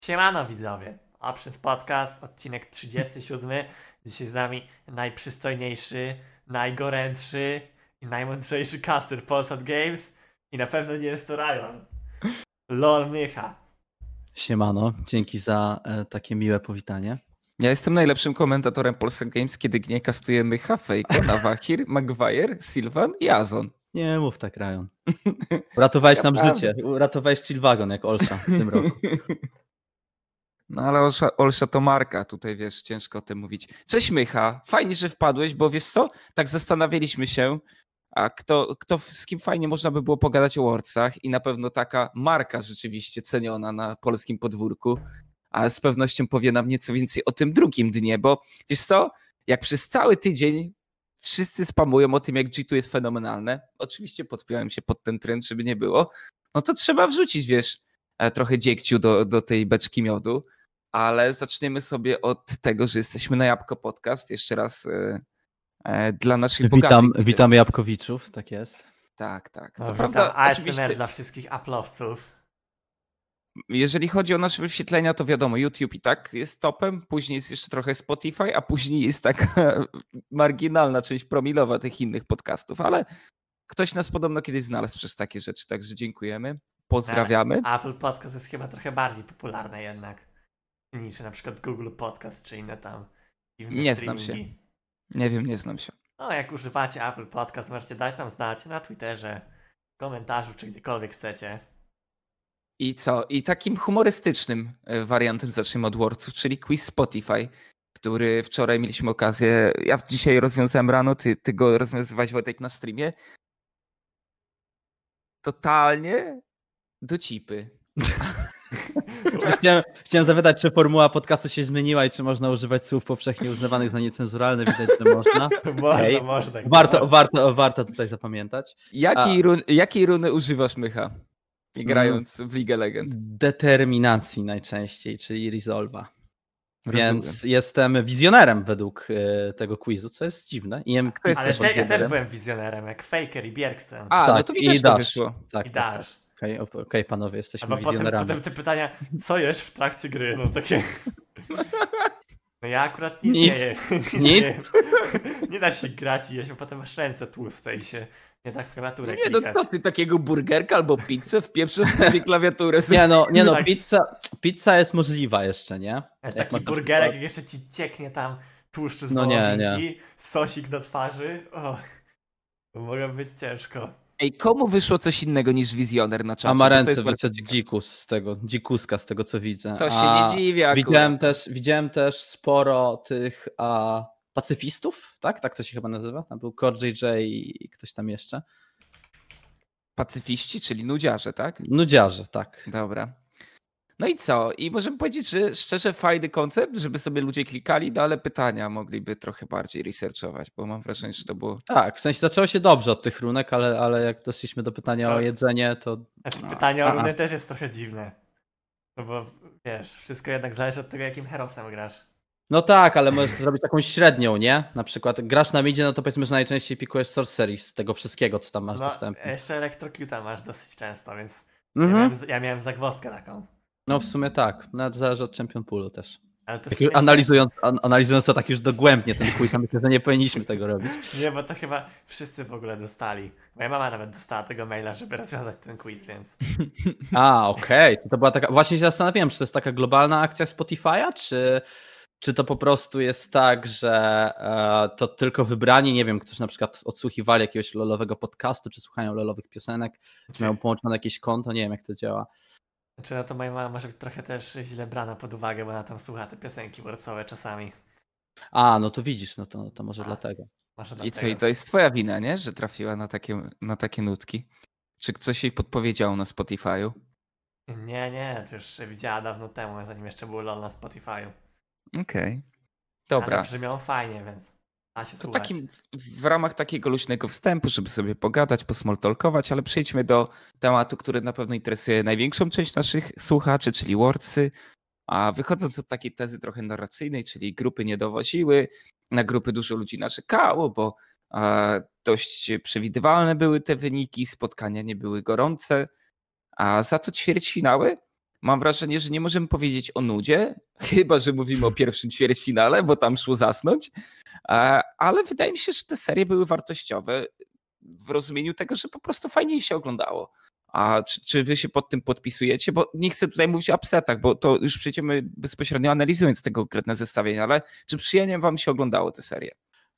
Siemano widzowie, Options Podcast, odcinek 37. Dzisiaj z nami najprzystojniejszy, najgorętszy i najmądrzejszy caster Polsat Games i na pewno nie jest to Ryan. LOL Mycha. Siemano, dzięki za takie miłe powitanie. Ja jestem najlepszym komentatorem Polsat Games, kiedy nie kastujemy Hafejka, Nawahir, Maguire, Sylvan i Azon. Nie mów tak, Ryan. Uratowałeś nam życie. Uratowałeś Chillwagon jak Olsza w tym roku. No ale Olsza to marka, tutaj wiesz, ciężko o tym mówić. Cześć Mycha, fajnie, że wpadłeś, bo wiesz co, tak zastanawialiśmy się, a z kim fajnie można by było pogadać o Worldsach i na pewno taka marka rzeczywiście ceniona na polskim podwórku, a z pewnością powie nam nieco więcej o tym drugim dnie, bo wiesz co, jak przez cały tydzień wszyscy spamują o tym, jak G2 jest fenomenalne, oczywiście podpiąłem się pod ten trend, żeby nie było, no to trzeba wrzucić, wiesz, trochę dziegciu do tej beczki miodu, ale zaczniemy sobie od tego, że jesteśmy na Jabłko Podcast, jeszcze raz dla naszych bogatych. Witam Jabłkowiczów, tak jest. Tak. No, Co witam prawda, ASMR oczywiście, dla wszystkich Applowców. jeżeli chodzi o nasze wyświetlenia, to wiadomo, YouTube i tak jest topem, później jest jeszcze trochę Spotify, a później jest taka marginalna część promilowa tych innych podcastów, ale ktoś nas podobno kiedyś znalazł przez takie rzeczy, także dziękujemy, pozdrawiamy. Ale Apple Podcast jest chyba trochę bardziej popularne jednak niż na przykład Google Podcast czy inne tam dziwne Nie znam się. streamingi. Nie wiem, nie znam się. No, jak używacie Apple Podcast, możecie dać tam znać na Twitterze, w komentarzu, czy gdziekolwiek chcecie. I co? I takim humorystycznym wariantem zaczniemy od Worldsów, czyli quiz Spotify, który wczoraj mieliśmy okazję, ja dzisiaj rozwiązałem rano, ty go rozwiązywałeś, Wojtek, na streamie. Totalnie do cipy. Chciałem zapytać, czy formuła podcastu się zmieniła i czy można używać słów powszechnie uznawanych za niecenzuralne. Widać, że można. Można. Warto tutaj zapamiętać. Jakiej runy używasz, Mycha, grając w League of Legends? Determinacji najczęściej, czyli Resolve'a. Więc Rozumiem. jestem wizjonerem według tego quizu, co jest dziwne. Kto jest Ale też ja też byłem wizjonerem, jak Faker i Bjergsen. A, tak, no to mi też to wyszło. Tak, I tak, Dash. Okej, panowie, jesteśmy Albo wizjonerami. potem te pytania, co jesz w trakcie gry? No takie... No ja akurat nic Nic. nie jem. Nic? Nie da się grać i jeść, bo potem masz ręce tłuste i się nie tak w klawiaturę Nie, no klikać. co ty, takiego burgerka albo pizzę wpieprzysz później klawiaturę? Nie no, Tak. pizza jest możliwa jeszcze, nie? Jak Jak taki masz na burgerek, przykład- jak jeszcze ci cieknie tam tłuszcz z No nie, wołowinki, sosik na twarzy. To może być ciężko. Ej, komu wyszło coś innego niż wizjoner na czacie? A ma Bo to ręce jest bardzo wyszedł ciekawe. dzikuska z tego co widzę. To się nie dziwi akurat. Widziałem też sporo tych pacyfistów, tak? Tak to się chyba nazywa? Tam był Core JJ i ktoś tam jeszcze. Pacyfiści, czyli nudziarze, tak? Nudziarze, tak. Dobra. No i co? I możemy powiedzieć, że szczerze fajny koncept, żeby sobie ludzie klikali, no ale pytania mogliby trochę bardziej researchować, bo mam wrażenie, że to było... Tak, w sensie zaczęło się dobrze od tych runek, ale jak doszliśmy do pytania o jedzenie, to... Znaczy pytanie o runy też jest trochę dziwne. No bo wiesz, wszystko jednak zależy od tego, jakim herosem grasz. No tak, ale możesz zrobić taką średnią, nie? Na przykład grasz na midzie, no to powiedzmy, że najczęściej pikujesz sorcery z tego wszystkiego, co tam masz No, dostępne. jeszcze Electrocuta masz dosyć często, więc ja Mhm. miałem zagwozdkę taką. No w sumie tak, nawet zależy od Champion Poolu też. Ale to w Tak sumie analizując to tak już dogłębnie ten quiz, myślę, że nie powinniśmy tego robić. Nie, bo to chyba wszyscy w ogóle dostali. Moja mama nawet dostała tego maila, żeby rozwiązać ten quiz, więc... Okej. To była taka... Właśnie się zastanawiałem, czy to jest taka globalna akcja Spotify'a, czy to po prostu jest tak, że to tylko wybrani, nie wiem, którzy na przykład odsłuchiwali jakiegoś lolowego podcastu, czy słuchają lolowych piosenek, czy mają połączone jakieś konto, nie wiem jak to działa. Znaczy, no to moja mama może być trochę też źle brana pod uwagę, bo ona tam słucha te piosenki worcowe czasami. No to widzisz, no to może dlatego. Może I dlatego. co? I to jest twoja wina, nie? Że trafiła na takie nutki? Czy coś jej podpowiedziało na Spotify'u? Nie, to już widziała dawno temu, zanim jeszcze był LOL na Spotify'u. Okej. Ale Dobra. brzmią fajnie, więc da się To słuchać. w ramach takiego luźnego wstępu, żeby sobie pogadać, posmoltalkować, ale przejdźmy do tematu, który na pewno interesuje największą część naszych słuchaczy, czyli Worldsy. A wychodząc od takiej tezy trochę narracyjnej, czyli grupy nie dowoziły, na grupy dużo ludzi narzekało, bo dość przewidywalne były te wyniki, spotkania nie były gorące, a za to ćwierćfinały mam wrażenie, że nie możemy powiedzieć o nudzie, chyba że mówimy o pierwszym ćwierćfinale, bo tam szło zasnąć, ale wydaje mi się, że te serie były wartościowe w rozumieniu tego, że po prostu fajniej się oglądało. A czy wy się pod tym podpisujecie? Bo nie chcę tutaj mówić o upsetach, bo to już przejdziemy bezpośrednio analizując tego konkretne zestawienie, ale czy przyjemnie wam się oglądało te serie?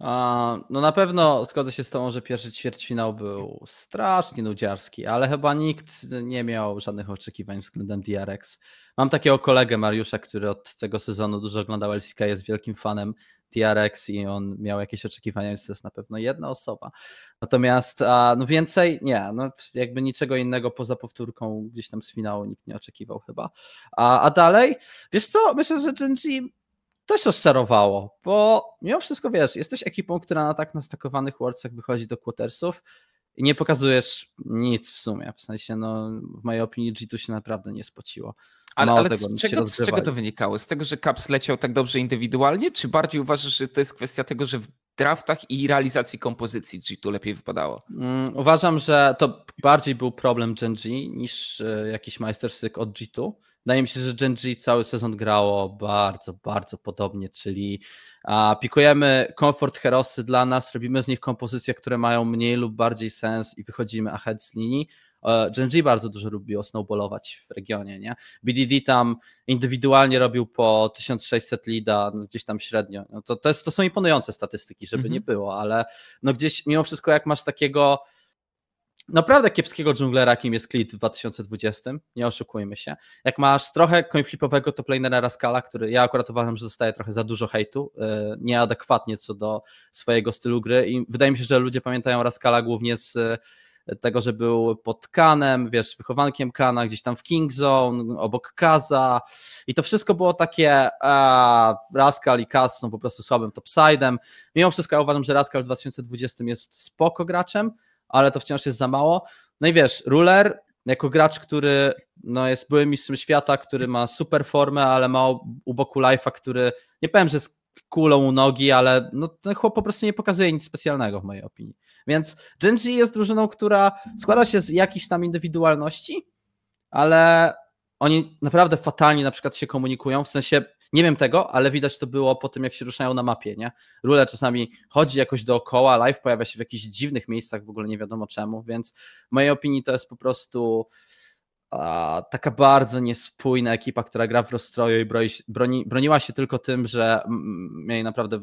No na pewno zgodzę się z tobą, że pierwszy ćwierćfinał był strasznie nudziarski, ale chyba nikt nie miał żadnych oczekiwań względem DRX. Mam takiego kolegę Mariusza, który od tego sezonu dużo oglądał LCK, jest wielkim fanem DRX i on miał jakieś oczekiwania, więc to jest na pewno jedna osoba. Natomiast no więcej nie, no jakby niczego innego poza powtórką gdzieś tam z finału nikt nie oczekiwał chyba. A dalej, wiesz co, myślę, że Gen.G też rozczarowało, bo mimo wszystko wiesz, jesteś ekipą, która na tak nastakowanych Worldsach wychodzi do quartersów i nie pokazujesz nic w sumie, w sensie no w mojej opinii G2 się naprawdę nie spociło. Ale z czego to wynikało? Z tego, że Caps leciał tak dobrze indywidualnie, czy bardziej uważasz, że to jest kwestia tego, że w draftach i realizacji kompozycji G2 lepiej wypadało? Uważam, że to bardziej był problem Gen.G niż jakiś majstersztyk od G2. Wydaje mi się, że Gen.G cały sezon grało bardzo, bardzo podobnie, czyli pikujemy comfort herosy dla nas, robimy z nich kompozycje, które mają mniej lub bardziej sens i wychodzimy ahead z linii. Gen.G bardzo dużo lubiło snowballować w regionie, nie? BDD tam indywidualnie robił po 1600 leada, no gdzieś tam średnio. No to są imponujące statystyki, żeby nie było, ale no gdzieś mimo wszystko jak masz takiego naprawdę kiepskiego dżunglera, jakim jest Klid w 2020, nie oszukujmy się. Jak masz trochę coinflipowego toplanera Rascala, który ja akurat uważam, że dostaje trochę za dużo hejtu, nieadekwatnie co do swojego stylu gry i wydaje mi się, że ludzie pamiętają Rascala głównie z tego, że był pod Kanem, wiesz, wychowankiem Kana, gdzieś tam w King Zone, obok Kaza i to wszystko było takie Rascal i Kaz są po prostu słabym topside'em. Mimo wszystko ja uważam, że Rascal w 2020 jest spoko graczem, ale to wciąż jest za mało. No i wiesz, Ruler jako gracz, który no, jest byłym mistrzem świata, który ma super formę, ale ma u boku Life'a, który nie powiem, że jest kulą u nogi, ale no, ten chłop po prostu nie pokazuje nic specjalnego w mojej opinii. Więc Gen.G jest drużyną, która składa się z jakichś tam indywidualności, ale oni naprawdę fatalnie na przykład się komunikują, w sensie nie wiem tego, ale widać to było po tym, jak się ruszają na mapie, nie? Ruler czasami chodzi jakoś dookoła, live pojawia się w jakichś dziwnych miejscach, w ogóle nie wiadomo czemu, więc w mojej opinii to jest po prostu taka bardzo niespójna ekipa, która gra w rozstroju i broniła się tylko tym, że mieli naprawdę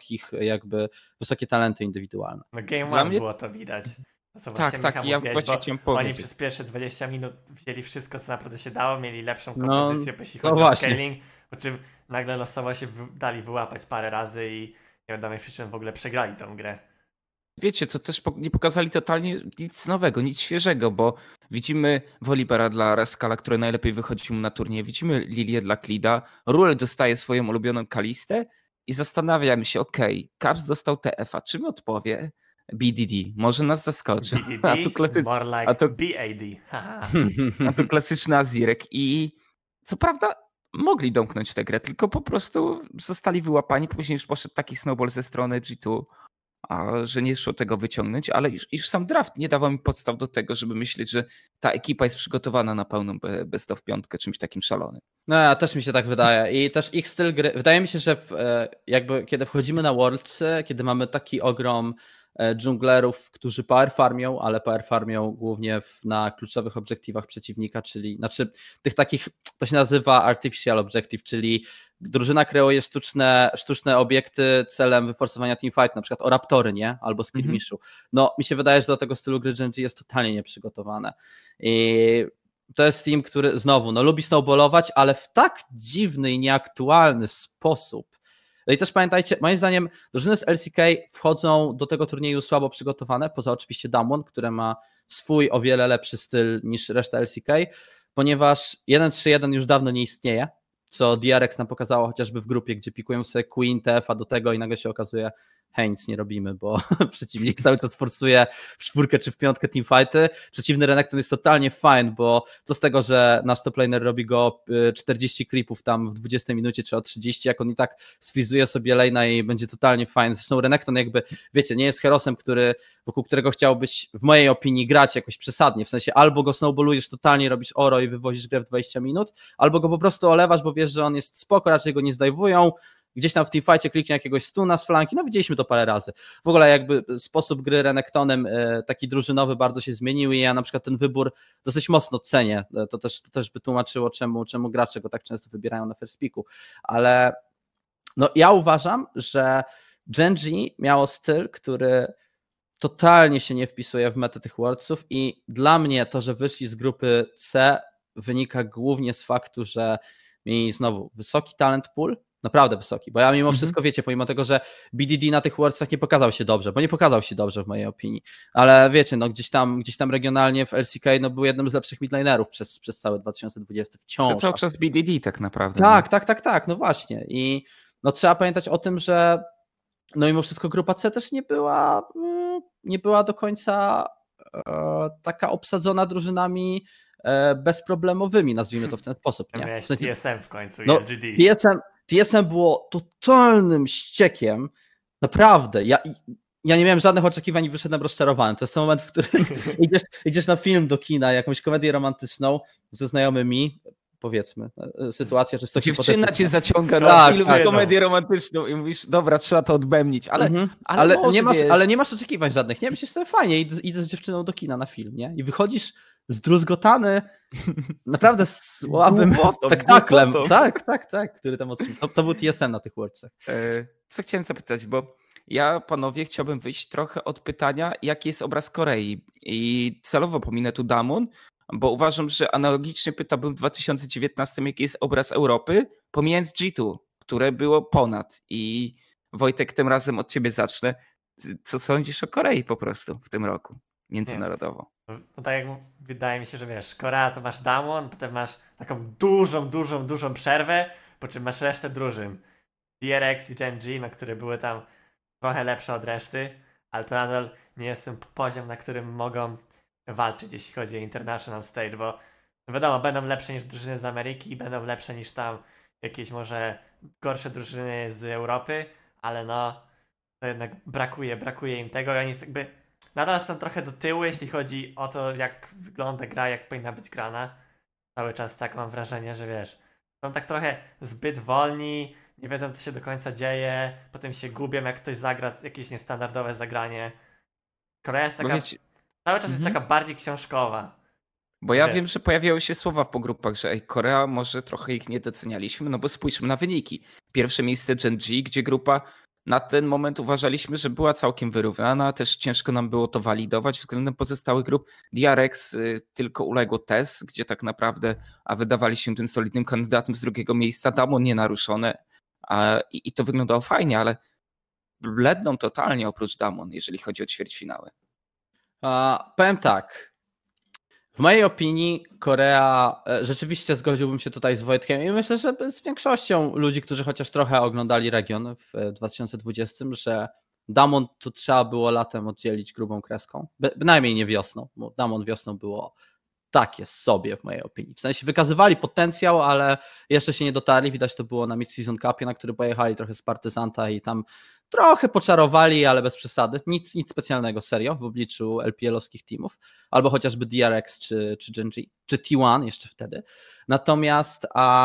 wysokie talenty indywidualne. No Game One było to widać. Tak, ja właśnie chciałem powiedzieć. Oni przez pierwsze 20 minut wzięli wszystko, co naprawdę się dało, mieli lepszą kompozycję, jeśli chodzi o scaling, po czym nagle losowo się dali wyłapać parę razy i nie wiadomo przyczyn w ogóle przegrali tą grę. Wiecie, to też nie pokazali totalnie nic nowego, nic świeżego, bo widzimy Wolibera dla Rascala, który najlepiej wychodzi mu na turniej, widzimy Lilię dla Klida, Ruel dostaje swoją ulubioną Kalistę i zastanawiam się, Caps dostał TF-a, czym odpowie BDD? Może nas zaskoczy. BDD? More like BAD. A to klasyczny Azirek i co prawda mogli domknąć tę grę, tylko po prostu zostali wyłapani, później już poszedł taki snowball ze strony G2, że nie szło tego wyciągnąć, ale już sam draft nie dawał mi podstaw do tego, żeby myśleć, że ta ekipa jest przygotowana na pełną best of piątkę, czymś takim szalonym. No, też mi się tak wydaje i też ich styl gry, wydaje mi się, że kiedy wchodzimy na Worlds, kiedy mamy taki ogrom dżunglerów, którzy power farmią, ale power farmią głównie na kluczowych obiektywach przeciwnika, czyli tych takich, to się nazywa artificial objective, czyli drużyna kreuje sztuczne obiekty celem wyforsowania teamfight, na przykład o raptory, nie? Albo skirmishu. No, mi się wydaje, że do tego stylu gry Gen.G jest totalnie nieprzygotowane. I to jest team, który znowu lubi snowballować, ale w tak dziwny i nieaktualny sposób. No i też pamiętajcie, moim zdaniem drużyny z LCK wchodzą do tego turnieju słabo przygotowane, poza oczywiście Damwon, które ma swój o wiele lepszy styl niż reszta LCK, ponieważ 1-3-1 już dawno nie istnieje co DRX nam pokazało chociażby w grupie, gdzie pikują sobie Queen, TF, a do tego i nagle się okazuje, hej, nic nie robimy, bo przeciwnik cały czas forsuje w 4 czy w 5 teamfighty. Przeciwny Renekton jest totalnie fine, bo to z tego, że nasz top laner robi go 40 creepów tam w 20 minucie czy o 30, jak on i tak sfrizuje sobie lane'a i będzie totalnie fine. Zresztą Renekton jakby, wiecie, nie jest herosem, wokół którego chciałbyś w mojej opinii grać jakoś przesadnie, w sensie albo go snowballujesz totalnie, robisz oro i wywozisz grę w 20 minut, albo go po prostu olewasz, bo wiesz, że on jest spoko, raczej go nie zdajwują, gdzieś tam w teamfightie kliknie jakiegoś stuna z flanki, no widzieliśmy to parę razy. W ogóle jakby sposób gry Renektonem taki drużynowy bardzo się zmienił i ja na przykład ten wybór dosyć mocno cenię. To też by tłumaczyło, czemu gracze go tak często wybierają na first picku. Ale no ja uważam, że Gen.G miało styl, który totalnie się nie wpisuje w metę tych Worldsów i dla mnie to, że wyszli z grupy C wynika głównie z faktu, że mieli znowu wysoki talent pool, naprawdę wysoki, bo ja mimo wszystko, wiecie, pomimo tego, że BDD na tych Worldsach nie pokazał się dobrze, bo nie pokazał się dobrze w mojej opinii, ale wiecie, no gdzieś tam regionalnie w LCK no, był jednym z lepszych midlinerów przez cały 2020 wciąż. To cały czas BDD tak naprawdę. Tak, no właśnie i no trzeba pamiętać o tym, że no mimo wszystko grupa C też nie była do końca taka obsadzona drużynami bezproblemowymi, nazwijmy to w ten sposób. Nie? Miałeś w sensie, TSM w końcu i no, LGD. TSM było totalnym ściekiem, naprawdę. Ja nie miałem żadnych oczekiwań i wyszedłem rozczarowany. To jest ten moment, w którym idziesz na film do kina, jakąś komedię romantyczną ze znajomymi, powiedzmy, sytuacja czysto Dziewczyna cię zaciąga Tak, na film, tak. komedię romantyczną i mówisz, dobra, trzeba to odbębnić, ale nie masz oczekiwań żadnych, nie? Myślisz sobie, fajnie, idę z dziewczyną do kina na film, nie? I wychodzisz zdruzgotany naprawdę słabym spektaklem. Tak, który tam otrzymał. To był TSM na tych Worldsach. Co chciałem zapytać, bo ja, panowie, chciałbym wyjść trochę od pytania, jaki jest obraz Korei i celowo pominę tu Damon, bo uważam, że analogicznie pytałbym w 2019, jaki jest obraz Europy, pomijając G2, które było ponad. I Wojtek, tym razem od ciebie zacznę. Co sądzisz o Korei po prostu w tym roku międzynarodowo? No tak jak wydaje mi się, że wiesz, Korea to masz Damwon, potem masz taką dużą przerwę, po czym masz resztę drużyn. DRX i Gen.G, no, które były tam trochę lepsze od reszty, ale to nadal nie jest ten poziom, na którym mogą walczyć, jeśli chodzi o international stage, bo wiadomo, będą lepsze niż drużyny z Ameryki, będą lepsze niż tam jakieś może gorsze drużyny z Europy, ale no to jednak brakuje im tego i oni jakby nadal są trochę do tyłu, jeśli chodzi o to, jak wygląda gra, jak powinna być grana. Cały czas tak mam wrażenie, że wiesz, są tak trochę zbyt wolni, nie wiedzą, co się do końca dzieje, potem się gubią, jak ktoś zagra jakieś niestandardowe zagranie. Korea jest taka, cały czas jest taka bardziej książkowa. Bo ja wiem, że pojawiały się słowa w pogrupach, że Korea może trochę ich nie docenialiśmy, no bo spójrzmy na wyniki. Pierwsze miejsce Gen.G, gdzie grupa na ten moment uważaliśmy, że była całkiem wyrównana, też ciężko nam było to walidować względem pozostałych grup. DRX tylko uległo TES, gdzie tak naprawdę wydawali się tym solidnym kandydatem z drugiego miejsca, Damon nienaruszone i to wyglądało fajnie, ale bledną totalnie oprócz Damon, jeżeli chodzi o ćwierćfinały. Powiem tak. W mojej opinii Korea, rzeczywiście zgodziłbym się tutaj z Wojtkiem i myślę, że z większością ludzi, którzy chociaż trochę oglądali region w 2020, że Damon tu trzeba było latem oddzielić grubą kreską. Bynajmniej nie wiosną, bo Damon wiosną było takie sobie w mojej opinii. W sensie wykazywali potencjał, ale jeszcze się nie dotarli. Widać to było na Mid-Season Cupie, na który pojechali trochę z Partyzanta i tam trochę poczarowali, ale bez przesady. Nic specjalnego, serio, w obliczu LPL-owskich teamów. Albo chociażby DRX czy Gen.G, czy T1 jeszcze wtedy. Natomiast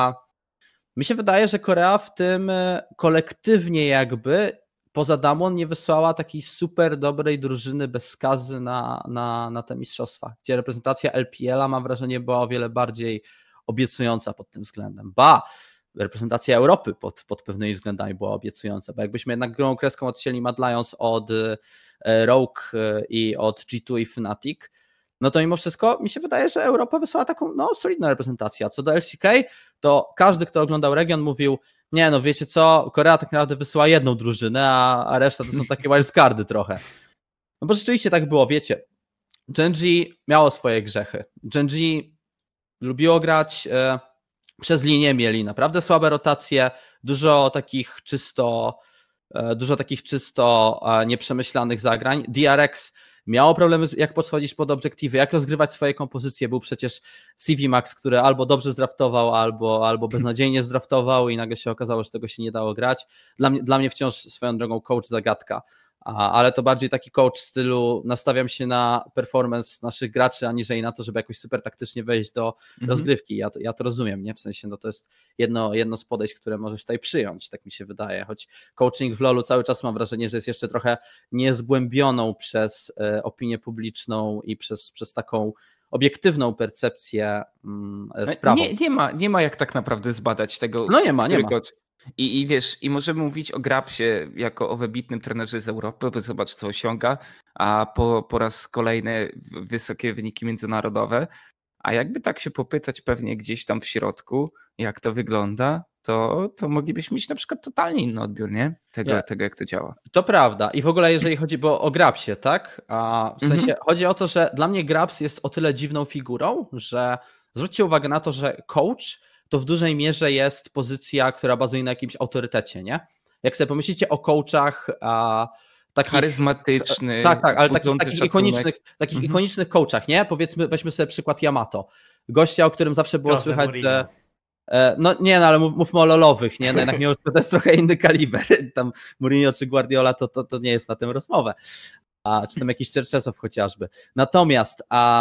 mi się wydaje, że Korea w tym kolektywnie jakby poza Damon nie wysłała takiej super dobrej drużyny bez skazy na te mistrzostwa, gdzie reprezentacja LPL-a, mam wrażenie, była o wiele bardziej obiecująca pod tym względem. Reprezentacja Europy pod pewnymi względami była obiecująca, bo jakbyśmy jednak grubą kreską odcięli Mad Lions od Rogue i od G2 i Fnatic, no to mimo wszystko mi się wydaje, że Europa wysłała taką solidną reprezentację. A co do LCK, to każdy, kto oglądał region, mówił, nie no wiecie co, Korea tak naprawdę wysyła jedną drużynę, a reszta to są takie wildcardy trochę. No bo rzeczywiście tak było, wiecie. Gen.G miało swoje grzechy. Gen.G lubiło grać przez linię mieli naprawdę słabe rotacje, dużo takich czysto nieprzemyślanych zagrań. DRX miało problemy, jak podchodzić pod obiektywy, jak rozgrywać swoje kompozycje. Był przecież CV Max, który albo dobrze zdraftował, albo beznadziejnie zdraftował i nagle się okazało, że tego się nie dało grać. Dla mnie wciąż swoją drogą coach zagadka. Ale to bardziej taki coach w stylu nastawiam się na performance naszych graczy, aniżeli na to, żeby jakoś super taktycznie wejść do rozgrywki. Ja to rozumiem, nie? W sensie, no to jest jedno z podejść, które możesz tutaj przyjąć, tak mi się wydaje, choć coaching w LoLu cały czas mam wrażenie, że jest jeszcze trochę niezgłębioną przez opinię publiczną i przez taką obiektywną percepcję sprawą. Nie ma jak tak naprawdę zbadać tego. No nie ma. I wiesz, i możemy mówić o Grabsie jako o wybitnym trenerze z Europy, bo zobacz co osiąga, a po raz kolejny wysokie wyniki międzynarodowe, a jakby tak się popytać pewnie gdzieś tam w środku, jak to wygląda, to moglibyśmy mieć na przykład totalnie inny odbiór, nie? Tego jak to działa. To prawda. I w ogóle jeżeli chodzi o Grabsie, tak? A w sensie chodzi o to, że dla mnie Grabs jest o tyle dziwną figurą, że zwróćcie uwagę na to, że coach to w dużej mierze jest pozycja, która bazuje na jakimś autorytecie, nie? Jak sobie pomyślicie o coachach takich... Charyzmatyczny. Tak, ale takich ikonicznych coachach, nie? Weźmy sobie przykład Yamato. Gościa, o którym zawsze było słychać, że... No nie, ale mówmy o lolowych, nie? No jednak mimo wszystko to jest trochę inny kaliber. Tam Mourinho czy Guardiola to nie jest na tym rozmowę. Czy tam jakiś Czerczesow chociażby. Natomiast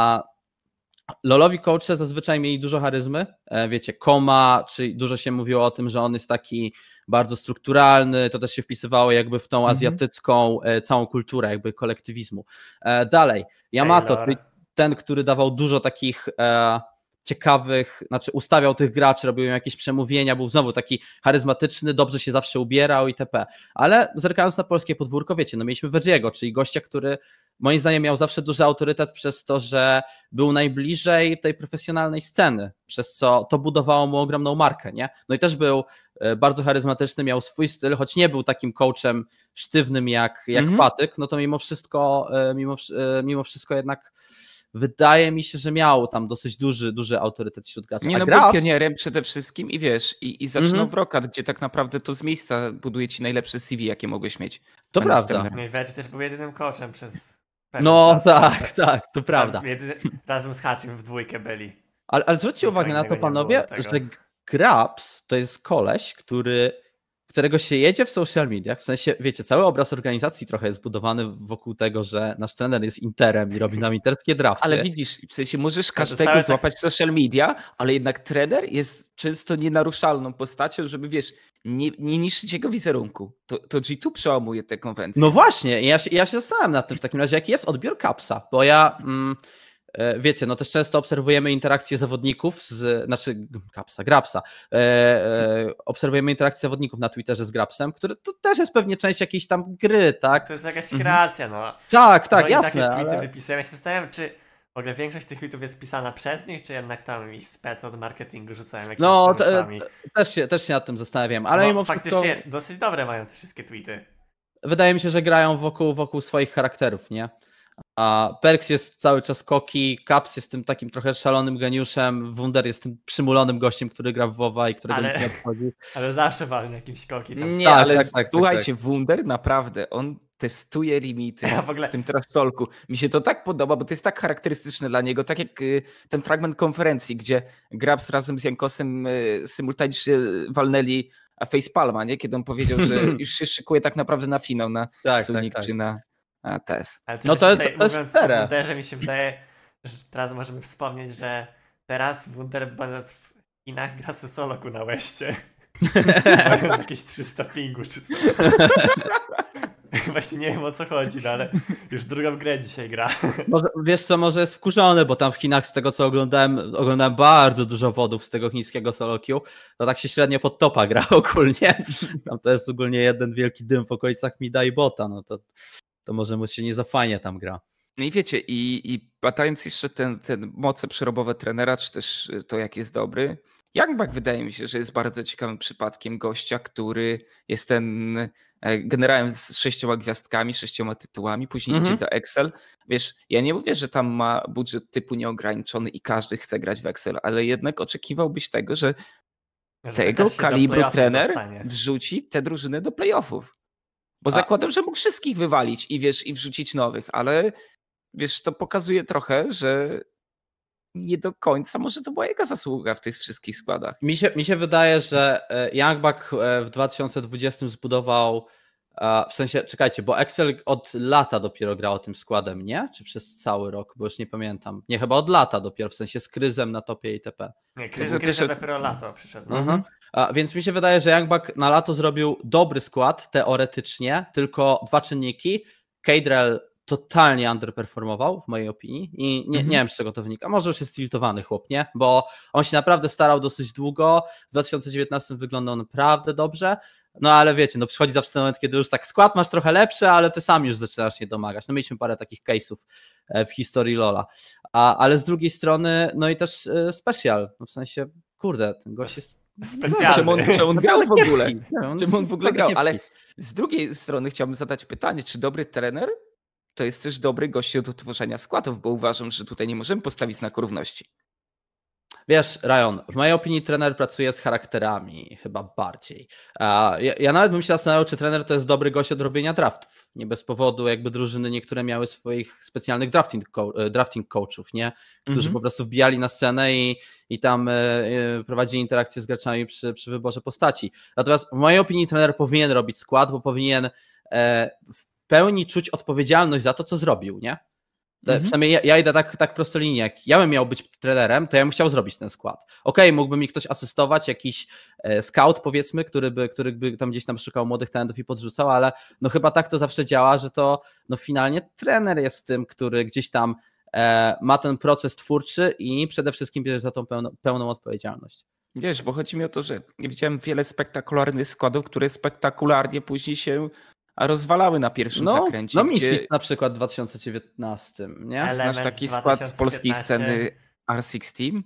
lolowi coache zazwyczaj mieli dużo charyzmy. Wiecie, Koma, czy dużo się mówiło o tym, że on jest taki bardzo strukturalny, to też się wpisywało jakby w tą azjatycką całą kulturę jakby kolektywizmu. Dalej, Yamato, ten, który dawał dużo takich ciekawych, znaczy ustawiał tych graczy, robił im jakieś przemówienia, był znowu taki charyzmatyczny, dobrze się zawsze ubierał itp. Ale zerkając na polskie podwórko, wiecie, no mieliśmy Veggie'ego, czyli gościa, który moim zdaniem miał zawsze duży autorytet przez to, że był najbliżej tej profesjonalnej sceny, przez co to budowało mu ogromną markę, nie? No i też był bardzo charyzmatyczny, miał swój styl, choć nie był takim coachem sztywnym jak Patyk, no to mimo wszystko jednak wydaje mi się, że miał tam dosyć duży autorytet wśród graczy. Nie, no był pionierem przede wszystkim i wiesz, i zaczynał w Roccat, gdzie tak naprawdę to z miejsca buduje ci najlepsze CV, jakie mogłeś mieć. To prawda. No i Veggie też był jedynym coachem przez No czas, tak, to prawda. Razem z Haczym w dwójkę byli. Ale zwróćcie uwagę na to, panowie, że Grabs to jest koleś, którego się jedzie w social mediach, w sensie, wiecie, cały obraz organizacji trochę jest budowany wokół tego, że nasz trener jest interem i robi nam interskie drafty. Ale widzisz, w sensie możesz każdego złapać w social media, ale jednak trener jest często nienaruszalną postacią, żeby wiesz, nie niszczyć jego wizerunku. To G2 przełamuje te konwencje. No właśnie, ja się zastanawiam nad tym w takim razie, jaki jest odbiór Capsa, bo ja... Wiecie, no też często obserwujemy interakcje zawodników, Grabsa. Obserwujemy interakcje zawodników na Twitterze z Grabsem, który to też jest pewnie część jakiejś tam gry, tak? To jest jakaś kreacja, no. Tak, no jasne. I takie tweety wypisują. Ja się zastanawiam, czy w ogóle większość tych tweetów jest pisana przez nich, czy jednak tam ich spec od marketingu rzucają jakimiś pomysłami. Też się nad tym zastanawiam, ale mimo faktycznie wszystko... dosyć dobre mają te wszystkie tweety. Wydaje mi się, że grają wokół swoich charakterów, nie? A Perks jest cały czas koki, Caps jest tym takim trochę szalonym geniuszem, Wunder jest tym przymulonym gościem, który gra w WoWa i którego nic nie obchodzi. Ale zawsze walnie jakimś koki. Tam. Nie, ale słuchajcie, Wunder naprawdę, on testuje limity w tym trash talku. Mi się to tak podoba, bo to jest tak charakterystyczne dla niego, tak jak ten fragment konferencji, gdzie Grabs razem z Jankosem symultanicznie walnęli facepalma, nie? Kiedy on powiedział, że już się szykuje tak naprawdę na finał, na Sunik czy na TES. Ale no to jest fair. Wunderze mi się wydaje, że teraz możemy wspomnieć, że teraz Wunder będąc w Chinach gra se soloku na Westie. Mają jakieś 300 pingu czy co. Właśnie nie wiem o co chodzi, no ale już drugą grę dzisiaj gra. Może jest wkurzony, bo tam w Chinach z tego co oglądałem bardzo dużo wodów z tego chińskiego solo queue, to tak się średnio pod topa gra ogólnie. Tam to jest ogólnie jeden wielki dym w okolicach mida i bota, no to może mu się nie za fajnie tam gra. No i wiecie, i badając jeszcze ten moce przerobowe trenera, czy też to jak jest dobry, Youngblood wydaje mi się, że jest bardzo ciekawym przypadkiem gościa, który jest ten generałem z 6 gwiazdkami, 6 tytułami, później idzie do Excel. Wiesz, ja nie mówię, że tam ma budżet typu nieograniczony i każdy chce grać w Excel, ale jednak oczekiwałbyś tego, że Że tego też się do kalibru playoffów trener dostanie. wrzuci tę drużynę do playoffów. Bo zakładam, że mógł wszystkich wywalić i wrzucić nowych, ale wiesz, to pokazuje trochę, że nie do końca może to była jego zasługa w tych wszystkich składach. Mi się wydaje, że Young Buck w 2020 zbudował, w sensie, czekajcie, bo Excel od lata dopiero grał tym składem, nie? Czy przez cały rok, bo już nie pamiętam. Nie, chyba od lata dopiero, w sensie z Kryzem na topie ITP. Nie, Kryzem Kryzem przyszedł- dopiero lato przyszedł. No. Mhm. Więc mi się wydaje, że Young Buck na lato zrobił dobry skład, teoretycznie, tylko dwa czynniki. Cadrell totalnie underperformował, w mojej opinii, i nie wiem, z czego to wynika. Może już jest tiltowany chłop, nie? Bo on się naprawdę starał dosyć długo, w 2019 wyglądał naprawdę dobrze, no ale wiecie, no przychodzi zawsze ten moment, kiedy już tak skład masz trochę lepszy, ale ty sam już zaczynasz nie domagać. No mieliśmy parę takich case'ów w historii LoL'a. Ale z drugiej strony, no i też special, no w sensie, kurde, ten gość jest Specjalny. Czemu on grał w ogóle? kiepski. Czemu on w ogóle grał? kiepski. Ale z drugiej strony chciałbym zadać pytanie, czy dobry trener to jest też dobry gość do tworzenia składów, bo uważam, że tutaj nie możemy postawić znaku równości. Wiesz, Ryan, w mojej opinii trener pracuje z charakterami chyba bardziej. Ja nawet bym się zastanawiał, czy trener to jest dobry gość od robienia draftów. Nie bez powodu jakby drużyny niektóre miały swoich specjalnych drafting coachów, nie? Którzy po prostu wbijali na scenę i tam prowadzili interakcje z graczami przy wyborze postaci. Natomiast w mojej opinii trener powinien robić skład, bo powinien w pełni czuć odpowiedzialność za to, co zrobił, nie? Przynajmniej ja idę tak prostolinijnie. Jak ja bym miał być trenerem, to ja bym chciał zrobić ten skład. Okej, mógłby mi ktoś asystować, jakiś scout powiedzmy, który by tam gdzieś tam szukał młodych talentów i podrzucał, ale no chyba tak to zawsze działa, że to no finalnie trener jest tym, który gdzieś tam ma ten proces twórczy i przede wszystkim bierze za tą pełną odpowiedzialność. Wiesz, bo chodzi mi o to, że widziałem wiele spektakularnych składów, które spektakularnie później się rozwalały na pierwszym zakręcie. No Misfits na przykład w 2019, nie? Znasz taki skład z polskiej sceny R6 Team?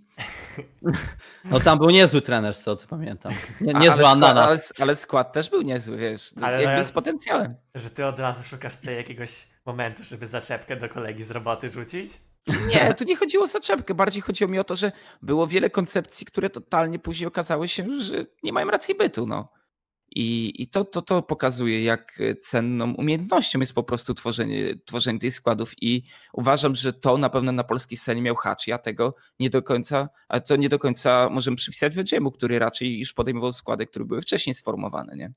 No tam był niezły trener, z tego co pamiętam. Niezły Anana. Ale skład też był niezły, wiesz. Ale jakby z potencjałem. Że ty od razu szukasz tutaj jakiegoś momentu, żeby zaczepkę do kolegi z roboty rzucić? Nie, tu nie chodziło o zaczepkę. Bardziej chodziło mi o to, że było wiele koncepcji, które totalnie później okazały się, że nie mają racji bytu, no. I to pokazuje, jak cenną umiejętnością jest po prostu tworzenie tych składów i uważam, że to na pewno na polskiej scenie miał Hacz. Ja tego nie do końca możemy przypisać Vedziemu, który raczej już podejmował składy, które były wcześniej sformowane, nie?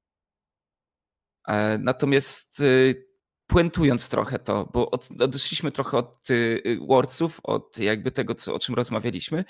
Natomiast puentując trochę to, bo odeszliśmy trochę od Worldsów, od jakby tego, o czym rozmawialiśmy,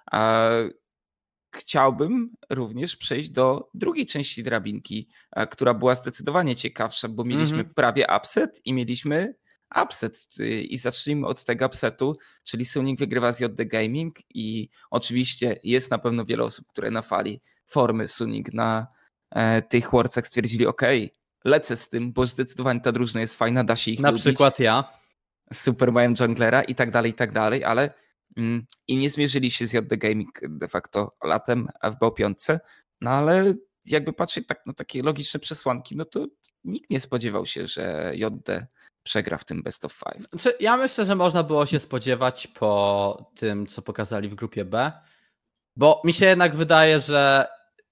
chciałbym również przejść do drugiej części drabinki, która była zdecydowanie ciekawsza, bo mieliśmy prawie upset i mieliśmy upset. I zacznijmy od tego upsetu, czyli Suning wygrywa z JD Gaming i oczywiście jest na pewno wiele osób, które na fali formy Suning na tych Worldsach stwierdzili, lecę z tym, bo zdecydowanie ta drużyna jest fajna, da się ich lubić. Na przykład ja. Super mają junglera i tak dalej, ale i nie zmierzyli się z JD Gaming de facto latem w B5, no ale jakby patrzeć tak na takie logiczne przesłanki, no to nikt nie spodziewał się, że JD przegra w tym Best of 5. Znaczy, ja myślę, że można było się spodziewać po tym, co pokazali w grupie B, bo mi się jednak wydaje, że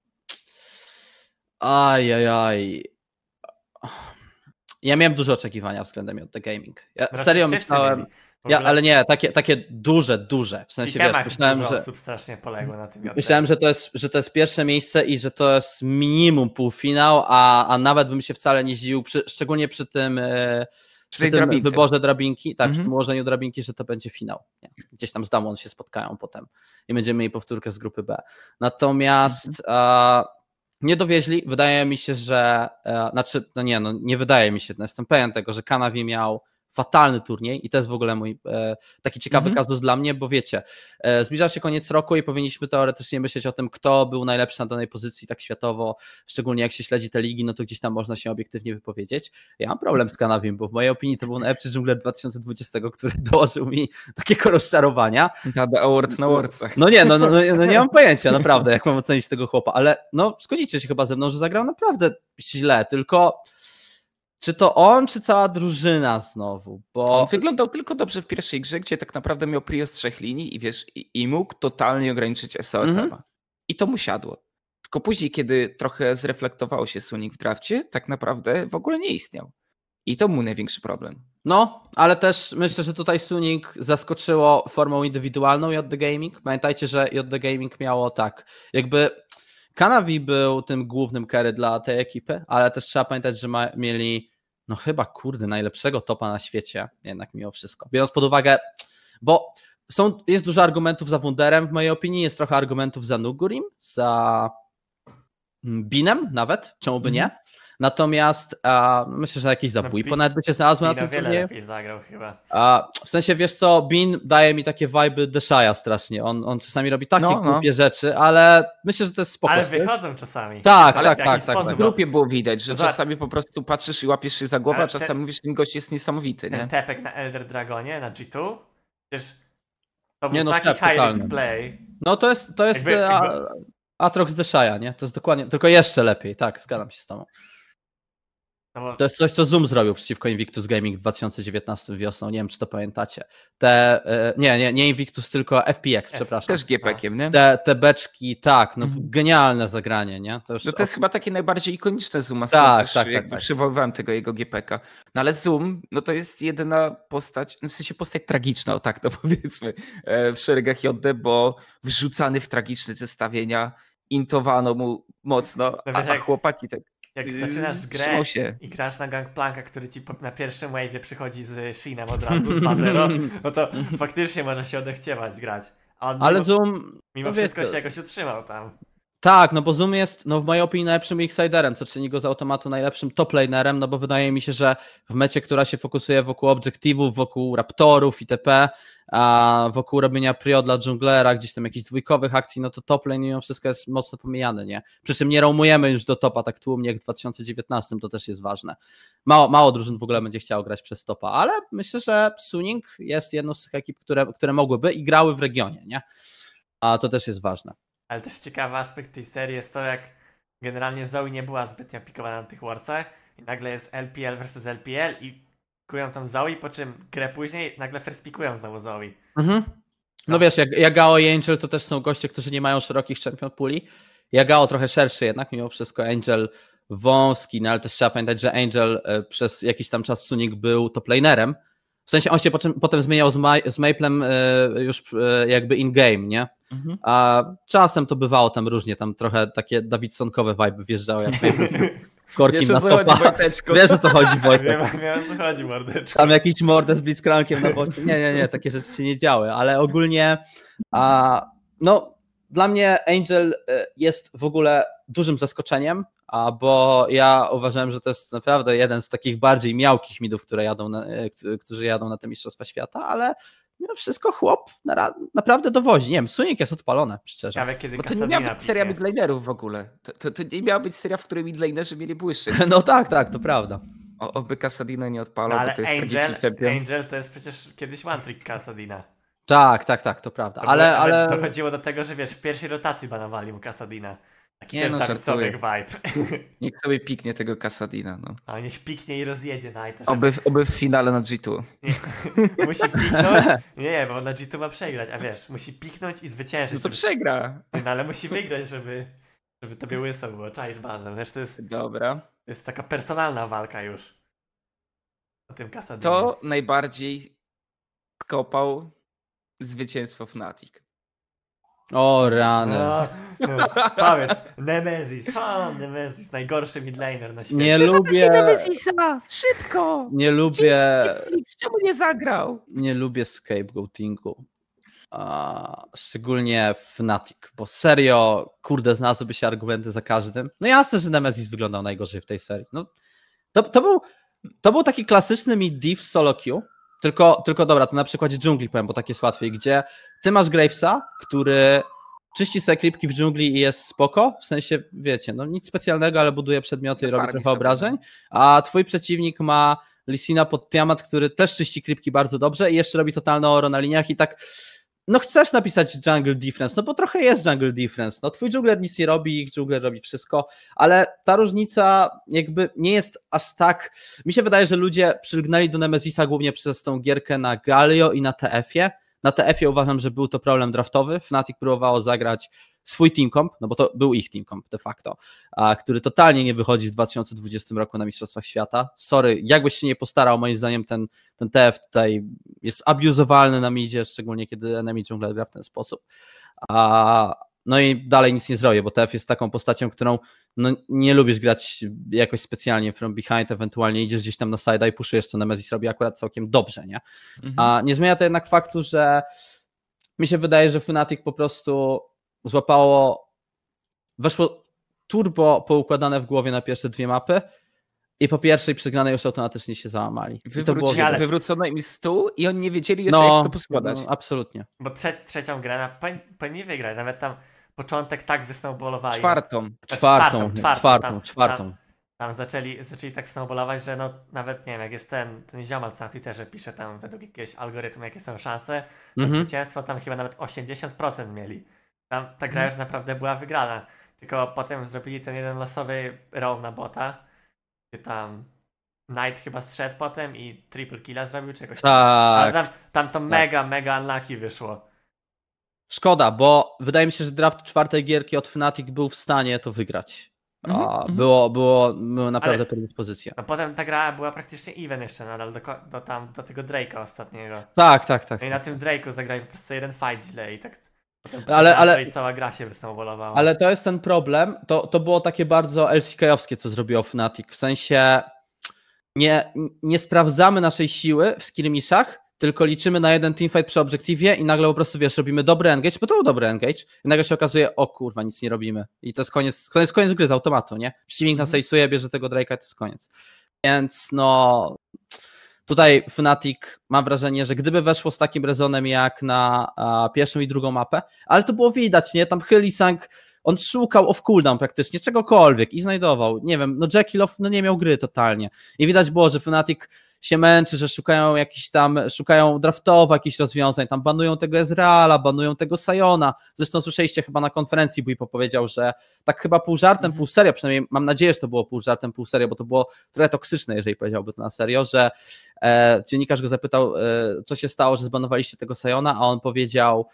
ja miałem duże oczekiwania względem JD Gaming. Ja serio myślałem... ale nie, takie duże. W sensie, wiesz, myślałem, że osób strasznie poległo na tym. Myślałem, że to jest pierwsze miejsce i że to jest minimum półfinał, a nawet bym się wcale nie zdziwił, szczególnie przy tym wyborze drabinki, tak, przy tym ułożeniu drabinki, że to będzie finał. Nie? Gdzieś tam z Damwon się spotkają potem i będziemy mieli powtórkę z grupy B. Natomiast nie dowieźli. Wydaje mi się, że nie wydaje mi się, jestem pewien tego, że Kanavi miał fatalny turniej i to jest w ogóle mój taki ciekawy kazus dla mnie, bo wiecie, zbliża się koniec roku i powinniśmy teoretycznie myśleć o tym, kto był najlepszy na danej pozycji tak światowo, szczególnie jak się śledzi te ligi, no to gdzieś tam można się obiektywnie wypowiedzieć. Ja mam problem z Kanavim, bo w mojej opinii to był najlepszy dżungler 2020, który dołożył mi takiego rozczarowania. Gada awards na Worldsach. No nie mam pojęcia naprawdę, jak mam ocenić tego chłopa, ale no zgodzicie się chyba ze mną, że zagrał naprawdę źle, tylko czy to on, czy cała drużyna znowu? Bo on wyglądał tylko dobrze w pierwszej grze, gdzie tak naprawdę miał prio z 3 linii i wiesz, i mógł totalnie ograniczyć SOF. I to mu siadło. Tylko później, kiedy trochę zreflektowało się Suning w drafcie, tak naprawdę w ogóle nie istniał. I to był największy problem. No, ale też myślę, że tutaj Suning zaskoczyło formą indywidualną JD Gaming. Pamiętajcie, że JD Gaming miało tak, jakby Kanavi był tym głównym carry dla tej ekipy, ale też trzeba pamiętać, że mieli no chyba najlepszego topa na świecie, jednak mimo wszystko. Biorąc pod uwagę, bo jest dużo argumentów za Wunderem, w mojej opinii jest trochę argumentów za Nugurim, za Binem nawet, czemu by nie? Natomiast myślę, że jakiś zabójpo nawet by się znalazło na tym wiele turnieju. lepiej zagrał chyba. W sensie, wiesz co, Bin daje mi takie vibe'y Desha'a strasznie. On czasami robi takie głupie rzeczy, ale myślę, że to jest spoko. Ale wychodzą czasami. Tak. W grupie było widać, że czasami po prostu patrzysz i łapiesz się za głowę, a czasami mówisz, że ten gość jest niesamowity. Ten nie? tepek na Elder Dragonie, na G2, przecież to był Nie, no, taki high risk play. No to jest Aatrox Desha'a, nie? To jest dokładnie, tylko jeszcze lepiej, tak, zgadzam się z tobą. No, to jest coś, co Zoom zrobił przeciwko Invictus Gaming w 2019 wiosną, nie wiem, czy to pamiętacie. Nie Invictus, tylko FPX, przepraszam. Też GPK-iem, nie? Te beczki, tak, no genialne zagranie, nie? To jest chyba takie najbardziej ikoniczne Zooma, tak. przywoływałem tego jego GPK. No ale Zoom, no to jest jedyna postać, w sensie postać tragiczna, o tak to powiedzmy, w szeregach JD, bo wrzucany w tragiczne zestawienia, intowano mu mocno, a chłopaki tak. Jak zaczynasz grę i grasz na Gangplanka, który ci na pierwszym wave'ie przychodzi z Shinem od razu 2-0, no to faktycznie może się odechciewać grać. A on ale Zoom mimo wszystko się jakoś utrzymał tam. Tak, no bo Zoom jest w mojej opinii najlepszym X-Siderem, co czyni go z automatu najlepszym top lanerem, no bo wydaje mi się, że w mecie, która się fokusuje wokół obiektywów, wokół raptorów itp., a wokół robienia prio dla dżunglera, gdzieś tam jakichś dwójkowych akcji, no to top lane mimo wszystko jest mocno pomijane, nie? Przy czym nie roamujemy już do topa tak tłumnie jak w 2019, to też jest ważne. Mało drużyn w ogóle będzie chciało grać przez topa, ale myślę, że Suning jest jedną z tych ekip, które mogłyby i grały w regionie, nie? A to też jest ważne. Ale też ciekawy aspekt tej serii jest to, jak generalnie Zoe nie była zbytnio pikowana na tych Warsach i nagle jest LPL versus LPL i pikują tam Zoe, po czym grę później nagle first pikują znowu Zoe. Mhm. No wiesz, jak Yagao i Angel to też są goście, którzy nie mają szerokich champion puli. Yagao trochę szerszy jednak mimo wszystko, Angel wąski, no ale też trzeba pamiętać, że Angel przez jakiś tam czas Suning był top lanerem. W sensie on się potem zmieniał z Maplem już jakby in-game, nie? Mhm. A czasem to bywało tam różnie, tam trochę takie Davidsonkowe vibe wjeżdżały, jak korki na topa. Wiesz, o co chodzi, Wojtek. Wiem, o co chodzi, mordeczko. Tam jakiś mordę z blitzcrankiem na bocie. Nie, takie rzeczy się nie działy, ale ogólnie no dla mnie Angel jest w ogóle dużym zaskoczeniem, bo ja uważałem, że to jest naprawdę jeden z takich bardziej miałkich midów, którzy jadą na te Mistrzostwa Świata, ale mimo wszystko chłop naprawdę dowozi. Nie wiem, Suning jest odpalone, szczerze. Ciekawe, kiedy bo to nie miała być seria midlanerów w ogóle. To nie miała być seria, w której midlanerzy mieli błyszczyk. No tak, to prawda. Oby Kasadina nie odpalał, ale bo to jest tragiczny champion. Angel to jest przecież kiedyś one trick Kasadina. Tak, to prawda. Ale dochodziło do tego, że wiesz, w pierwszej rotacji banowali mu Kasadina. Taki vibe. Niech sobie piknie tego Kasadina. No. A niech piknie i rozjedzie najpierw. Oby w finale na G2. Musi piknąć. Nie, bo na G2 ma przegrać, a wiesz, musi piknąć i zwyciężyć. No to przegra. No ale musi wygrać, żeby tobie łyso było. Czaisz bazę. Wiesz, Dobra. To jest taka personalna walka już. O tym Kasadinie. To najbardziej skopał zwycięstwo Fnatic. O rany. Powiedz, Nemesis, najgorszy midlaner na świecie. Nie lubię Nemesisa, szybko! Nie lubię. Czemu nie zagrał? Nie lubię scapegoatingu. Szczególnie Fnatic, bo serio, znalazłyby się argumenty za każdym. No jasne, że Nemesis wyglądał najgorzej w tej serii. No, to był taki klasyczny mid-div solo queue. Tylko dobra, to na przykładzie dżungli powiem, bo tak jest łatwiej, gdzie ty masz Gravesa, który czyści sobie creepki w dżungli i jest spoko, w sensie, wiecie, no nic specjalnego, ale buduje przedmioty i robi trochę obrażeń, a twój przeciwnik ma Lissina pod Tiamat, który też czyści creepki bardzo dobrze i jeszcze robi totalne oro na liniach i tak, no chcesz napisać jungle difference, no bo trochę jest jungle difference, no twój jungler nic nie robi, ich jungler robi wszystko, ale ta różnica jakby nie jest aż tak, mi się wydaje, że ludzie przylgnęli do Nemesisa głównie przez tą gierkę na Galio i na TF-ie. Na TF-ie uważam, że był to problem draftowy, Fnatic próbowało zagrać swój team comp, no bo to był ich team comp de facto, który totalnie nie wychodzi w 2020 roku na Mistrzostwach Świata. Sorry, jakbyś się nie postarał, moim zdaniem ten TF tutaj jest abuzowalny na midzie, szczególnie kiedy enemy jungler gra w ten sposób. No i dalej nic nie zrobię, bo TF jest taką postacią, którą no, nie lubisz grać jakoś specjalnie from behind, ewentualnie idziesz gdzieś tam na side'a i puszujesz, co Nemesis robi akurat całkiem dobrze, nie? A nie zmienia to jednak faktu, że mi się wydaje, że Fnatic po prostu weszło turbo poukładane w głowie na pierwsze 2 mapy i po pierwszej przegranej już automatycznie się załamali. Wywrócono im stół i oni nie wiedzieli jeszcze, jak to poskładać. No, absolutnie. Bo trzecią grę powinni wygrać, nawet tam początek tak wysnowballowali. Czwartą. Tam zaczęli tak snowballować, że no nawet nie wiem, jak jest ten ziomal, co na Twitterze pisze tam według jakiegoś algorytmu, jakie są szanse na zwycięstwo, tam chyba nawet 80% mieli. Tam ta gra już naprawdę była wygrana. Tylko potem zrobili ten jeden losowy roam na bota, gdzie tam Knight chyba zszedł potem i triple killa zrobił czegoś. Tak. Ale tam to mega unlucky wyszło. Szkoda, bo wydaje mi się, że draft 4. gierki od Fnatic był w stanie to wygrać. Było naprawdę predyspozycja. No potem ta gra była praktycznie even jeszcze nadal do tego Drake'a ostatniego. Tak. No i na tym Drake'u zagrali po prostu jeden fight źle i tak potem cała gra się wysnowballowała. Ale to jest ten problem, to było takie bardzo LCK-owskie, co zrobiło Fnatic, w sensie nie sprawdzamy naszej siły w skirmishach, tylko liczymy na jeden teamfight przy obiektywie i nagle po prostu, wiesz, robimy dobry engage, bo to był dobry engage i nagle się okazuje, o kurwa, nic nie robimy. I to jest koniec gry z automatu, nie? Przeciwnik nas sejsuje, bierze tego Drake'a, to jest koniec. Więc no, tutaj Fnatic, mam wrażenie, że gdyby weszło z takim rezonem jak na pierwszą i drugą mapę, ale to było widać, nie? Tam Hylissang, on szukał off cooldown praktycznie, czegokolwiek i znajdował. Nie wiem, no Jekyll nie miał gry totalnie. I widać było, że Fnatic się męczy, że szukają draftowo jakichś rozwiązań, tam banują tego Ezreala, banują tego Siona. Zresztą słyszeliście chyba na konferencji, Bójpo powiedział, że tak chyba pół żartem, pół serio, przynajmniej mam nadzieję, że to było pół żartem, pół serio, bo to było trochę toksyczne, jeżeli powiedziałby to na serio, że dziennikarz go zapytał, co się stało, że zbanowaliście tego Siona, a on powiedział,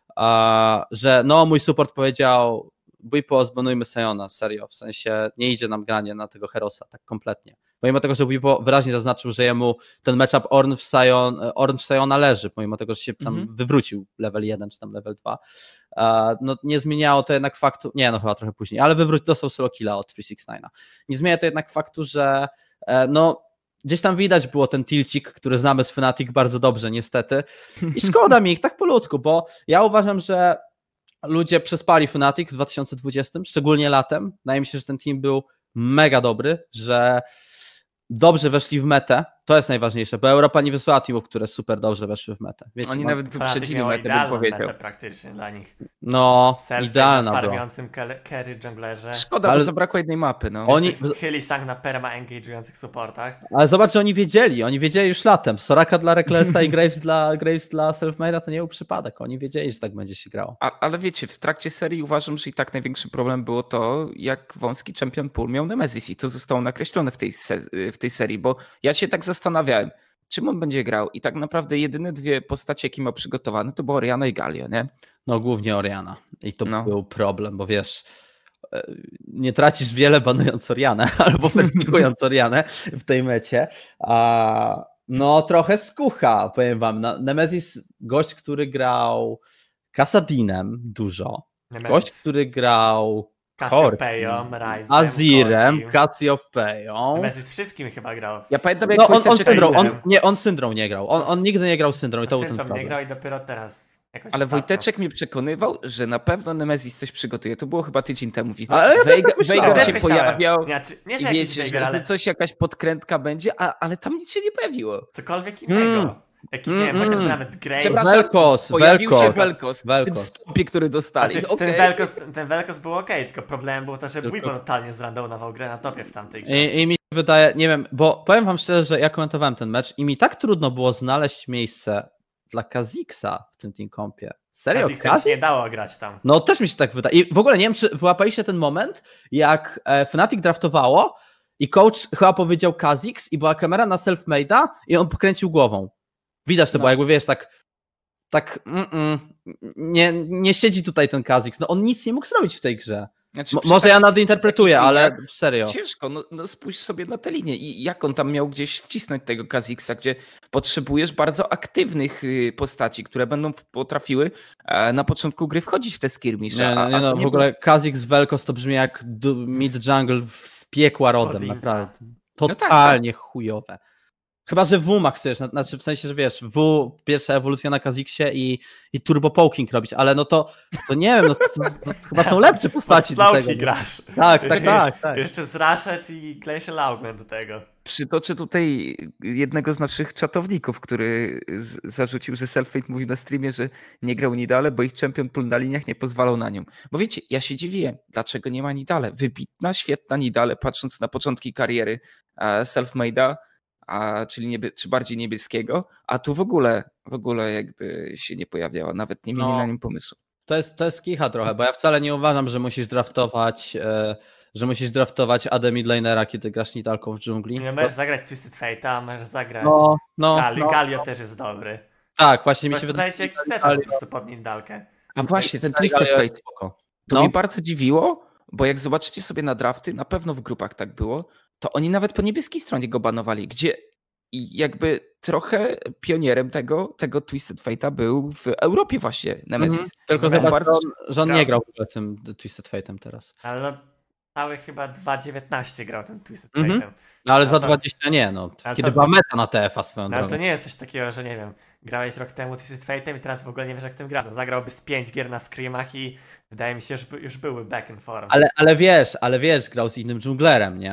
że no mój support powiedział, Bójpo, zbanujmy Siona, serio, w sensie nie idzie nam granie na tego Herosa, tak kompletnie. Pomimo tego, że Bójpo wyraźnie zaznaczył, że jemu ten matchup Ornn w Siona leży, pomimo tego, że się tam wywrócił level 1 czy tam level 2, no nie zmieniało to jednak faktu, nie no chyba trochę później, ale dostał solo killa od 369. Nie zmienia to jednak faktu, że no gdzieś tam widać było ten tilcik, który znamy z Fnatic bardzo dobrze niestety i szkoda mi ich tak po ludzku, bo ja uważam, że ludzie przespali Fnatic w 2020, szczególnie latem. Wydaje mi się, że ten team był mega dobry, że dobrze weszli w metę. To jest najważniejsze, bo Europa nie wysłała teamów, które super dobrze weszły w metę. Wiecie, oni nawet wyprzedzili metę, bym powiedział. Metę praktycznie dla nich. No, idealna była. Farmiącym carry junglerze. Szkoda, bo zabrakło jednej mapy. No. Hylissang na perma engage'ujących supportach. Ale zobacz, że oni wiedzieli już latem. Soraka dla Recklessa i Graves dla Selfmade'a to nie był przypadek. Oni wiedzieli, że tak będzie się grało. Ale wiecie, w trakcie serii uważam, że i tak największy problem było to, jak wąski champion pool miał Nemesis i to zostało nakreślone w tej serii, bo ja się tak zastanawiałem, czym on będzie grał i tak naprawdę jedyne 2 postacie, jakie ma przygotowane, to była Orianna i Galio, nie? No głównie Orianna i to był problem, bo wiesz, nie tracisz wiele banując Oriannę albo festikując Oriannę w tej mecie, no trochę skucha, powiem wam. Nemesis, gość, który grał Kassadinem dużo, gość, który grał Cassiopeją, Ryzem, Azirem, Cassiopeją. Nemesis wszystkim chyba grał. Ja pamiętam, jak on Syndrą nie grał. On nigdy nie grał Syndrą i to był ten problem. Nie grał i dopiero teraz jakoś ale Wojteczek mnie przekonywał, że na pewno Nemesis coś przygotuje. To było chyba tydzień temu. Ale ja Veigar się pojawiał. Nie, że wiecie, Veigar, ale coś, jakaś podkrętka będzie, ale tam nic się nie pojawiło. Cokolwiek innego. Jaki nie wiem, chociażby nawet Graves. Pojawił się Vel'Koz w tym stopie, który dostali. Znaczy, ten Vel'Koz był okej, tylko problemem było to, że Bójpo totalnie zrandomował grę na topie w tamtej grze. I mi się wydaje, nie wiem, bo powiem wam szczerze, że ja komentowałem ten mecz i mi tak trudno było znaleźć miejsce dla Kha'Zix'a w tym team compie. Serio? Kha'Zix'a się nie dało grać tam. No też mi się tak wydaje. I w ogóle nie wiem, czy wyłapaliście ten moment, jak Fnatic draftowało i coach chyba powiedział Kha'Zix i była kamera na Selfmade'a i on pokręcił głową. Widać to było, jakby wiesz, tak tak nie siedzi tutaj ten Kha'Zix. No on nic nie mógł zrobić w tej grze. Znaczy, Może ja nadinterpretuję, ale serio. Ciężko, no spójrz sobie na tę linię i jak on tam miał gdzieś wcisnąć tego Kha'Zixa, gdzie potrzebujesz bardzo aktywnych postaci, które będą potrafiły na początku gry wchodzić w te skirmisze. W ogóle Kha'Zix z Vel'Koz to brzmi jak mid jungle z piekła rodem, naprawdę. Totalnie chujowe. Chyba, że W ma chcesz, znaczy w sensie, że wiesz, pierwsza ewolucja na Kha'Zixie i turbo poking robić, ale no to nie wiem, no to chyba są lepsze postaci do tego. Grasz. Tak. Jeszcze z Rash'e i Glacial Augment do tego. Przytoczę tutaj jednego z naszych czatowników, który zarzucił, że Selfmade mówił na streamie, że nie grał Nidale, bo ich champion pool na liniach nie pozwalał na nią. Bo wiecie, ja się dziwiłem, dlaczego nie ma Nidale. Wybitna, świetna Nidale, patrząc na początki kariery Selfmade'a, czy bardziej niebieskiego, a tu w ogóle jakby się nie pojawiała, nawet nie mieli na nim pomysłu. To jest kicha trochę, bo ja wcale nie uważam, że musisz draftować AD midlanera, kiedy grasz Nidalką w dżungli. Nie możesz zagrać Twisted Fate'a, możesz zagrać Galio też jest dobry. Tak, właśnie mi się wydaje. Znajdziecie jakiś setup po prostu pod Nidalkę. A właśnie, ten Twisted Fate, to mnie bardzo dziwiło, bo jak zobaczycie sobie na drafty, na pewno w grupach tak było, to oni nawet po niebieskiej stronie go banowali, gdzie jakby trochę pionierem tego Twisted Fate'a był w Europie właśnie Nemesis. Tylko chyba, że on nie grał w ogóle tym Twisted Fate'em teraz. Ale no, cały chyba 2.19 grał tym Twisted Fate'em. No ale 2.20 nie, no. Kiedy była meta na TF-a swoją drogą. Ale to nie jest coś takiego, że nie wiem, grałeś rok temu Twisted Fate'em i teraz w ogóle nie wiesz jak tym gra. No, zagrałby z 5 gier na screamach i wydaje mi się, że już były back in form. Ale wiesz, grał z innym dżunglerem, nie?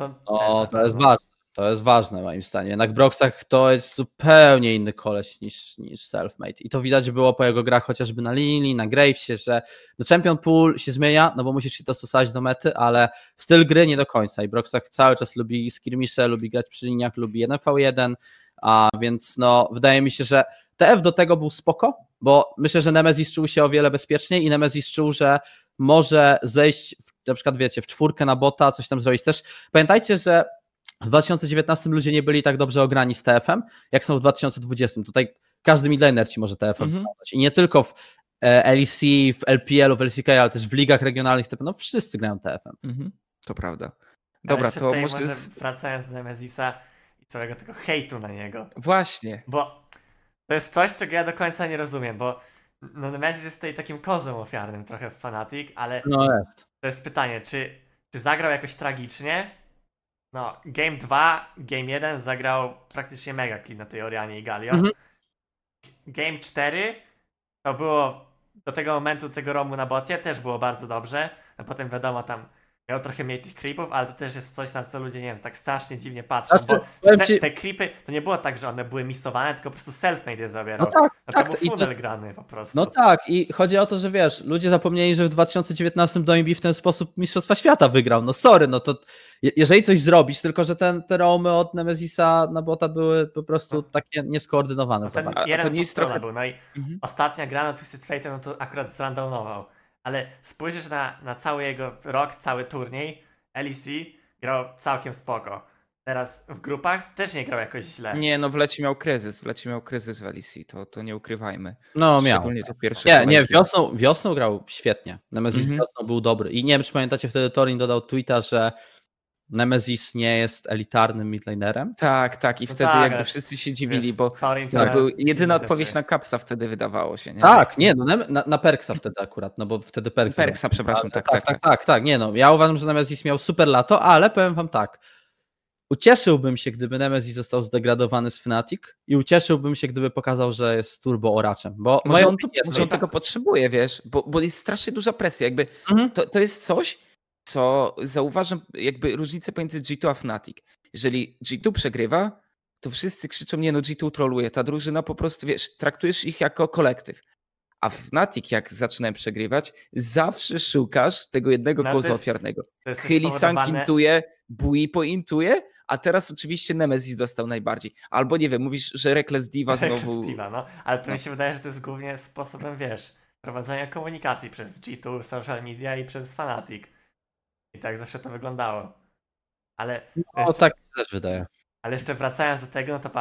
To jest ważne. To jest ważne moim zdaniem. Jednak Broxach to jest zupełnie inny koleś niż Selfmade. I to widać było po jego grach chociażby na Lili, na Gravesie, że Champion Pool się zmienia, no bo musisz się dostosować do mety, ale styl gry nie do końca. I Broxach cały czas lubi skirmisze, lubi grać przy liniach, lubi 1v1, a więc no wydaje mi się, że TF do tego był spoko, bo myślę, że Nemesis czuł się o wiele bezpieczniej i Nemesis czuł, że może zejść na przykład wiecie, w czwórkę na bota, coś tam zrobić też. Pamiętajcie, że w 2019 ludzie nie byli tak dobrze ograni z TF-em, jak są w 2020. Tutaj każdy midlaner ci może TF-em wyglądać. I nie tylko w LEC, w LPL-u, w LCK, ale też w ligach regionalnych, no wszyscy grają TF-em. To prawda. Dobra, to może wracając do Nemesisa i całego tego hejtu na niego. Właśnie. Bo to jest coś, czego ja do końca nie rozumiem, bo no Nemesis jest tutaj takim kozłem ofiarnym trochę w Fnatic, ale to jest pytanie, czy zagrał jakoś tragicznie? No, Game 2, Game 1 zagrał praktycznie mega clean na tej Orianie i Galio. Game 4 to było do tego momentu tego romu na bocie też było bardzo dobrze. A potem wiadomo tam miał trochę mniej tych creepów, ale to też jest coś, na co ludzie, nie wiem, tak strasznie dziwnie patrzą, bo te creepy to nie było tak, że one były misowane, tylko po prostu self-made je zabierał. To był funnel grany po prostu. No tak, i chodzi o to, że wiesz, ludzie zapomnieli, że w 2019 Doinbi w ten sposób Mistrzostwa Świata wygrał. No sorry, no to jeżeli coś zrobić, tylko że te roamy od Nemesisa na bota były po prostu takie nieskoordynowane. To nie jest trochę był. No i ostatnia gra na Twisted Fate, no to akurat zrandownował. Ale spojrzysz na cały jego rok, cały turniej, LEC grał całkiem spoko. Teraz w grupach też nie grał jakoś źle. Nie, no w lecie miał kryzys w LEC, to nie ukrywajmy. No miał. To pierwsze wiosną grał świetnie. Nemesis wiosną był dobry. I nie wiem, czy pamiętacie, wtedy Torin dodał tweeta, że Nemesis nie jest elitarnym midlanerem. Tak. I wtedy jakby wszyscy się dziwili, bo to był jedyna odpowiedź na Capsa wtedy wydawało się. Nie? Tak, nie, no na Perksa wtedy akurat, no bo wtedy Perksa, przepraszam, tak, nie no. Ja uważam, że Nemesis miał super lato, ale powiem wam tak. Ucieszyłbym się, gdyby Nemesis został zdegradowany z Fnatic i ucieszyłbym się, gdyby pokazał, że jest turbo oraczem. Bo może on tego potrzebuje, wiesz, bo jest strasznie duża presja. Jakby to jest coś, co zauważam, jakby różnicę pomiędzy G2 a Fnatic. Jeżeli G2 przegrywa, to wszyscy krzyczą, nie no G2 troluje, ta drużyna po prostu, wiesz, traktujesz ich jako kolektyw. A Fnatic jak zaczynają przegrywać, zawsze szukasz tego jednego kozła ofiarnego. Hylisan intuje, Bui pointuje, a teraz oczywiście Nemesis dostał najbardziej. Albo nie wiem, mówisz, że Reckless Diva znowu... Diva, no. Ale to mi się wydaje, że to jest głównie sposobem, wiesz, prowadzenia komunikacji przez G2, social media i przez Fnatic. I tak zawsze to wyglądało. Ale tak też wydaje. Ale jeszcze wracając do tego, no to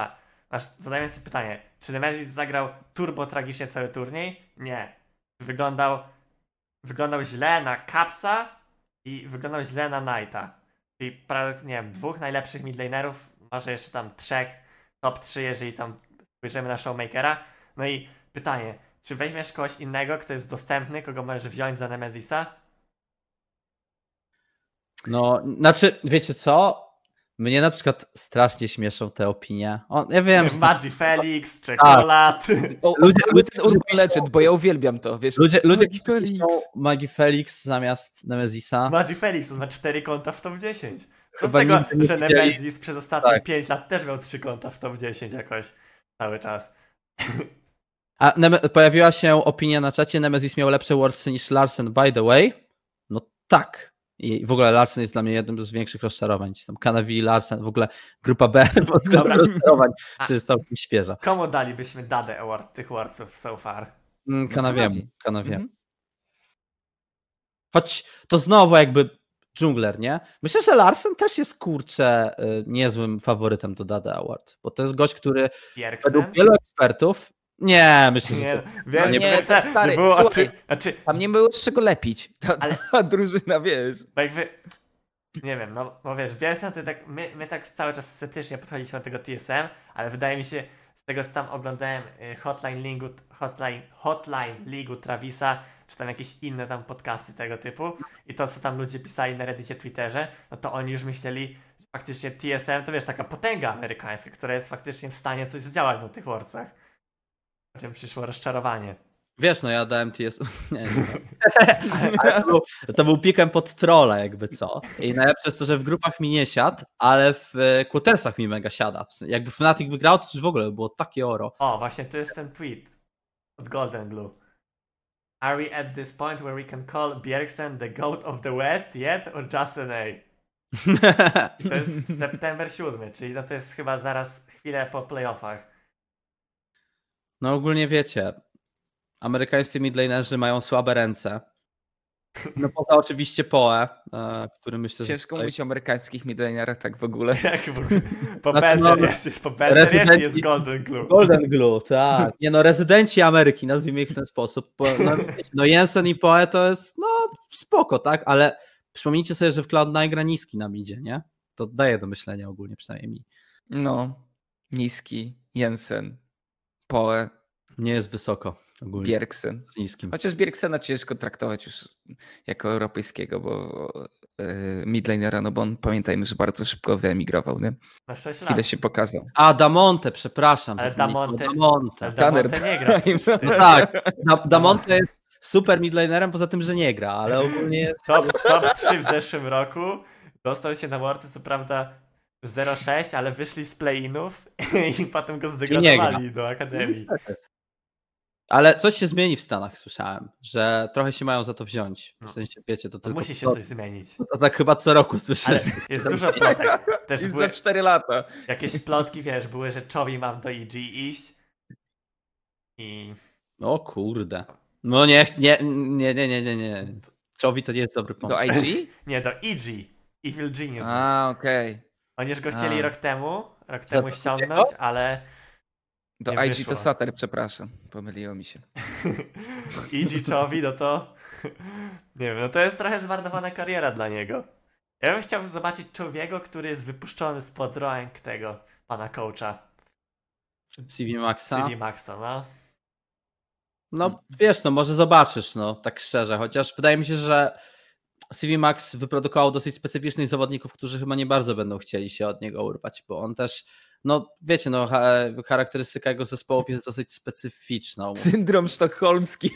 zadajmy sobie pytanie, czy Nemesis zagrał turbo tragicznie cały turniej? Nie. Wyglądał źle na Capsa i wyglądał źle na Knighta. Czyli, nie wiem, 2 najlepszych midlanerów, może jeszcze tam 3, top 3, jeżeli tam spojrzymy na Showmakera. No i pytanie, czy weźmiesz kogoś innego, kto jest dostępny, kogo możesz wziąć za Nemesisa? No, znaczy, wiecie co? Mnie na przykład strasznie śmieszą te opinie. Ja wiem, że Magi Felix, Czekolad. ludzie, Ten Urban Legend, bo ja uwielbiam to, wiesz. ludzie Magi Felix. piszą Magi Felix zamiast Nemesisa. Magi Felix, on ma 4 konta w top 10. Co z Chyba tego, nigdy nie że widzieli- Nemesis przez ostatnie Tak. 5 lat też miał 3 konta w top 10 jakoś cały czas. A pojawiła się opinia na czacie, Nemesis miał lepsze wordsy niż Larsen, by the way. No tak. I w ogóle Larsen jest dla mnie jednym z większych rozczarowań. Tam Kanavi, Larsen, w ogóle grupa B pod Dobra. rozczarowań, czy jest całkiem świeża. Komu dalibyśmy Dadę Award tych wordsów so far? Kanawiemu. Mhm. Choć to znowu jakby dżungler, nie? Myślę, że Larsen też jest, kurczę, niezłym faworytem do Dada Award, bo to jest gość, który Bjergsen? według wielu ekspertów myślę, że Nie, to... wiem, nie, nie, to stary, nie było słuchaj. znaczy, Tam nie było z czego lepić. Ale- Ta drużyna, wiesz. bo jakby, nie wiem, no bo wiesz, Bjergsen to tak, my tak cały czas sceptycznie podchodziliśmy do tego TSM, ale wydaje mi się, z tego co tam oglądałem Hotline League'u Travisa, czy tam jakieś inne tam podcasty tego typu i to co tam ludzie pisali na Reddicie, Twitterze, no to oni już myśleli, że faktycznie TSM to wiesz, taka potęga amerykańska, która jest faktycznie w stanie coś zdziałać na tych worcach. Po czym przyszło rozczarowanie. Wiesz, no ja dałem TS... Nie. Ale to był pikem pod trolla jakby co. I najlepsze jest to, że w grupach mi nie siadł, ale w quartersach mi mega siada. Jakby Fnatic wygrał, to już w ogóle było takie oro. O, właśnie to jest ten tweet od Golden Glue. Are we at this point where we can call Bjergsen the GOAT of the West yet or just an A? I to jest September 7, czyli no to jest chyba zaraz chwilę po playoffach. No ogólnie wiecie, amerykańscy midlanerzy mają słabe ręce. No poza oczywiście Poe, który myślę, że... Ciężko mówić o amerykańskich midlanerach tak w ogóle. Jak w ogóle? Po Znaczy, Bender no, jest, po Bender jest, rezydenci- jest Golden Glue. Golden Glue, tak. Nie no, rezydenci Ameryki, nazwijmy ich w ten sposób. No Jensen i Poe to jest, no spoko, tak? Ale przypomnijcie sobie, że w Cloud9 gra niski na midzie, nie? To daje do myślenia ogólnie, przynajmniej mi. No, Niski, Jensen, Poe, Nie jest wysoko ogólnie. Bjergsen. Z niskim. Chociaż Bjergsena ciężko traktować już jako europejskiego, bo midlanera, no bo on pamiętajmy, że bardzo szybko wyemigrował, nie? Na 6 lat. Chwilę się pokazał. A, Damonte, przepraszam. Ale zapomniałem o Damonte- Damonte. Ale Tanner Damonte nie gra. przecież w tym. No tak, Damonte jest super midlanerem, poza tym, że nie gra, ale ogólnie jest... Top 3 w zeszłym roku. Dostał się na worce, co prawda 0-6, ale wyszli z play-inów i potem go zdegradowali do Akademii. Ale coś się zmieni w Stanach, słyszałem, że trochę się mają za to wziąć. W sensie, wiecie, to tylko... Musi się coś zmienić. To tak chyba co roku słyszę. Ale jest dużo plotek. Też Już były za 4 lata. jakieś plotki, wiesz, były, że Czowi mam do EG iść. I O kurde. No nie. Czowi to nie jest dobry pomysł. Do IG? nie, do EG. Evil Genius. A, okej. Oni już go chcieli A. rok temu to ściągnąć, ale Do Nie IG wyszło. to Sater, przepraszam. Pomyliło mi się. EG Czowi, no to nie wiem, no to jest trochę zmarnowana kariera dla niego. Ja bym chciał zobaczyć Czowiego, który jest wypuszczony spod rąk tego pana coacha. CV Maxa. CD Maxa, no. No wiesz, no może zobaczysz, no tak szczerze, chociaż wydaje mi się, że CV Max wyprodukował dosyć specyficznych zawodników, którzy chyba nie bardzo będą chcieli się od niego urwać, bo on też, no wiecie, no charakterystyka jego zespołów jest dosyć specyficzna. Syndrom sztokholmski.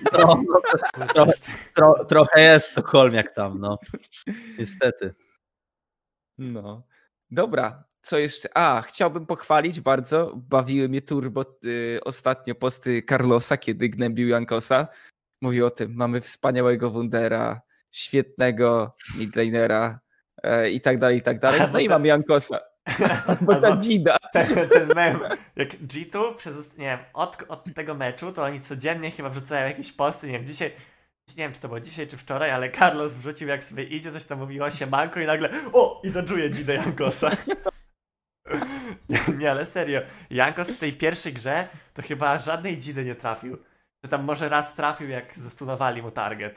Trochę jest Sztokholmiak tam, no. Niestety. No. Dobra, co jeszcze? Chciałbym pochwalić bardzo. Bawiły mnie turbo ostatnio posty Carlosa, kiedy gnębił Jankosa. Mówił o tym, mamy wspaniałego Wundera, świetnego midlanera i tak dalej, i tak dalej. No i mamy Jankosa. Bo ta dzida. Ten mem, jak G2 nie wiem, od tego meczu, to oni codziennie chyba wrzucają jakieś posty, nie wiem, dzisiaj, nie wiem czy to było dzisiaj czy wczoraj, ale Carlos wrzucił jak sobie idzie, coś tam mówiło o siemanko i nagle i dodżuje G do Jankosa. Nie, ale serio, Jankos w tej pierwszej grze to chyba żadnej dzidy nie trafił. To tam może raz trafił, jak zastunowali mu target.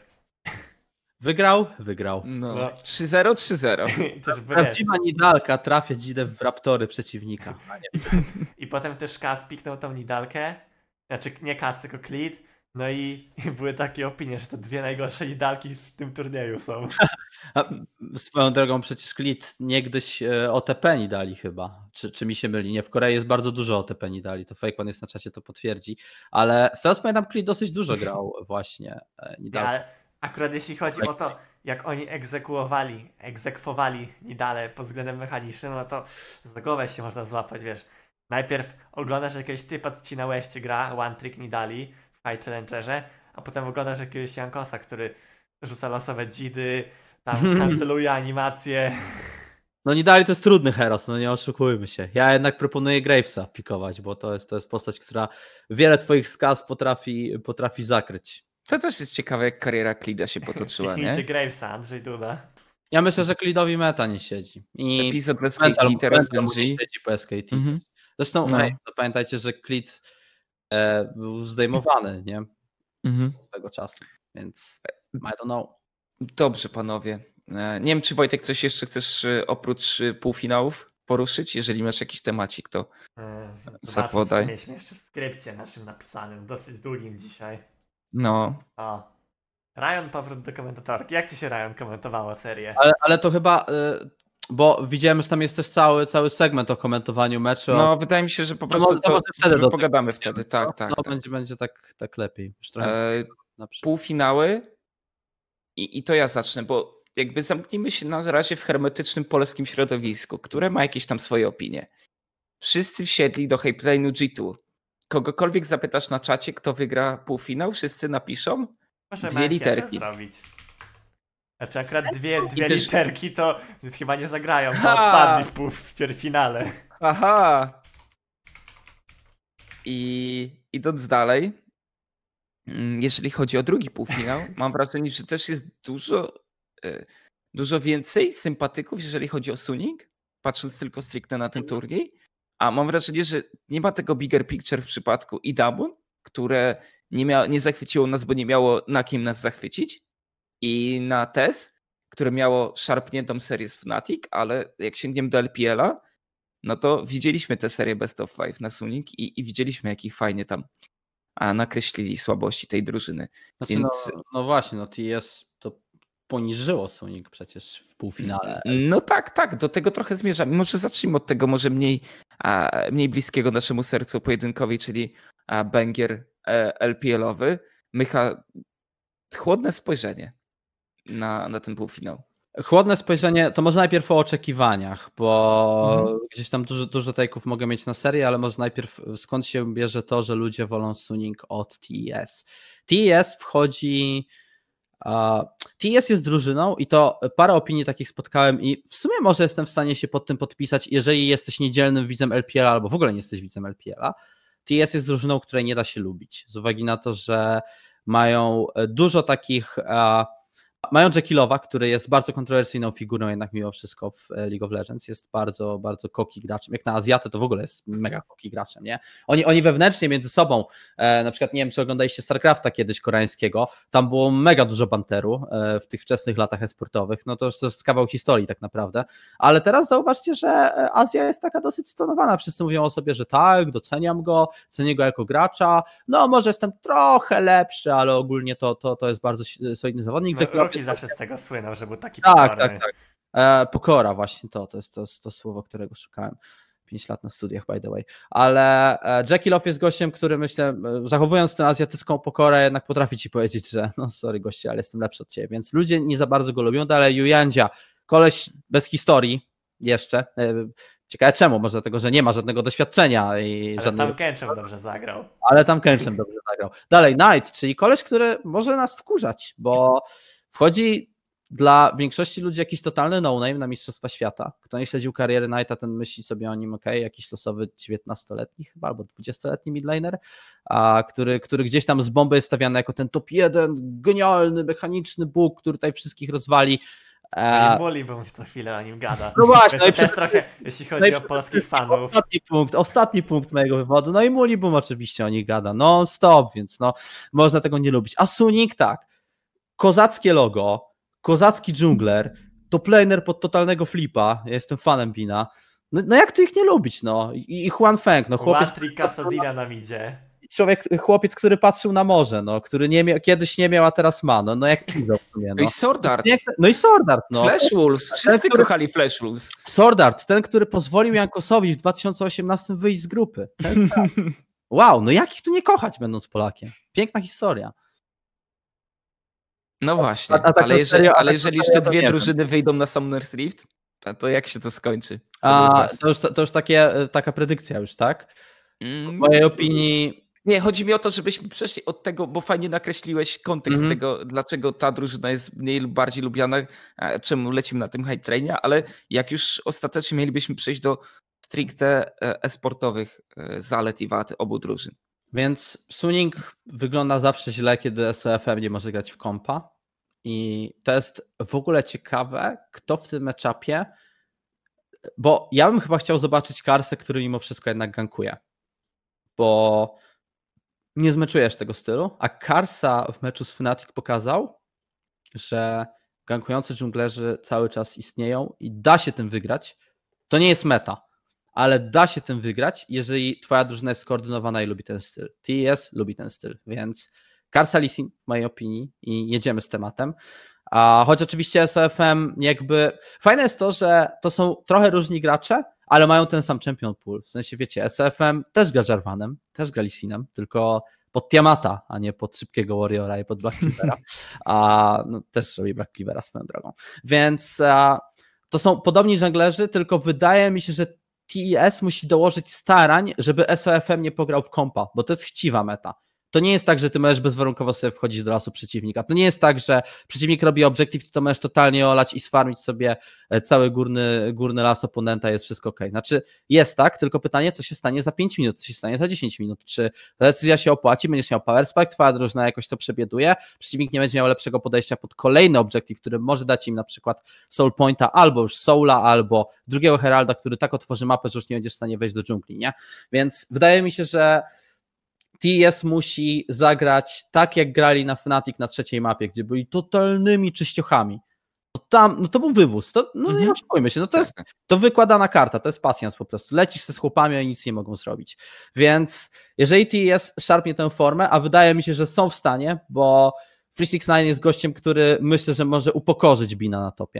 Wygrał. No. No. 3-0, 3-0. I też wiesz, Prawdziwa Nidalka trafia dzidę w raptory przeciwnika. i potem też Kas piknął tą Nidalkę. Znaczy nie Kas, tylko Klid. No i były takie opinie, że to dwie najgorsze Nidalki w tym turnieju są. A swoją drogą przecież Klit niegdyś OTP nie dali chyba. Czy mi się myli? Nie, w Korei jest bardzo dużo OTP nie dali. To Fake One jest na czacie, to potwierdzi. Ale z tego co pamiętam, Klit dosyć dużo grał właśnie Nie, Nidalki. ale akurat jeśli chodzi o to, jak oni egzekwowali Nidale pod względem mechanicznym, no to za głowę się można złapać, wiesz. Najpierw oglądasz jakiegoś typa, co ci na łeście gra, One Trick Nidali w High Challengerze, a potem oglądasz jakiegoś Jankosa, który rzuca losowe dzidy, tam kanceluje animacje. No Nidali to jest trudny heros, no nie oszukujmy się. Ja jednak proponuję Gravesa pikować, bo to jest postać, która wiele twoich skaz potrafi zakryć. To też jest ciekawe, jak kariera Klida się potoczyła, Piknijcie nie? Gravesa, Andrzej Duda. Ja myślę, że Klidowi meta nie siedzi. I Epizod bez mental KT, teraz mu nie Genji. siedzi po SKT. Mhm. Zresztą No. hej, to pamiętajcie, że Klid był zdejmowany, nie? Mhm. Swego czasu, więc I don't know. Dobrze, panowie. Nie wiem, czy Wojtek coś jeszcze chcesz oprócz półfinałów poruszyć? Jeżeli masz jakiś temacik, to Zobaczmy, Zapodaj. co mieliśmy jeszcze w skrypcie naszym napisanym, dosyć długim dzisiaj. no. O. Ryan, powrót do komentatorki. Jak ci się Ryan komentowało serię? Ale to chyba, bo widziałem, że tam jest też cały segment o komentowaniu meczu. No, wydaje mi się, że po prostu może wtedy sobie do pogadamy tego wtedy. przejdziemy, Tak, no, tak, tak. Będzie tak lepiej. Już trochę na przykład. Półfinały i to ja zacznę, bo jakby zamknijmy się na razie w hermetycznym polskim środowisku, które ma jakieś tam swoje opinie. Wszyscy wsiedli do Hyplane'u G2. Kogokolwiek zapytasz na czacie, kto wygra półfinał, wszyscy napiszą Możemy dwie ankietę literki. zrobić. Znaczy akurat dwie też- literki to chyba nie zagrają, bo Ha! odpadli w ćwierćfinale. Aha! I idąc dalej, jeżeli chodzi o drugi półfinał, mam wrażenie, że też jest dużo więcej sympatyków, jeżeli chodzi o Suning, patrząc tylko stricte na ten turniej. A mam wrażenie, że nie ma tego bigger picture w przypadku Idabun, które nie zachwyciło nas, bo nie miało na kim nas zachwycić. I na TES, które miało szarpniętą serię z Fnatic, ale jak sięgniemy do LPL-a, no to widzieliśmy tę serię Best of Five na Suning i widzieliśmy, jakich fajnie tam nakreślili słabości tej drużyny. Znaczy, Więc no właśnie, no TS to poniżyło Sonic przecież w półfinale. no tak, do tego trochę zmierzamy. Może zacznijmy od tego może mniej bliskiego naszemu sercu pojedynkowi, czyli banger LPL-owy. Mycha, chłodne spojrzenie na ten półfinał. Chłodne spojrzenie, to może najpierw o oczekiwaniach, bo gdzieś tam dużo take'ów mogę mieć na serię, ale może najpierw skąd się bierze to, że ludzie wolą Suning od TES. TES wchodzi... TES jest drużyną i to parę opinii takich spotkałem i w sumie może jestem w stanie się pod tym podpisać, jeżeli jesteś niedzielnym widzem LPL-a albo w ogóle nie jesteś widzem LPL-a. TES jest drużyną, której nie da się lubić, z uwagi na to, że mają dużo takich... Mają Jackilowa, który jest bardzo kontrowersyjną figurą jednak mimo wszystko w League of Legends, jest bardzo, bardzo koki graczem, jak na Azjatę to w ogóle jest mega koki graczem, nie? Oni wewnętrznie między sobą, na przykład nie wiem, czy oglądaliście StarCrafta kiedyś koreańskiego, tam było mega dużo banteru w tych wczesnych latach esportowych, no to już jest kawał historii tak naprawdę, ale teraz zauważcie, że Azja jest taka dosyć stonowana, wszyscy mówią o sobie, że tak, doceniam go, cenię go jako gracza, no może jestem trochę lepszy, ale ogólnie to jest bardzo solidny zawodnik. Rocky zawsze z tego słynął, że był taki Tak. pokorny. Pokora właśnie to jest to słowo, którego szukałem. 5 lat na studiach, by the way. Ale Jackie Love jest gościem, który myślę, zachowując tę azjatycką pokorę, jednak potrafi ci powiedzieć, że no sorry goście, ale jestem lepszy od ciebie. Więc ludzie nie za bardzo go lubią. Dalej Yuyandzia, koleś bez historii jeszcze. Ciekawe czemu, może dlatego, że nie ma żadnego doświadczenia. I Ale tam Kenczem dobrze zagrał. Ale tam Kenczem dobrze zagrał. Dalej Knight, czyli koleś, który może nas wkurzać, bo wchodzi dla większości ludzi jakiś totalny no-name na Mistrzostwa Świata. Kto nie śledził kariery Knighta, ten myśli sobie o nim, jakiś losowy 19-letni chyba, albo 20-letni midlaner, który gdzieś tam z bomby jest stawiany jako ten top 1, genialny, mechaniczny Bóg, który tutaj wszystkich rozwali. No i Molly co chwilę o nim gada. No właśnie, Więc to też trochę, jeśli chodzi o polskich fanów. Ostatni punkt mojego wywodu. No i Mulibum oczywiście o nich gada. No stop, więc no można tego nie lubić. A Suning tak. Kozackie logo, kozacki dżungler, top laner pod totalnego flipa. Ja jestem fanem Bina. No jak tu ich nie lubić, no? I Juan Feng, no chłopiec. One trick Kasadina nam idzie. Chłopiec, który patrzył na morze, no, który kiedyś nie miał, a teraz ma. No jak Kizo w sumie, No i Swordart. No i Swordart, no. Flash Wolves, wszyscy kochali Flash Wolves. Swordart, ten, który pozwolił Jankosowi w 2018 wyjść z grupy. Wow, no jak ich tu nie kochać, będąc Polakiem? Piękna historia. No właśnie, ale jeżeli jeszcze dwie drużyny wyjdą na Summoner's Rift, to jak się to skończy? To już taka predykcja już, tak? W mojej opinii... Nie, chodzi mi o to, żebyśmy przeszli od tego, bo fajnie nakreśliłeś kontekst tego, dlaczego ta drużyna jest mniej lub bardziej lubiana, czemu lecimy na tym hype trainie, ale jak już ostatecznie mielibyśmy przejść do stricte e-sportowych zalet i wad obu drużyn. Więc Suning wygląda zawsze źle, kiedy SOFM nie może grać w kompa i to jest w ogóle ciekawe, kto w tym matchupie, bo ja bym chyba chciał zobaczyć Karsę, który mimo wszystko jednak gankuje, bo nie zmeczujesz tego stylu, a Karsa w meczu z Fnatic pokazał, że gankujący dżunglerzy cały czas istnieją i da się tym wygrać. To nie jest meta, ale da się tym wygrać, jeżeli twoja drużyna jest skoordynowana i lubi ten styl. TES lubi ten styl, więc Karsa Lee Sin w mojej opinii i jedziemy z tematem. Choć oczywiście SOFM jakby... Fajne jest to, że to są trochę różni gracze, ale mają ten sam champion pool. W sensie wiecie, SOFM też gra Jarvanem, też gra Lee Sinem, tylko pod Tiamata, a nie pod szybkiego Warriora i pod Black Cleavera. No, też robi Black Cleavera swoją drogą. Więc to są podobni żonglerzy, tylko wydaje mi się, że TES musi dołożyć starań, żeby SOFM nie pograł w kompa, bo to jest chciwa meta. To nie jest tak, że ty możesz bezwarunkowo sobie wchodzić do lasu przeciwnika. To nie jest tak, że przeciwnik robi obiektyw, to możesz totalnie olać i sfarmić sobie cały górny las oponenta, jest wszystko okej. Znaczy jest tak, tylko pytanie, co się stanie za 5 minut, co się stanie za 10 minut, czy ta decyzja się opłaci, będziesz miał power spike, twoja drużyna jakoś to przebieduje, przeciwnik nie będzie miał lepszego podejścia pod kolejny obiektyw, który może dać im na przykład soul pointa, albo już soula, albo drugiego heralda, który tak otworzy mapę, że już nie będziesz w stanie wejść do dżungli, nie? Więc wydaje mi się, że TES musi zagrać tak, jak grali na Fnatic na trzeciej mapie, gdzie byli totalnymi czyściochami. Tam, no to był wywóz, to nie oszukujmy się, no to jest to wykładana karta, to jest pacjens po prostu. Lecisz ze chłopami, oni nic nie mogą zrobić. Więc jeżeli TES szarpnie tę formę, a wydaje mi się, że są w stanie, bo 369 jest gościem, który myślę, że może upokorzyć Bina na topie.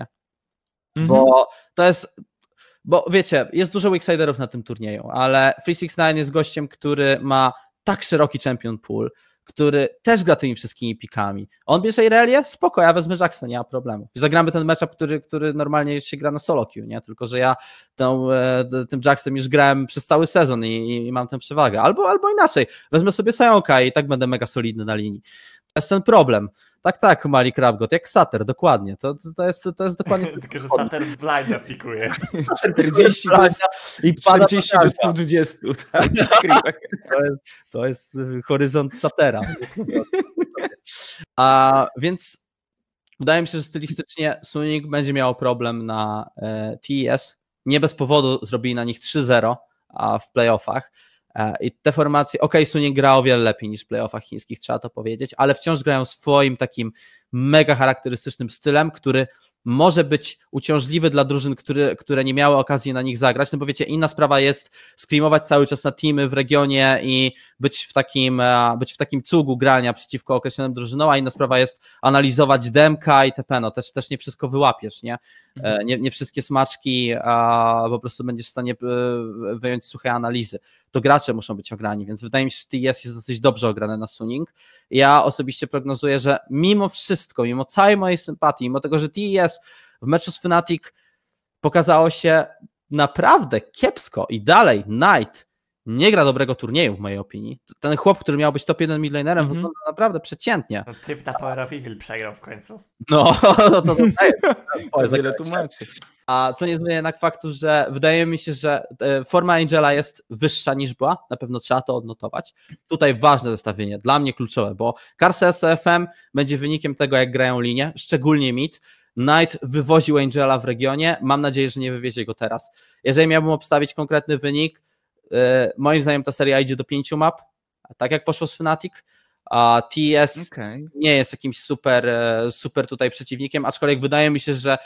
Bo to jest... Bo wiecie, jest dużo Weeksiderów na tym turnieju, ale 369 jest gościem, który ma tak szeroki champion pool, który też gra tymi wszystkimi pikami. On bierze Irelię? Spoko, ja wezmę Jacksa, nie ma problemu. Zagramy ten matchup, który normalnie się gra na solo queue, nie? Tylko że ja tym Jacksem już grałem przez cały sezon i mam tę przewagę. Albo inaczej, wezmę sobie Sionka i tak będę mega solidny na linii. To jest ten problem. Tak, Mali Krabgot, jak Sater, dokładnie. To jest dokładnie... Tylko, że Sater w blind aplikuje. 40 i 40 do 120. Tak? To jest horyzont Satera. Więc wydaje mi się, że stylistycznie Suning będzie miał problem na TES. Nie bez powodu zrobili na nich 3-0 w playoffach. I te formacje, Suning gra o wiele lepiej niż w playoffach chińskich, trzeba to powiedzieć, ale wciąż grają swoim takim mega charakterystycznym stylem, który może być uciążliwy dla drużyn, które nie miały okazji na nich zagrać, no bo wiecie, inna sprawa jest screamować cały czas na teamy w regionie i być w takim cugu grania przeciwko określonym drużynom, a inna sprawa jest analizować demka i TP, no też nie wszystko wyłapiesz, nie? Nie wszystkie smaczki po prostu będziesz w stanie wyjąć z suchej analizy. To gracze muszą być ograni, więc wydaje mi się, że TES jest dosyć dobrze ograne na Suning. Ja osobiście prognozuję, że mimo wszystko, mimo całej mojej sympatii, mimo tego, że TES w meczu z Fnatic pokazało się naprawdę kiepsko i dalej Knight nie gra dobrego turnieju w mojej opinii. Ten chłop, który miał być top 1 midlanerem, wygląda naprawdę przeciętnie. No, typ na Power of Evil przegrał w końcu. No to wiele tłumaczy. A co nie zmienia jednak faktu, że wydaje mi się, że forma Angela jest wyższa niż była, na pewno trzeba to odnotować. Tutaj ważne zestawienie, dla mnie kluczowe, bo Karsa SOFM będzie wynikiem tego, jak grają linie, szczególnie mid. Knight wywoził Angela w regionie, mam nadzieję, że nie wywiezie go teraz. Jeżeli miałbym obstawić konkretny wynik, moim zdaniem ta seria idzie do 5 map, tak jak poszło z Fnatic, a TS nie jest jakimś super tutaj przeciwnikiem, aczkolwiek wydaje mi się, że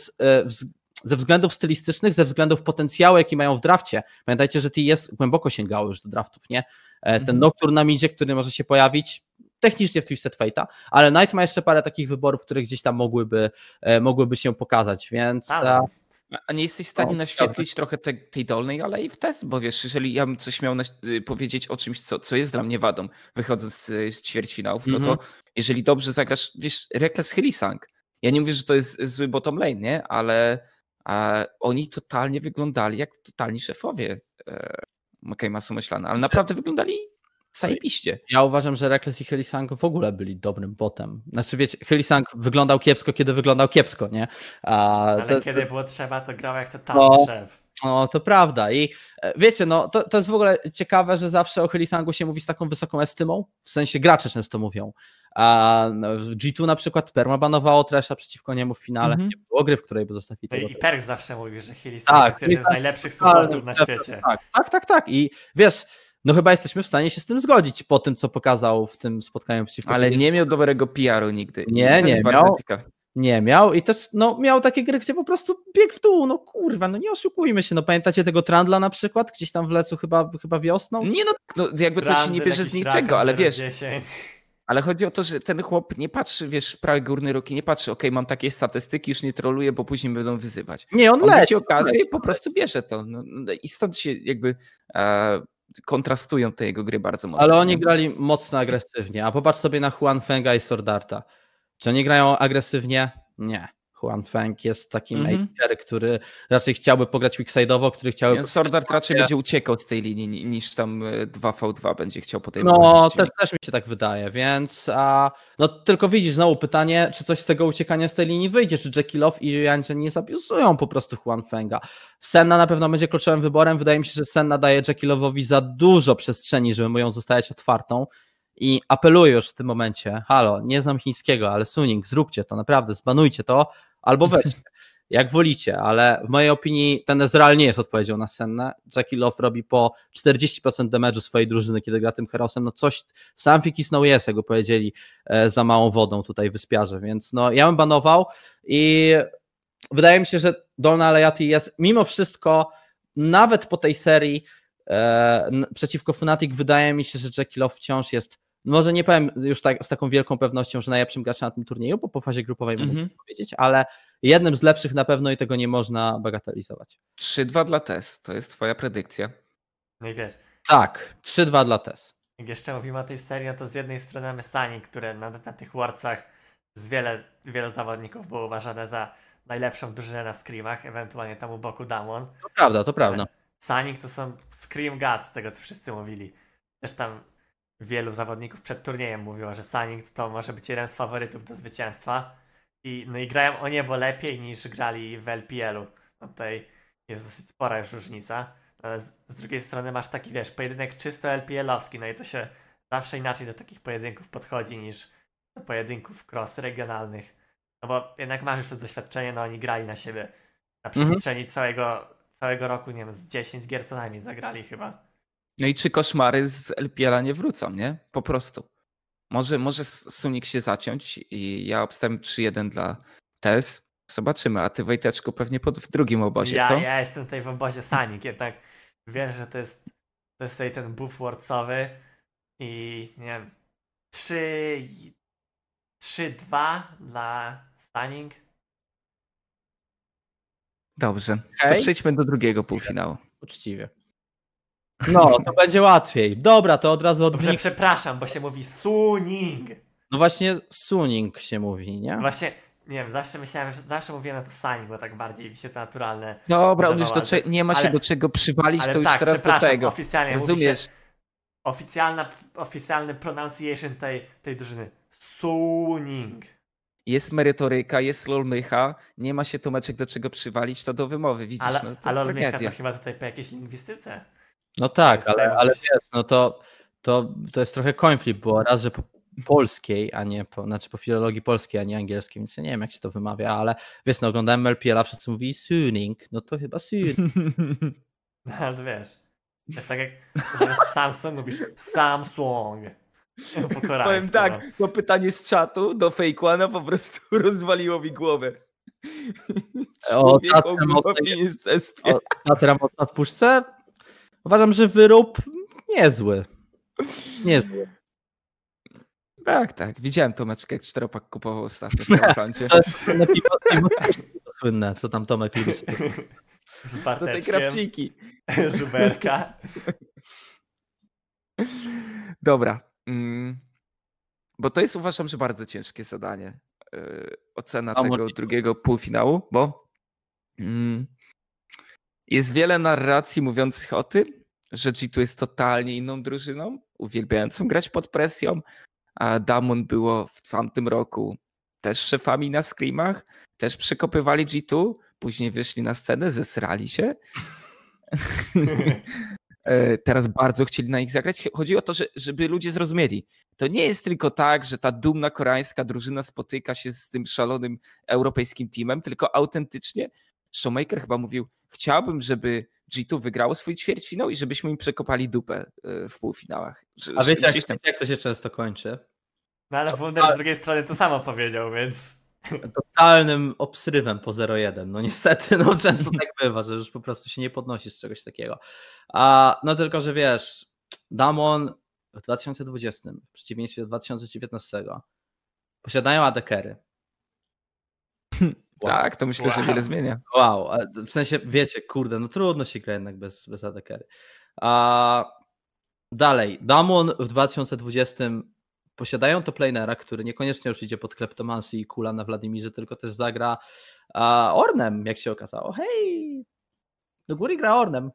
ze względów stylistycznych, ze względów potencjału, jaki mają w drafcie, pamiętajcie, że TS głęboko sięgało już do draftów, nie? Ten Nocturne na midzie, który może się pojawić, technicznie w Twisted Fate'a, ale Knight ma jeszcze parę takich wyborów, które gdzieś tam mogłyby się pokazać, więc... A nie jesteś w stanie naświetlić trochę tej dolnej alei w test? Bo wiesz, jeżeli ja bym coś miał powiedzieć o czymś, co jest dla mnie wadą, wychodząc z ćwierćfinałów, no to jeżeli dobrze zagrasz, wiesz, Reckless Hylissang. Ja nie mówię, że to jest zły bottom lane, nie? Ale oni totalnie wyglądali jak totalni szefowie Keymasu Myślana, ale naprawdę wyglądali zajebiście. Ja uważam, że Reckless i Hylissang w ogóle byli dobrym botem. Znaczy wiecie, Hylissang wyglądał kiepsko, kiedy wyglądał kiepsko, nie? Ale kiedy było trzeba, to grał jak totalny szef. No, to prawda i wiecie, no to jest w ogóle ciekawe, że zawsze o Hylisangu się mówi z taką wysoką estymą, w sensie gracze często mówią. A G2 na przykład permabanowało Thrasha przeciwko niemu w finale, nie było gry, w której by zostawili tego. I Perk zawsze mówił, że Hylissang jest jednym z najlepszych supportów na świecie. Tak i wiesz, no chyba jesteśmy w stanie się z tym zgodzić po tym, co pokazał w tym spotkaniu przeciwko. Ale nie miał dobrego PR-u nigdy. Nie miał. Nie miał i też miał takie gry, gdzie po prostu biegł w dół, no kurwa, no nie oszukujmy się, no pamiętacie tego Trundla na przykład, gdzieś tam w lecu chyba wiosną? Nie no jakby to się nie bierze z niczego, ale wiesz, ale chodzi o to, że ten chłop nie patrzy, wiesz, prawy górny róg i nie patrzy, okej, mam takie statystyki, już nie troluję, bo później będą wyzywać. Nie, on leci okazję i po prostu bierze to. No, i stąd się jakby kontrastują te jego gry bardzo mocno. Ale oni grali mocno agresywnie, a popatrz sobie na Huan Fenga i Swordarta. Czy oni grają agresywnie? Nie. Huan Feng jest takim ADC, który raczej chciałby pograć weakside'owo, który chciałby... Swordart raczej będzie uciekał z tej linii niż tam 2v2 będzie chciał po tej No, też mi się tak wydaje, więc no tylko widzisz, znowu pytanie, czy coś z tego uciekania z tej linii wyjdzie, czy Jackie Love i Jansen nie zabiuzują po prostu Huan Fenga. Senna na pewno będzie kluczowym wyborem, wydaje mi się, że Senna daje Jackie Love'owi za dużo przestrzeni, żeby mu ją zostawiać otwartą. I apeluję już w tym momencie, halo, nie znam chińskiego, ale Suning, zróbcie to, naprawdę, zbanujcie to, albo weźcie, jak wolicie, ale w mojej opinii ten Ezreal nie jest odpowiedzią na Sennę. Jackie Love robi po 40% damage'u swojej drużyny, kiedy gra tym Herosem, no coś, sam Fikisnął jest, jak go powiedzieli, za małą wodą tutaj wyspiarze, więc no ja bym banował i wydaje mi się, że dolna aleja jest mimo wszystko, nawet po tej serii przeciwko Fnatic, wydaje mi się, że Jackie Love wciąż jest, może nie powiem już tak z taką wielką pewnością, że najlepszym graczem na tym turnieju, bo po fazie grupowej mogę powiedzieć, ale jednym z lepszych na pewno i tego nie można bagatelizować. 3-2 dla TES, to jest twoja predykcja. No i wiesz. Tak, 3-2 dla TES. Jak jeszcze mówimy o tej serii, no to z jednej strony mamy Sunning, które na tych Worldsach z wielu zawodników było uważane za najlepszą drużynę na screamach, ewentualnie tam u boku Damwon. To prawda. Sunning to są scream gods, z tego co wszyscy mówili. Też tam wielu zawodników przed turniejem mówiło, że Sunning to może być jeden z faworytów do zwycięstwa. No i grają o niebo lepiej niż grali w LPL-u. No tutaj jest dosyć spora już różnica. Ale z drugiej strony masz taki, wiesz, pojedynek czysto LPL-owski, no i to się zawsze inaczej do takich pojedynków podchodzi niż do pojedynków cross-regionalnych. No bo jednak masz już to doświadczenie, no oni grali na siebie na przestrzeni całego roku, nie wiem, z 10 gier co najmniej zagrali chyba. No i czy koszmary z LPL-a nie wrócą, nie? Po prostu. Może Sunik się zaciąć i ja obstawiam 3-1 dla TES. Zobaczymy, a ty, Wojteczku, pewnie w drugim obozie, co? Ja jestem tutaj w obozie Sunning, jednak wiem, że to jest tutaj ten buff worldsowy i nie wiem, 3-2 dla Sunning. Dobrze, to przejdźmy do drugiego półfinału. Uczciwie. No, to będzie łatwiej. Dobra, to od razu Dobrze, przepraszam, bo się mówi Suning. No właśnie Suning się mówi, nie? Właśnie, nie wiem, zawsze mówiłem na to Sunning, bo tak bardziej mi się to naturalne. Dobra, on już nie ma się do czego przywalić, to już tak, teraz do tego. Oficjalnie rozumiesz? Oficjalny pronunciation tej drużyny. Suning. Jest merytoryka, jest lolmycha, nie ma się Tomeczek do czego przywalić, to do wymowy, widzisz? Ale lolmycha to chyba tutaj po jakiejś lingwistyce. No tak, ale wiesz, no to jest trochę coin flip, bo raz, że polskiej, a nie po filologii polskiej, a nie angielskiej, więc ja nie wiem, jak się to wymawia, ale wiesz, no oglądałem LPL-a, wszyscy mówili Suning, no to chyba Suning. No, ale to wiesz, tak jak zamiast Samsung mówisz Samsung. Po koreańsku. Powiem tak, to pytanie z czatu do Fake One'a po prostu rozwaliło mi głowę. Człowiek o głowiństwie. Tatra mocno w puszce? Uważam, że wyrób niezły. Niezły. Tak. Widziałem Tomeczkę, jak 4-pak kupował ostatnio w tym froncie. To słynne, co tam Tomek lubi. Z Do tej Barteczkiem, krawciki. żuberka. Dobra. Bo to jest, uważam, że bardzo ciężkie zadanie. Ocena tego drugiego półfinału, bo jest wiele narracji mówiących o tym, że G2 jest totalnie inną drużyną, uwielbiającą grać pod presją, a Damwon było w tamtym roku też szefami na scrimach, też przekopywali G2, później wyszli na scenę, zesrali się. Teraz bardzo chcieli na nich zagrać. Chodzi o to, żeby ludzie zrozumieli. To nie jest tylko tak, że ta dumna koreańska drużyna spotyka się z tym szalonym europejskim teamem, tylko autentycznie Showmaker chyba mówił, chciałbym, żeby G2 wygrało swój ćwierćfinał i żebyśmy im przekopali dupę w półfinałach. A wiecie, jak to się często kończy? No ale Wunder z drugiej strony to samo powiedział, więc... Totalnym obsrywem po 0-1. No niestety, no często tak bywa, że już po prostu się nie podnosi z czegoś takiego. No tylko, że wiesz, Damwon w 2020 w przeciwieństwie do 2019 posiadają AD-carry. Wow. Tak, to myślę, że wiele zmienia. Wow, w sensie, wiecie, kurde, no trudno się gra jednak bez AD-carry. Dalej, Damwon w 2020 posiadają top lanera, który niekoniecznie już idzie pod kleptomansy i kula na Władimirze, tylko też zagra Ornem, jak się okazało. Hej! Do góry gra Ornem.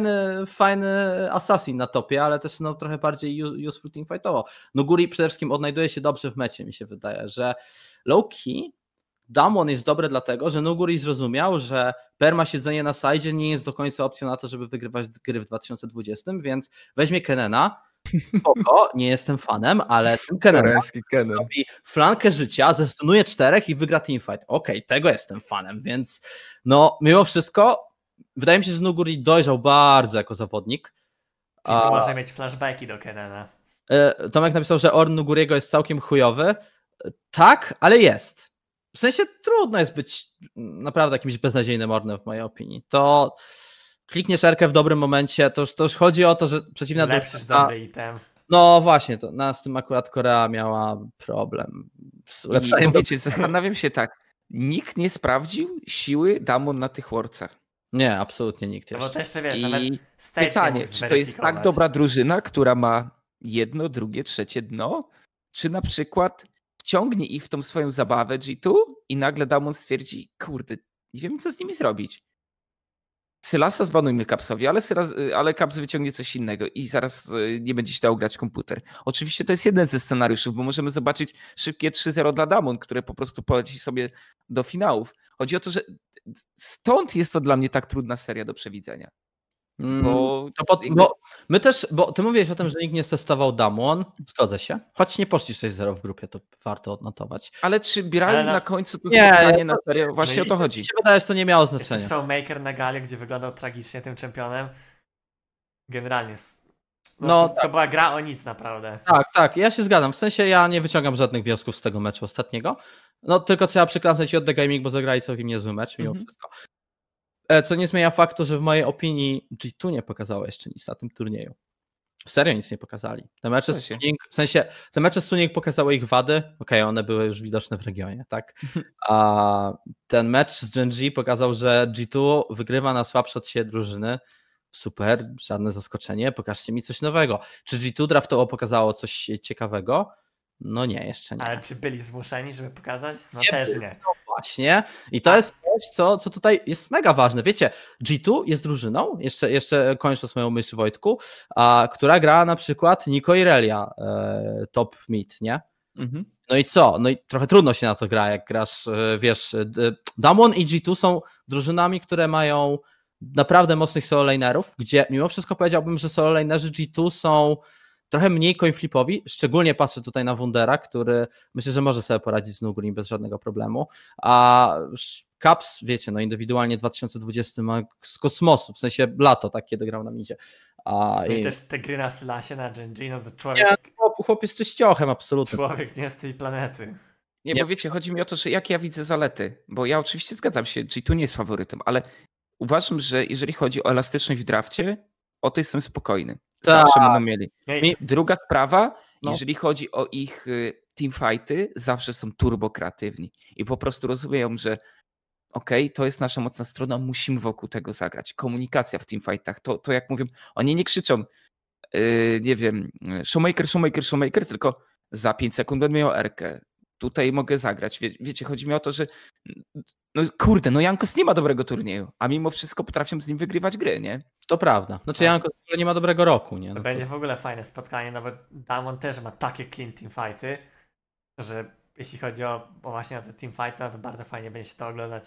Fajny assassin na topie, ale też no, trochę bardziej useful teamfightowo. No Guri przede wszystkim odnajduje się dobrze w mecie, mi się wydaje, że low-key Damwon jest dobre dlatego, że Nuguri zrozumiał, że perma siedzenie na sajdzie nie jest do końca opcją na to, żeby wygrywać gry w 2020, więc weźmie Kenena. Spoko, nie jestem fanem, ale ten Kennen robi flankę życia, zestunuje 4 i wygra teamfight. Okej, tego jestem fanem, więc no mimo wszystko wydaje mi się, że Nuguri dojrzał bardzo jako zawodnik. Czyli to może mieć flashbacki do Kennena. Tomek napisał, że Orn Nuguriego jest całkiem chujowy. Tak, ale jest. W sensie trudno jest być naprawdę jakimś beznadziejnym Ornem w mojej opinii. To klikniesz R-kę w dobrym momencie, to już chodzi o to, że przeciwna lepszysz dobry item. No właśnie, z tym akurat Korea miała problem. Wiecie, zastanawiam się tak, nikt nie sprawdził siły Damwon na tych Worldsach. Nie, absolutnie nikt jeszcze. No bo to jeszcze wiesz, I pytanie, czy to jest tak dobra drużyna, która ma jedno, drugie, trzecie dno, czy na przykład wciągnie ich w tą swoją zabawę G2 i nagle Damwon stwierdzi, kurde, nie wiem co z nimi zrobić. Sylasa zbanujmy Capsowi, ale Caps wyciągnie coś innego i zaraz nie będzie się dało grać komputer. Oczywiście to jest jeden ze scenariuszów, bo możemy zobaczyć szybkie 3-0 dla Damwon, które po prostu poleci sobie do finałów. Chodzi o to, że stąd jest to dla mnie tak trudna seria do przewidzenia. Bo my też, bo ty mówiłeś o tym, że nikt nie testował Damwon, zgodzę się, choć nie poszli 6-0 w grupie, to warto odnotować. Ale czy brali na końcu to spotkanie na serio? Właśnie o to chodzi. Mi się wydaje, że to nie miało znaczenia. Showmaker na gali, gdzie wyglądał tragicznie tym czempionem. Generalnie to była gra o nic naprawdę. Tak, ja się zgadzam. W sensie ja nie wyciągam żadnych wniosków z tego meczu ostatniego. No tylko trzeba przykręcać od The Gaming, bo zagrali całkiem niezły mecz mimo wszystko. Co nie zmienia faktu, że w mojej opinii G2 nie pokazało jeszcze nic na tym turnieju. Serio nic nie pokazali. Te mecze z Suning, w sensie te mecze z Suning pokazały ich wady. Okej, one były już widoczne w regionie, tak? A ten mecz z Gen.G pokazał, że G2 wygrywa na słabsze od siebie drużyny. Super, żadne zaskoczenie. Pokażcie mi coś nowego. Czy G2 draftowo pokazało coś ciekawego? No nie, jeszcze nie. Ale czy byli zmuszeni, żeby pokazać? No nie też byli, nie. No właśnie. I to jest coś, co tutaj jest mega ważne. Wiecie, G2 jest drużyną, jeszcze kończąc moją myśl, Wojtku, która gra na przykład Niko Irelia, top mid, nie? No i co? No i trochę trudno się na to gra, jak grasz, wiesz, Damwon i G2 są drużynami, które mają naprawdę mocnych solo lanerów, gdzie mimo wszystko powiedziałbym, że solo lanerzy G2 są trochę mniej coinflipowi, szczególnie patrzę tutaj na Wundera, który myślę, że może sobie poradzić z Nuguri bez żadnego problemu, a Caps, wiecie, no indywidualnie 2020 ma z kosmosu, w sensie lato, tak, kiedy grał na midzie. I też te gry na Sylasie, na Gen.G, no to człowiek... Nie, chłop jest czyściochem, absolutnie. Człowiek nie z tej planety. Nie, bo wiecie, chodzi mi o to, że jakie ja widzę zalety, bo ja oczywiście zgadzam się, G2 nie jest faworytem, ale uważam, że jeżeli chodzi o elastyczność w drafcie, o to jestem spokojny. Zawsze będą mieli. Druga sprawa, jeżeli chodzi o ich teamfighty, zawsze są turbo kreatywni i po prostu rozumieją, że okej, to jest nasza mocna strona, musimy wokół tego zagrać. Komunikacja w teamfightach, to jak mówię, oni nie krzyczą, nie wiem, showmaker, tylko za 5 sekund będę miał R-kę. Tutaj mogę zagrać. Wiecie, chodzi mi o to, że no kurde, no Jankos nie ma dobrego turnieju, a mimo wszystko potrafią z nim wygrywać gry, nie? To prawda. Znaczy Jankos w ogóle nie ma dobrego roku, nie? To będzie w ogóle fajne spotkanie, no bo Damwon też ma takie clean teamfighty, że jeśli chodzi o właśnie o te teamfighty, no to bardzo fajnie będzie się to oglądać.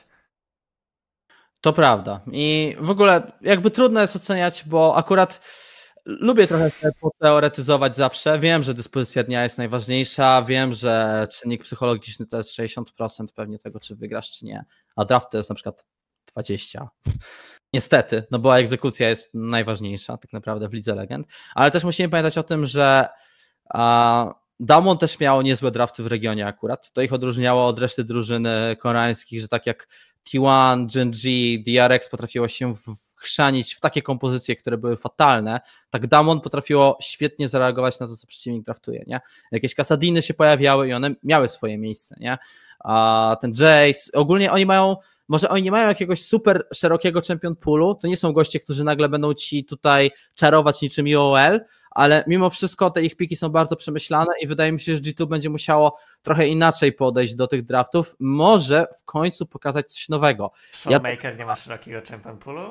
To prawda. I w ogóle jakby trudno jest oceniać, bo akurat lubię trochę sobie poteoretyzować zawsze. Wiem, że dyspozycja dnia jest najważniejsza, wiem, że czynnik psychologiczny to jest 60% pewnie tego, czy wygrasz, czy nie, a draft to jest na przykład 20%. Niestety, no bo egzekucja jest najważniejsza tak naprawdę w Lidze Legend, ale też musimy pamiętać o tym, że Damwon też miało niezłe drafty w regionie akurat. To ich odróżniało od reszty drużyny koreańskich, że tak jak T1, Gen.G, DRX potrafiło się chrzanić w takie kompozycje, które były fatalne, tak Damwon potrafiło świetnie zareagować na to, co przeciwnik draftuje, nie? Jakieś Kasadiny się pojawiały i one miały swoje miejsce, nie? A ten Jace, ogólnie oni mają, może oni nie mają jakiegoś super szerokiego champion poolu, to nie są goście, którzy nagle będą ci tutaj czarować niczym UOL, ale mimo wszystko te ich piki są bardzo przemyślane i wydaje mi się, że G2 będzie musiało trochę inaczej podejść do tych draftów, może w końcu pokazać coś nowego. Showmaker nie ma szerokiego champion poolu?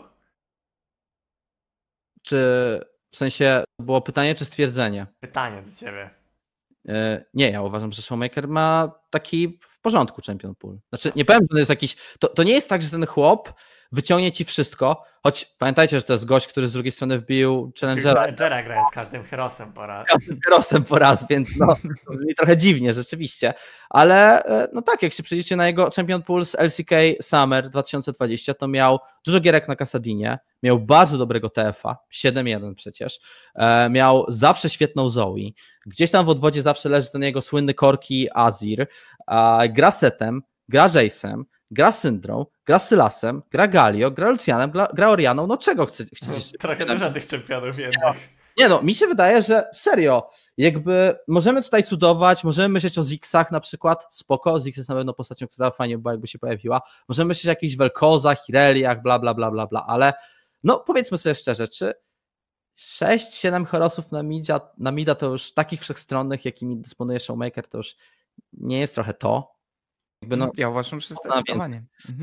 Czy w sensie było pytanie, czy stwierdzenie? Pytanie do ciebie. Nie, ja uważam, że Showmaker ma taki w porządku champion pool. Znaczy, nie powiem, że to jest jakiś... To nie jest tak, że ten chłop wyciągnie ci wszystko, choć pamiętajcie, że to jest gość, który z drugiej strony wbił Challengera. Challengera grając z każdym Herosem po raz. Herosem po raz, więc no, to brzmi trochę dziwnie rzeczywiście. Ale no tak, jak się przyjdziecie na jego champion pool z LCK Summer 2020, to miał dużo gierek na Kasadinie, miał bardzo dobrego TF-a, 7-1 przecież, miał zawsze świetną Zoe, gdzieś tam w odwodzie zawsze leży ten jego słynny Korki Azir, gra Setem, gra Jace'em, gra Syndrą, gra Sylasem, gra Galio, gra Lucianem, gra Orianą, no czego chcecie? Trochę dużo tych czempionów jednak. Nie no, mi się wydaje, że serio, jakby możemy tutaj cudować, możemy myśleć o Ziggsach na przykład, spoko, Ziggs jest na pewno postacią, która fajnie była, jakby się pojawiła, możemy myśleć o jakichś Velkozach, Ireliach, bla bla bla bla bla, ale no powiedzmy sobie szczerze, czy 6-7 Horosów na mida to już takich wszechstronnych, jakimi dysponuje Showmaker, to już nie jest trochę to. Jakby no, ja uważam, że zdecydowanie.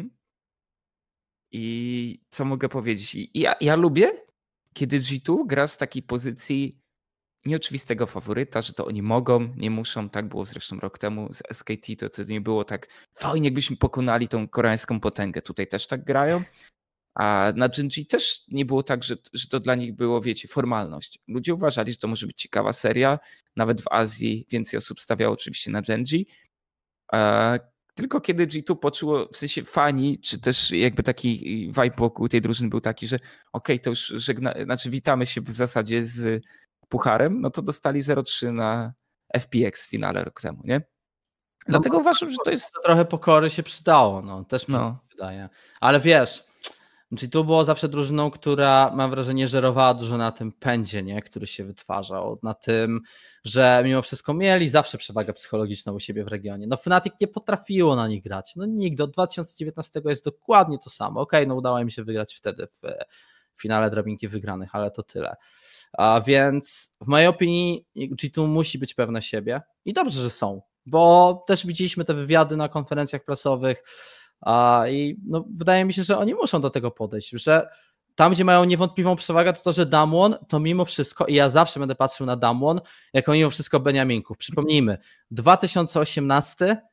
I co mogę powiedzieć? Ja lubię, kiedy G2 gra z takiej pozycji nieoczywistego faworyta, że to oni mogą, nie muszą, tak było zresztą rok temu z SKT, to nie było tak fajnie, jakbyśmy pokonali tą koreańską potęgę. Tutaj też tak grają, a na Gen.G też nie było tak, że to dla nich było, wiecie, formalność. Ludzie uważali, że to może być ciekawa seria, nawet w Azji więcej osób stawiało oczywiście na Gen.G, tylko kiedy G2 poczuło, w sensie fani, czy też jakby taki vibe wokół tej drużyny był taki, że okej, to już witamy się w zasadzie z pucharem, no to dostali 0-3 na FPX w finale rok temu, nie? Dlatego uważam, że to jest... Trochę pokory się przydało, no, też mi się wydaje. Ale wiesz, G2 było zawsze drużyną, która, mam wrażenie, żerowała dużo na tym pędzie, nie? Który się wytwarzał, na tym, że mimo wszystko mieli zawsze przewagę psychologiczną u siebie w regionie. No Fnatic nie potrafiło na nich grać, no nigdy, od 2019 jest dokładnie to samo. Okej, no udało im się wygrać wtedy w finale drabinki wygranych, ale to tyle. A więc w mojej opinii G2 musi być pewne siebie i dobrze, że są, bo też widzieliśmy te wywiady na konferencjach prasowych, i no, wydaje mi się, że oni muszą do tego podejść, że tam, gdzie mają niewątpliwą przewagę, to że Damwon to mimo wszystko, i ja zawsze będę patrzył na Damwon jako mimo wszystko Beniaminków. Przypomnijmy, 2018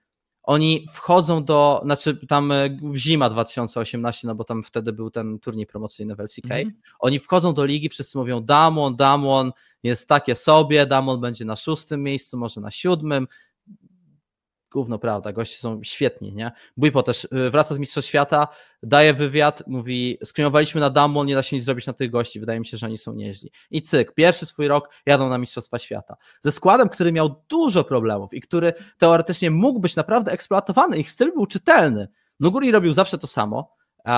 oni wchodzą znaczy tam zima 2018, no bo tam wtedy był ten turniej promocyjny w LCK, oni wchodzą do ligi, wszyscy mówią Damwon jest takie sobie, Damwon będzie na 6. miejscu, może na 7. Gówno prawda, goście są świetni, nie? Bujpo też wraca z Mistrzostw Świata, daje wywiad, mówi, screamowaliśmy na Damwon, nie da się nic zrobić na tych gości, wydaje mi się, że oni są nieźli. I cyk, pierwszy swój rok jadą na Mistrzostwa Świata. Ze składem, który miał dużo problemów i który teoretycznie mógł być naprawdę eksploatowany, ich styl był czytelny. Nuguri robił zawsze to samo,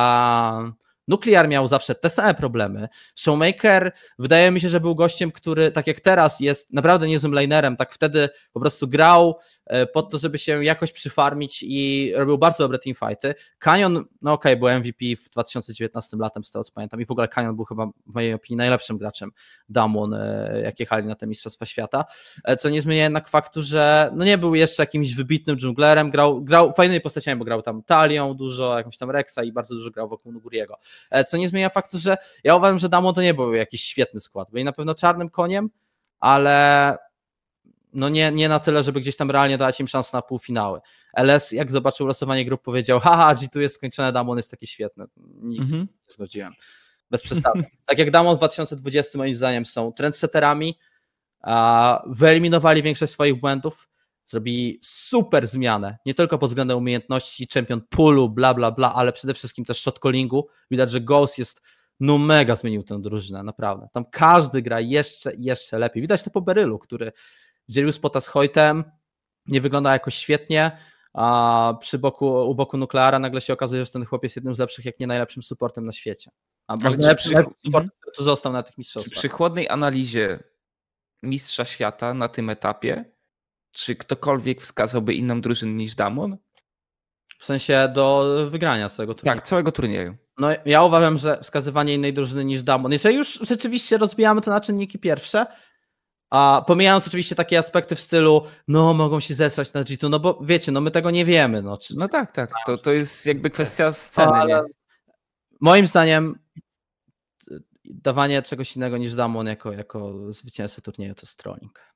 Nuclear miał zawsze te same problemy. Showmaker wydaje mi się, że był gościem, który tak jak teraz jest naprawdę niezłym lanerem, tak wtedy po prostu grał pod to, żeby się jakoś przyfarmić i robił bardzo dobre teamfighty. Canyon, no okej, był MVP w 2019 latem, z tego co pamiętam i w ogóle Canyon był chyba w mojej opinii najlepszym graczem Damwon, jak jechali na te Mistrzostwa Świata, co nie zmienia jednak faktu, że no nie był jeszcze jakimś wybitnym dżunglerem, grał fajnymi postaciami, bo grał tam Talią dużo, jakąś tam Rexa i bardzo dużo grał wokół Nuguriego. Co nie zmienia faktu, że ja uważam, że Damwon to nie był jakiś świetny skład. Byli na pewno czarnym koniem, ale no nie na tyle, żeby gdzieś tam realnie dać im szansę na półfinały. LS, jak zobaczył losowanie grup, powiedział, haha, G2 jest skończone, Damwon jest taki świetny. Nikt nie zgodziłem. Bez przestawy. Tak jak Damwon w 2020 moim zdaniem są trendsetterami, wyeliminowali większość swoich błędów, zrobili super zmianę, nie tylko pod względem umiejętności, champion poolu, bla, bla, bla, ale przede wszystkim też shot callingu. Widać, że Ghost jest, no mega zmienił tę drużynę, naprawdę. Tam każdy gra jeszcze lepiej. Widać to po Berylu, który dzielił spota z Hojtem, nie wygląda jakoś świetnie, a u boku Nukleara nagle się okazuje, że ten chłop jest jednym z lepszych, jak nie najlepszym supportem na świecie. A może najlepszym supportem, który tu został na tych mistrzostwach. Czy przy chłodnej analizie mistrza świata na tym etapie, czy ktokolwiek wskazałby inną drużynę niż Damwon? W sensie do wygrania całego turnieju. Tak, całego turnieju. No ja uważam, że wskazywanie innej drużyny niż Damwon, jeżeli już rzeczywiście rozbijamy to na czynniki pierwsze, a pomijając oczywiście takie aspekty w stylu, no mogą się zesrać na G2, no bo wiecie, no my tego nie wiemy. No tak, to jest jakby kwestia sceny, nie? Moim zdaniem dawanie czegoś innego niż Damwon jako zwycięzcę turnieju to jest trolling.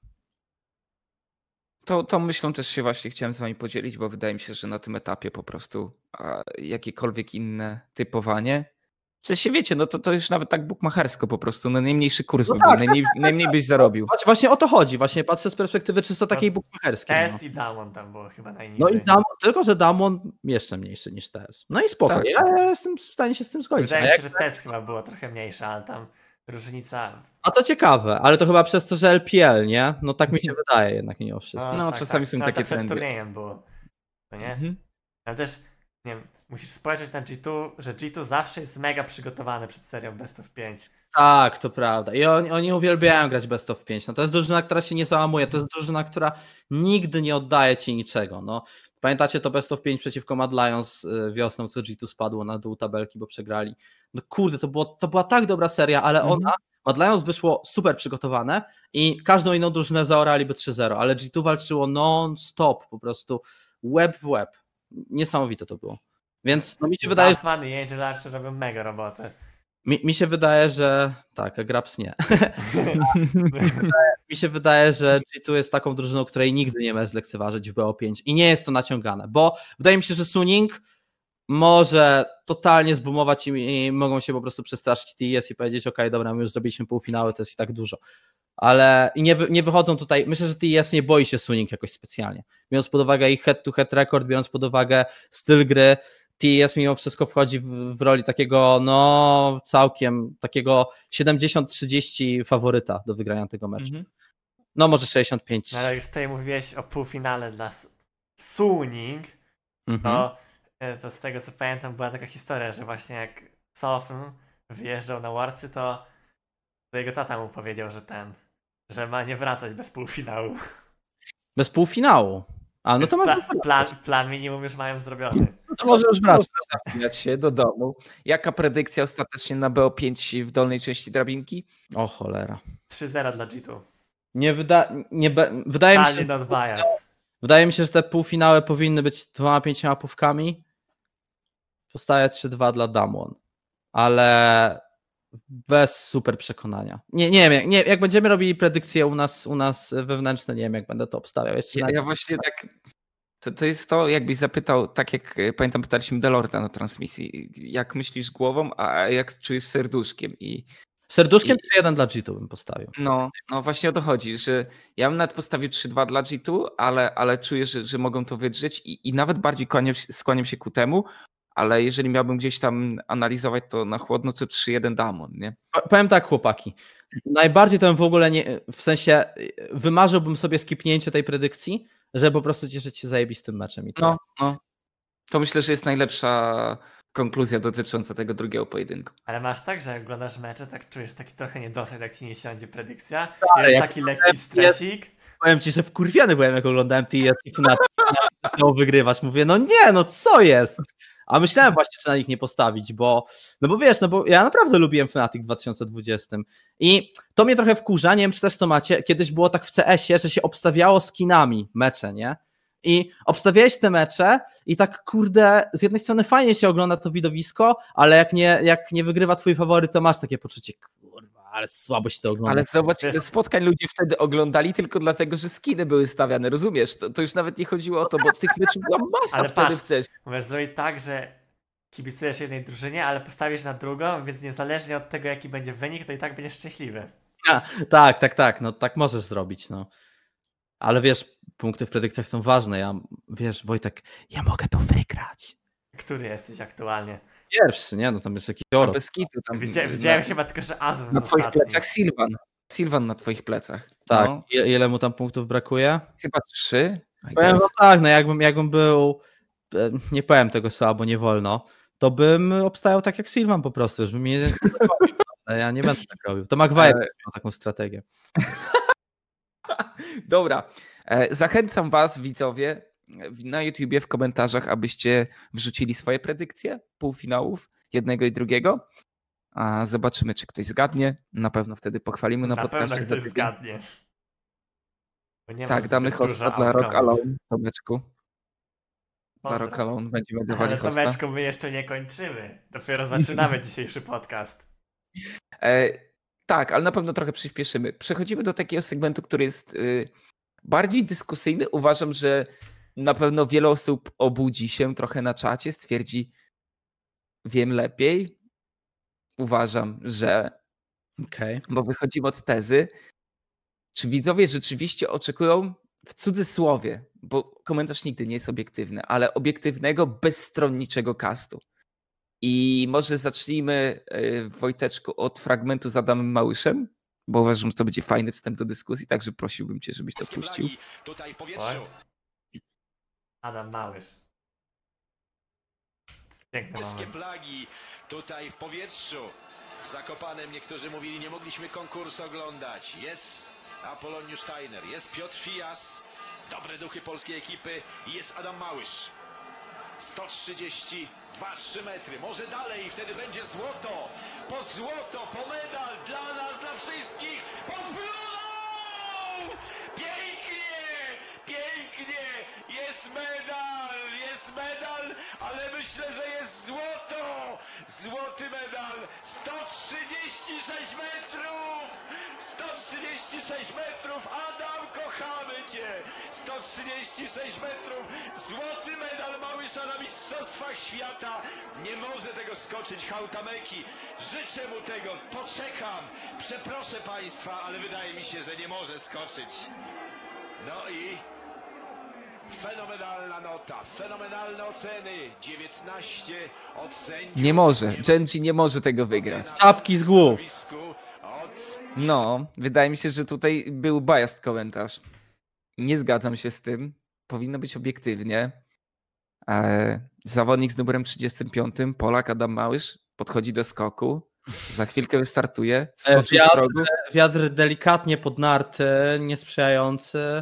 To myślą też się właśnie chciałem z wami podzielić, bo wydaje mi się, że na tym etapie po prostu jakiekolwiek inne typowanie, czy się wiecie, no to już nawet tak bukmachersko po prostu, no najmniejszy kurs by był, najmniej byś zarobił. Właśnie o to chodzi, właśnie patrzę z perspektywy czysto takiej bukmacherskiej. TS i Damwon tam było chyba najniżej. No i Damwon, tylko że Damwon jeszcze mniejszy niż TS. No i spoko, tak. Ja jestem w stanie się z tym zgodzić. Wydaje mi się, że TS chyba było trochę mniejsza, ale tam różnica... A to ciekawe, ale to chyba przez to, że LPL, nie? No tak mi się wydaje jednak mimo wszystko. No czasami są takie trendy. Przed turniejem było, to nie? Ale też, nie wiem, musisz spojrzeć na G2, że G2 zawsze jest mega przygotowany przed serią Best of 5. Tak, to prawda. I oni uwielbiają grać Best of 5. No to jest drużyna, która się nie załamuje. To jest drużyna, która nigdy nie oddaje ci niczego. No, pamiętacie to Best of 5 przeciwko Mad Lions wiosną, co G2 spadło na dół tabelki, bo przegrali. No kurde, to była tak dobra seria, ale Mad Lions wyszło super przygotowane i każdą inną drużynę zaoraliby 3-0, ale G2 walczyło non-stop, po prostu łeb w łeb. Niesamowite to było. Więc no, mi się wydaje, że... i Angel Archer robią mega robotę. Mi się wydaje, że tak, a Graps nie. Mi się wydaje, że G2 jest taką drużyną, której nigdy nie możesz lekceważyć w BO5 i nie jest to naciągane, bo wydaje mi się, że Suning może totalnie zboomować i mogą się po prostu przestraszyć TS i powiedzieć, okej, dobra, my już zrobiliśmy półfinały, to jest i tak dużo. Ale nie wychodzą tutaj, myślę, że TS nie boi się Suning jakoś specjalnie. Biorąc pod uwagę ich head-to-head rekord, biorąc pod uwagę styl gry, TS mimo wszystko wchodzi w roli takiego, no całkiem, takiego 70-30 faworyta do wygrania tego meczu. No może 65. No, ale już tutaj mówiłeś o półfinale dla Suning, to z tego co pamiętam była taka historia, że właśnie jak Sofn wyjeżdżał na Warsy, to jego tata mu powiedział, że ma nie wracać bez półfinału. Bez półfinału? A, no to plan minimum już mają zrobiony. To może już wracać. Zapinać się do domu. Jaka predykcja ostatecznie na BO5 w dolnej części drabinki? O cholera. 3-0 dla G2. Wydaje mi się, not bias. Wydaje mi się, że te półfinały powinny być 2-5 pułkami. Postaje 3-2 dla Damwon. Ale bez super przekonania. Nie wiem, jak będziemy robili predykcje u nas wewnętrzne, nie wiem, jak będę to obstawiał. Ja właśnie tak To jest to, jakbyś zapytał, tak jak pamiętam, pytaliśmy Delorda na transmisji, jak myślisz głową, a jak czujesz serduszkiem. Serduszkiem 3-1 dla G2 bym postawił. No właśnie o to chodzi, że ja bym nawet postawił 3-2 dla G2, ale czuję, że mogą to wydrzeć i nawet bardziej skłaniam się ku temu, ale jeżeli miałbym gdzieś tam analizować to na chłodno, to 3-1 Damon, nie? Powiem tak, chłopaki. Najbardziej to bym w ogóle nie, w sensie wymarzyłbym sobie skipnięcie tej predykcji, żeby po prostu cieszyć się zajebistym meczem. I to. No. To myślę, że jest najlepsza konkluzja dotycząca tego drugiego pojedynku. Ale masz tak, że jak oglądasz mecze, tak czujesz taki trochę niedosyt, jak ci nie siądzie predykcja. Ale Jest taki lekki stresik. Powiem ci, że wkurwiony byłem, jak oglądałem TS i Fnatic zaczęło wygrywać. Mówię, no nie, no co jest? A myślałem właśnie, czy na nich nie postawić, bo wiesz, bo ja naprawdę lubiłem Fnatic w 2020 i to mnie trochę wkurza, nie wiem, czy też to macie, kiedyś było tak w CS-ie, że się obstawiało skinami mecze, nie? I obstawiałeś te mecze i tak, kurde, z jednej strony fajnie się ogląda to widowisko, ale jak nie wygrywa twój faworyt, to masz takie poczucie, kurwa, ale słabo się to ogląda. Ale zobacz, ile spotkań ludzie wtedy oglądali tylko dlatego, że skiny były stawiane, rozumiesz? To już nawet nie chodziło o to, bo tych meczów była masa Ale wtedy patrz, w CS. możesz zrobić tak, że kibicujesz jednej drużynie, ale postawisz na drugą, więc niezależnie od tego, jaki będzie wynik, to i tak będziesz szczęśliwy. Tak, no tak możesz zrobić, no. Ale wiesz, punkty w predykcjach są ważne. Wiesz, Wojtek, ja mogę to wygrać. Który jesteś aktualnie? Pierwszy, nie? No tam jest jakiś oro. Bez kitu tam. Widziałem chyba tylko, że Azul Na twoich plecach Sylvan. Sylvan na twoich plecach. Tak. No. Ile mu tam punktów brakuje? Chyba 3. No tak, no jakbym był, nie powiem tego słabo, nie wolno, to bym obstawiał tak jak Sylvan po prostu, już bym mnie nie robił. Ja nie będę tak robił. To Maguire miał taką strategię. Dobra. Zachęcam was, widzowie, na YouTubie w komentarzach, abyście wrzucili swoje predykcje półfinałów, jednego i drugiego. A zobaczymy, czy ktoś zgadnie. Na pewno wtedy pochwalimy na podcaście. Na pewno ktoś zgadnie. Tak, damy hosta dla Rock Alone, Tomeczku. Dla Rock Alone będziemy dawali ale hosta. Tomeczku, my jeszcze nie kończymy. Dopiero zaczynamy dzisiejszy podcast. Tak, ale na pewno trochę przyspieszymy. Przechodzimy do takiego segmentu, który jest bardziej dyskusyjny. Uważam, że na pewno wiele osób obudzi się trochę na czacie, stwierdzi, wiem lepiej. Uważam, że... Okay. Bo wychodzimy od tezy, czy widzowie rzeczywiście oczekują, w cudzysłowie, bo komentarz nigdy nie jest obiektywny, ale obiektywnego, bezstronniczego castu. I może zacznijmy, Wojteczku, od fragmentu z Adamem Małyszem, bo uważam, że to będzie fajny wstęp do dyskusji, także prosiłbym cię, żebyś to puścił. Tutaj w powietrzu. Adam Małysz. Piękny Wszystkie moment. plagi tutaj w powietrzu. W Zakopanem niektórzy mówili, nie mogliśmy konkursu oglądać. Jest Apoloniusz Steiner, jest Piotr Fijas, dobre duchy polskiej ekipy i jest Adam Małysz. 132-3 metry, może dalej, wtedy będzie złoto, po medal dla nas, dla wszystkich, podpłyną! Pięknie, jest medal, ale myślę, że jest złoto, złoty medal, 136 metrów, 136 metrów, Adam, kochamy Cię, 136 metrów, złoty medal Małysza na Mistrzostwach Świata, nie może tego skoczyć Hautameki, życzę mu tego, poczekam, przeproszę Państwa, ale wydaje mi się, że nie może skoczyć. No i fenomenalna nota, fenomenalne oceny, 19 od sędziów. Nie może, Genji nie może tego wygrać. Czapki z głów. No, wydaje mi się, że tutaj był biased komentarz. Nie zgadzam się z tym. Powinno być obiektywnie. Zawodnik z numerem 35, Polak Adam Małysz, podchodzi do skoku. Za chwilkę wystartuje. Skoczył z progu. Wiatr delikatnie pod narty, niesprzyjający.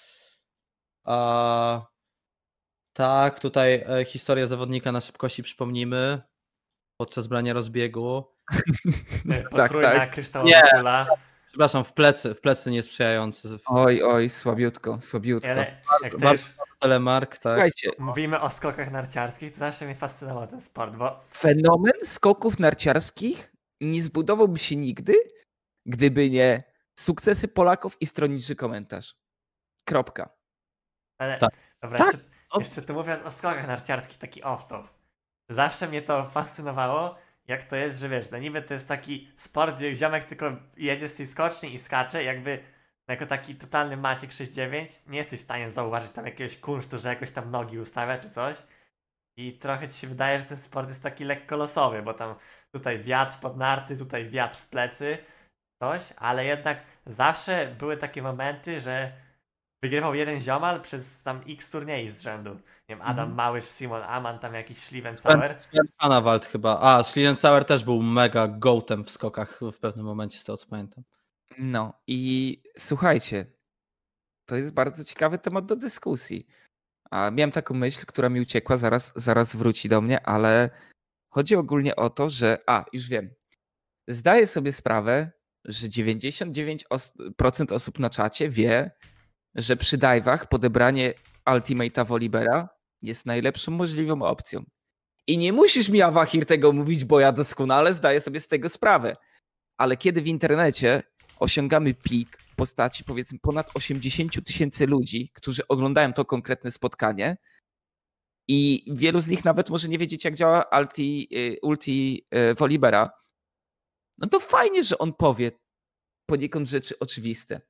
Tak, tutaj historia zawodnika na szybkości przypomnimy. Podczas brania rozbiegu. Potrójna kryształowa kula. Przepraszam, w plecy niesprzyjający. Oj, słabiutko. Ale jak to już Telemark, tak. Słuchajcie, mówimy o skokach narciarskich, to zawsze mnie fascynował ten sport, bo fenomen skoków narciarskich nie zbudowałby się nigdy, gdyby nie sukcesy Polaków i stronniczy komentarz. Kropka. ale Tak. dobra, Tak. jeszcze tu mówiąc o skokach narciarskich, taki off-top. Zawsze mnie to fascynowało, jak to jest, że wiesz, no niby to jest taki sport, gdzie ziomek tylko jedzie z tej skoczni i skacze, jakby jako taki totalny Maciek 6'9 nie jesteś w stanie zauważyć tam jakiegoś kunsztu, że jakoś tam nogi ustawia czy coś. I trochę ci się wydaje, że ten sport jest taki lekko losowy, bo tam tutaj wiatr pod narty, tutaj wiatr w plecy, coś, ale jednak zawsze były takie momenty, że wygrywał jeden ziomal przez tam x turniej z rzędu. Nie wiem, Adam Małysz, Simon Aman, tam jakiś Schlievencauer. Anawald chyba. A, Schlievencauer też był mega goatem w skokach w pewnym momencie, z tego co pamiętam. No i słuchajcie, to jest bardzo ciekawy temat do dyskusji. A miałem taką myśl, która mi uciekła, zaraz wróci do mnie, ale chodzi ogólnie o to, że już wiem. Zdaję sobie sprawę, że 99% osób na czacie wie, że przy dive'ach podebranie Ultimate'a Volibera jest najlepszą możliwą opcją. I nie musisz mi, Awahir, tego mówić, bo ja doskonale zdaję sobie z tego sprawę. Ale kiedy w internecie osiągamy pik w postaci powiedzmy ponad 80 000 ludzi, którzy oglądają to konkretne spotkanie i wielu z nich nawet może nie wiedzieć, jak działa ulti Volibera, no to fajnie, że on powie poniekąd rzeczy oczywiste.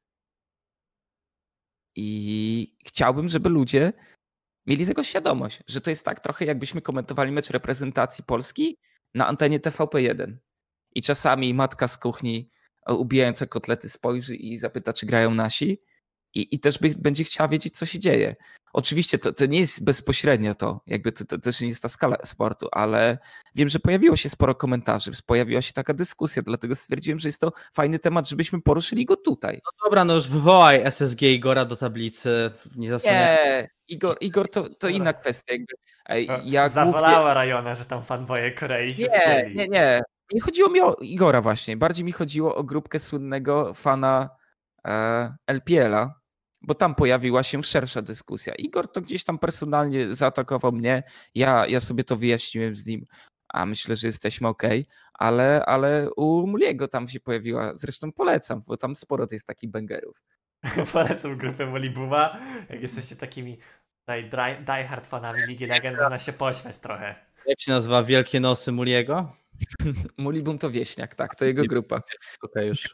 I chciałbym, żeby ludzie mieli tego świadomość, że to jest tak trochę jakbyśmy komentowali mecz reprezentacji Polski na antenie TVP1. I czasami matka z kuchni ubijająca kotlety spojrzy i zapyta, czy grają nasi. I też będzie chciała wiedzieć, co się dzieje. Oczywiście to nie jest bezpośrednio to, jakby to też nie jest ta skala sportu, ale wiem, że pojawiło się sporo komentarzy, pojawiła się taka dyskusja, dlatego stwierdziłem, że jest to fajny temat, żebyśmy poruszyli go tutaj. No dobra, no już wywołaj SSG Igora do tablicy. Nie, Igor to inna kwestia. Ja Zawalała Rajona, że tam fanboje Korei się spieli. Nie. Nie chodziło mi o Igora właśnie. Bardziej mi chodziło o grupkę słynnego fana LPL-a, bo tam pojawiła się szersza dyskusja. Igor to gdzieś tam personalnie zaatakował mnie. Ja sobie to wyjaśniłem z nim, a myślę, że jesteśmy okej. Ale u Muliego tam się pojawiła. Zresztą polecam, bo tam sporo jest takich bangerów. Polecam grupę Molibuma. Jak jesteście takimi diehard fanami Ligi Legend, można się pośmiać trochę. Jak się nazywa? Wielkie Nosy Muliego? Mulibum to wieśniak, tak, to jego grupa. Okej, już.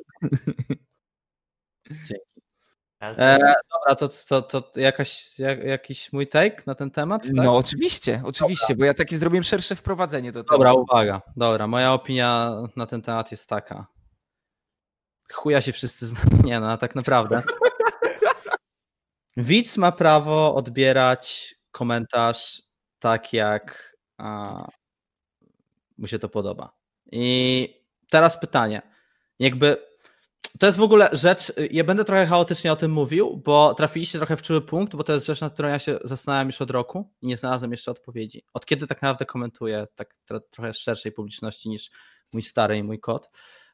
Dzięki. Ale Dobra, to jakiś mój take na ten temat? Tak? No oczywiście, bo ja takie zrobiłem szersze wprowadzenie do tego. Dobra, uwaga. Dobra, moja opinia na ten temat jest taka. Chuja się wszyscy znają. Nie no, tak naprawdę. Widz ma prawo odbierać komentarz tak, jak mu się to podoba. I teraz pytanie. To jest w ogóle rzecz, ja będę trochę chaotycznie o tym mówił, bo trafiliście trochę w czuły punkt, bo to jest rzecz, nad którą ja się zastanawiam już od roku i nie znalazłem jeszcze odpowiedzi. Od kiedy tak naprawdę komentuję tak trochę szerszej publiczności niż mój stary i mój kot.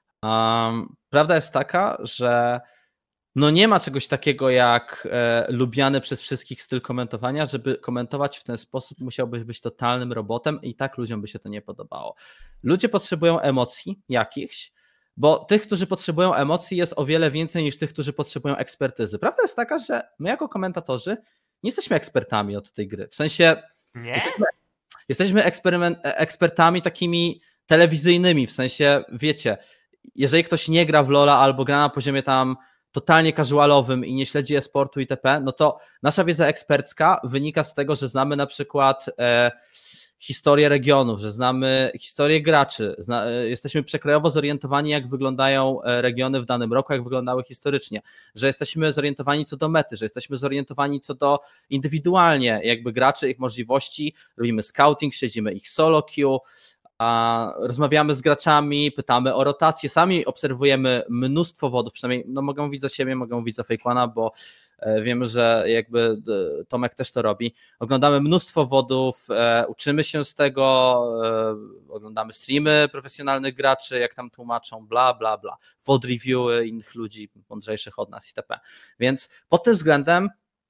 Prawda jest taka, że no nie ma czegoś takiego jak lubiany przez wszystkich styl komentowania. Żeby komentować w ten sposób, musiałbyś być totalnym robotem i tak ludziom by się to nie podobało. Ludzie potrzebują emocji jakichś, bo tych, którzy potrzebują emocji, jest o wiele więcej niż tych, którzy potrzebują ekspertyzy. Prawda jest taka, że my jako komentatorzy nie jesteśmy ekspertami od tej gry. W sensie nie? jesteśmy ekspertami takimi telewizyjnymi, w sensie, wiecie, jeżeli ktoś nie gra w LoL'a albo gra na poziomie tam totalnie casualowym i nie śledzi e-sportu itp., no to nasza wiedza ekspercka wynika z tego, że znamy na przykład historię regionów, że znamy historię graczy, jesteśmy przekrojowo zorientowani, jak wyglądają regiony w danym roku, jak wyglądały historycznie, że jesteśmy zorientowani co do mety, że jesteśmy zorientowani co do indywidualnie jakby graczy, ich możliwości, robimy scouting, śledzimy ich solo queue, rozmawiamy z graczami, pytamy o rotację, sami obserwujemy mnóstwo wodów, przynajmniej no mogę mówić za siebie, mogę mówić za Fake One'a, bo wiemy, że jakby Tomek też to robi. Oglądamy mnóstwo wodów, uczymy się z tego, oglądamy streamy profesjonalnych graczy, jak tam tłumaczą, bla, bla, bla. Wod reviewy innych ludzi mądrzejszych od nas itp. Więc pod tym względem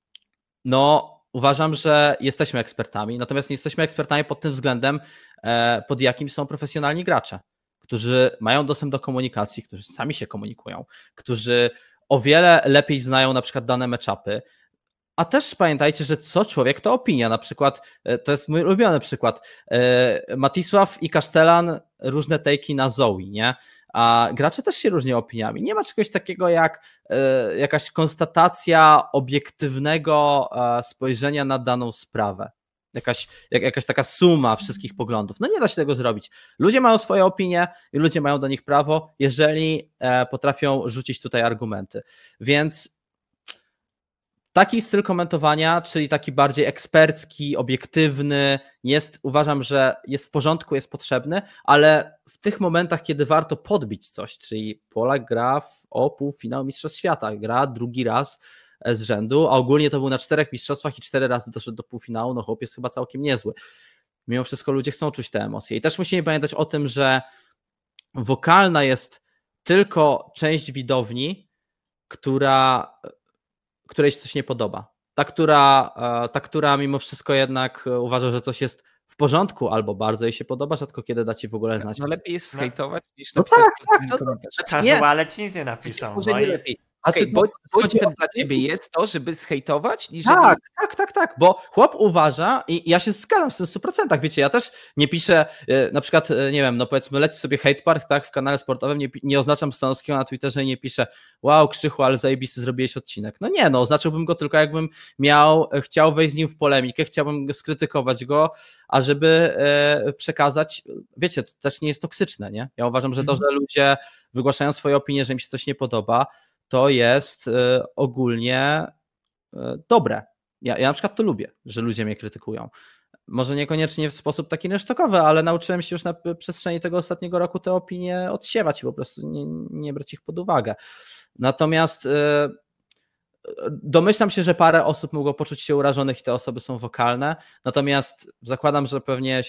no uważam, że jesteśmy ekspertami, natomiast nie jesteśmy ekspertami pod tym względem, pod jakim są profesjonalni gracze, którzy mają dostęp do komunikacji, którzy sami się komunikują, którzy o wiele lepiej znają na przykład dane matchupy, A też pamiętajcie, że co człowiek to opinia. Na przykład, to jest mój ulubiony przykład, Matisław i Kasztelan różne take'i na Zoe, nie? A gracze też się różnią opiniami. Nie ma czegoś takiego jak jakaś konstatacja obiektywnego spojrzenia na daną sprawę. Jakaś taka suma wszystkich poglądów. No nie da się tego zrobić. Ludzie mają swoje opinie i ludzie mają do nich prawo, jeżeli potrafią rzucić tutaj argumenty. Więc taki styl komentowania, czyli taki bardziej ekspercki, obiektywny, uważam, że jest w porządku, jest potrzebny, ale w tych momentach, kiedy warto podbić coś, czyli Polak gra o półfinał Mistrzostw Świata, gra drugi raz z rzędu, a ogólnie to był na 4 mistrzostwach i 4 razy doszedł do półfinału, no chłop jest chyba całkiem niezły. Mimo wszystko ludzie chcą czuć te emocje. I też musimy pamiętać o tym, że wokalna jest tylko część widowni, której się coś nie podoba. Ta, która mimo wszystko jednak uważa, że coś jest w porządku albo bardzo jej się podoba, rzadko kiedy da ci w ogóle znać. No lepiej jest hejtować niż No napisać tak, komentarz. Casuale ci nic nie napiszą. Może No nie i lepiej. Znaczy, Okay, bodźcem dla ciebie jest to, żeby zhejtować, niż Tak, bo chłop uważa i ja się zgadzam z tym w 100%, wiecie, ja też nie piszę, na przykład, nie wiem, no powiedzmy leci sobie Hate Park, tak, w kanale sportowym, nie oznaczam Stanowskiego na Twitterze i nie piszę wow, Krzychu, ale zajebisty zrobiłeś odcinek. No nie, no oznaczyłbym go tylko jakbym chciał wejść z nim w polemikę, chciałbym skrytykować go, a żeby przekazać, wiecie, to też nie jest toksyczne, nie? Ja uważam, że to, że ludzie wygłaszają swoje opinie, że im się coś nie podoba, to jest ogólnie dobre. Ja na przykład to lubię, że ludzie mnie krytykują. Może niekoniecznie w sposób taki rynsztokowy, ale nauczyłem się już na przestrzeni tego ostatniego roku te opinie odsiewać i po prostu nie brać ich pod uwagę. Natomiast domyślam się, że parę osób mogło poczuć się urażonych i te osoby są wokalne, natomiast zakładam, że pewnie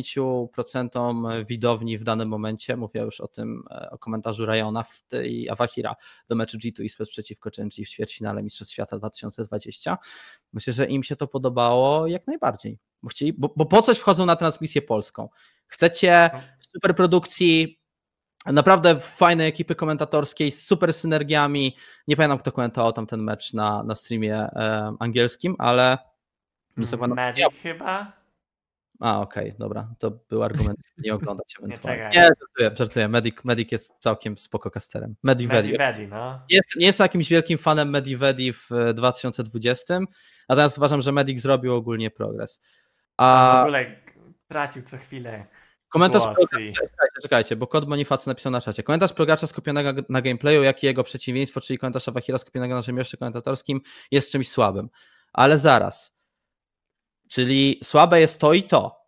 70% widowni w danym momencie, mówię już o komentarzu Rajona i Awahira do meczu G2 Esports przeciwko Gen.G w ćwierćfinale Mistrzostw Świata 2020. Myślę, że im się to podobało jak najbardziej, bo po coś wchodzą na transmisję polską. Chcecie superprodukcji, naprawdę fajnej ekipy komentatorskiej z super synergiami. Nie pamiętam, kto komentował tam ten mecz na streamie angielskim, ale... Medic chyba? Okej, dobra. To był argument, żeby nie oglądać ewentualnie. Nie, żartuję. Medic jest całkiem spoko casterem. Medivedi, no. Nie jestem jakimś wielkim fanem Medivedi w 2020, natomiast uważam, że Medic zrobił ogólnie progres. W ogóle tracił co chwilę. Komentarz czekajcie, bo Kod Bonifacy napisał na czacie. Komentarz progracza skupionego na gameplayu, jak i jego przeciwieństwo, czyli komentarz Awahira skupionego na rzemiośle komentatorskim jest czymś słabym. Ale zaraz. Czyli słabe jest to i to.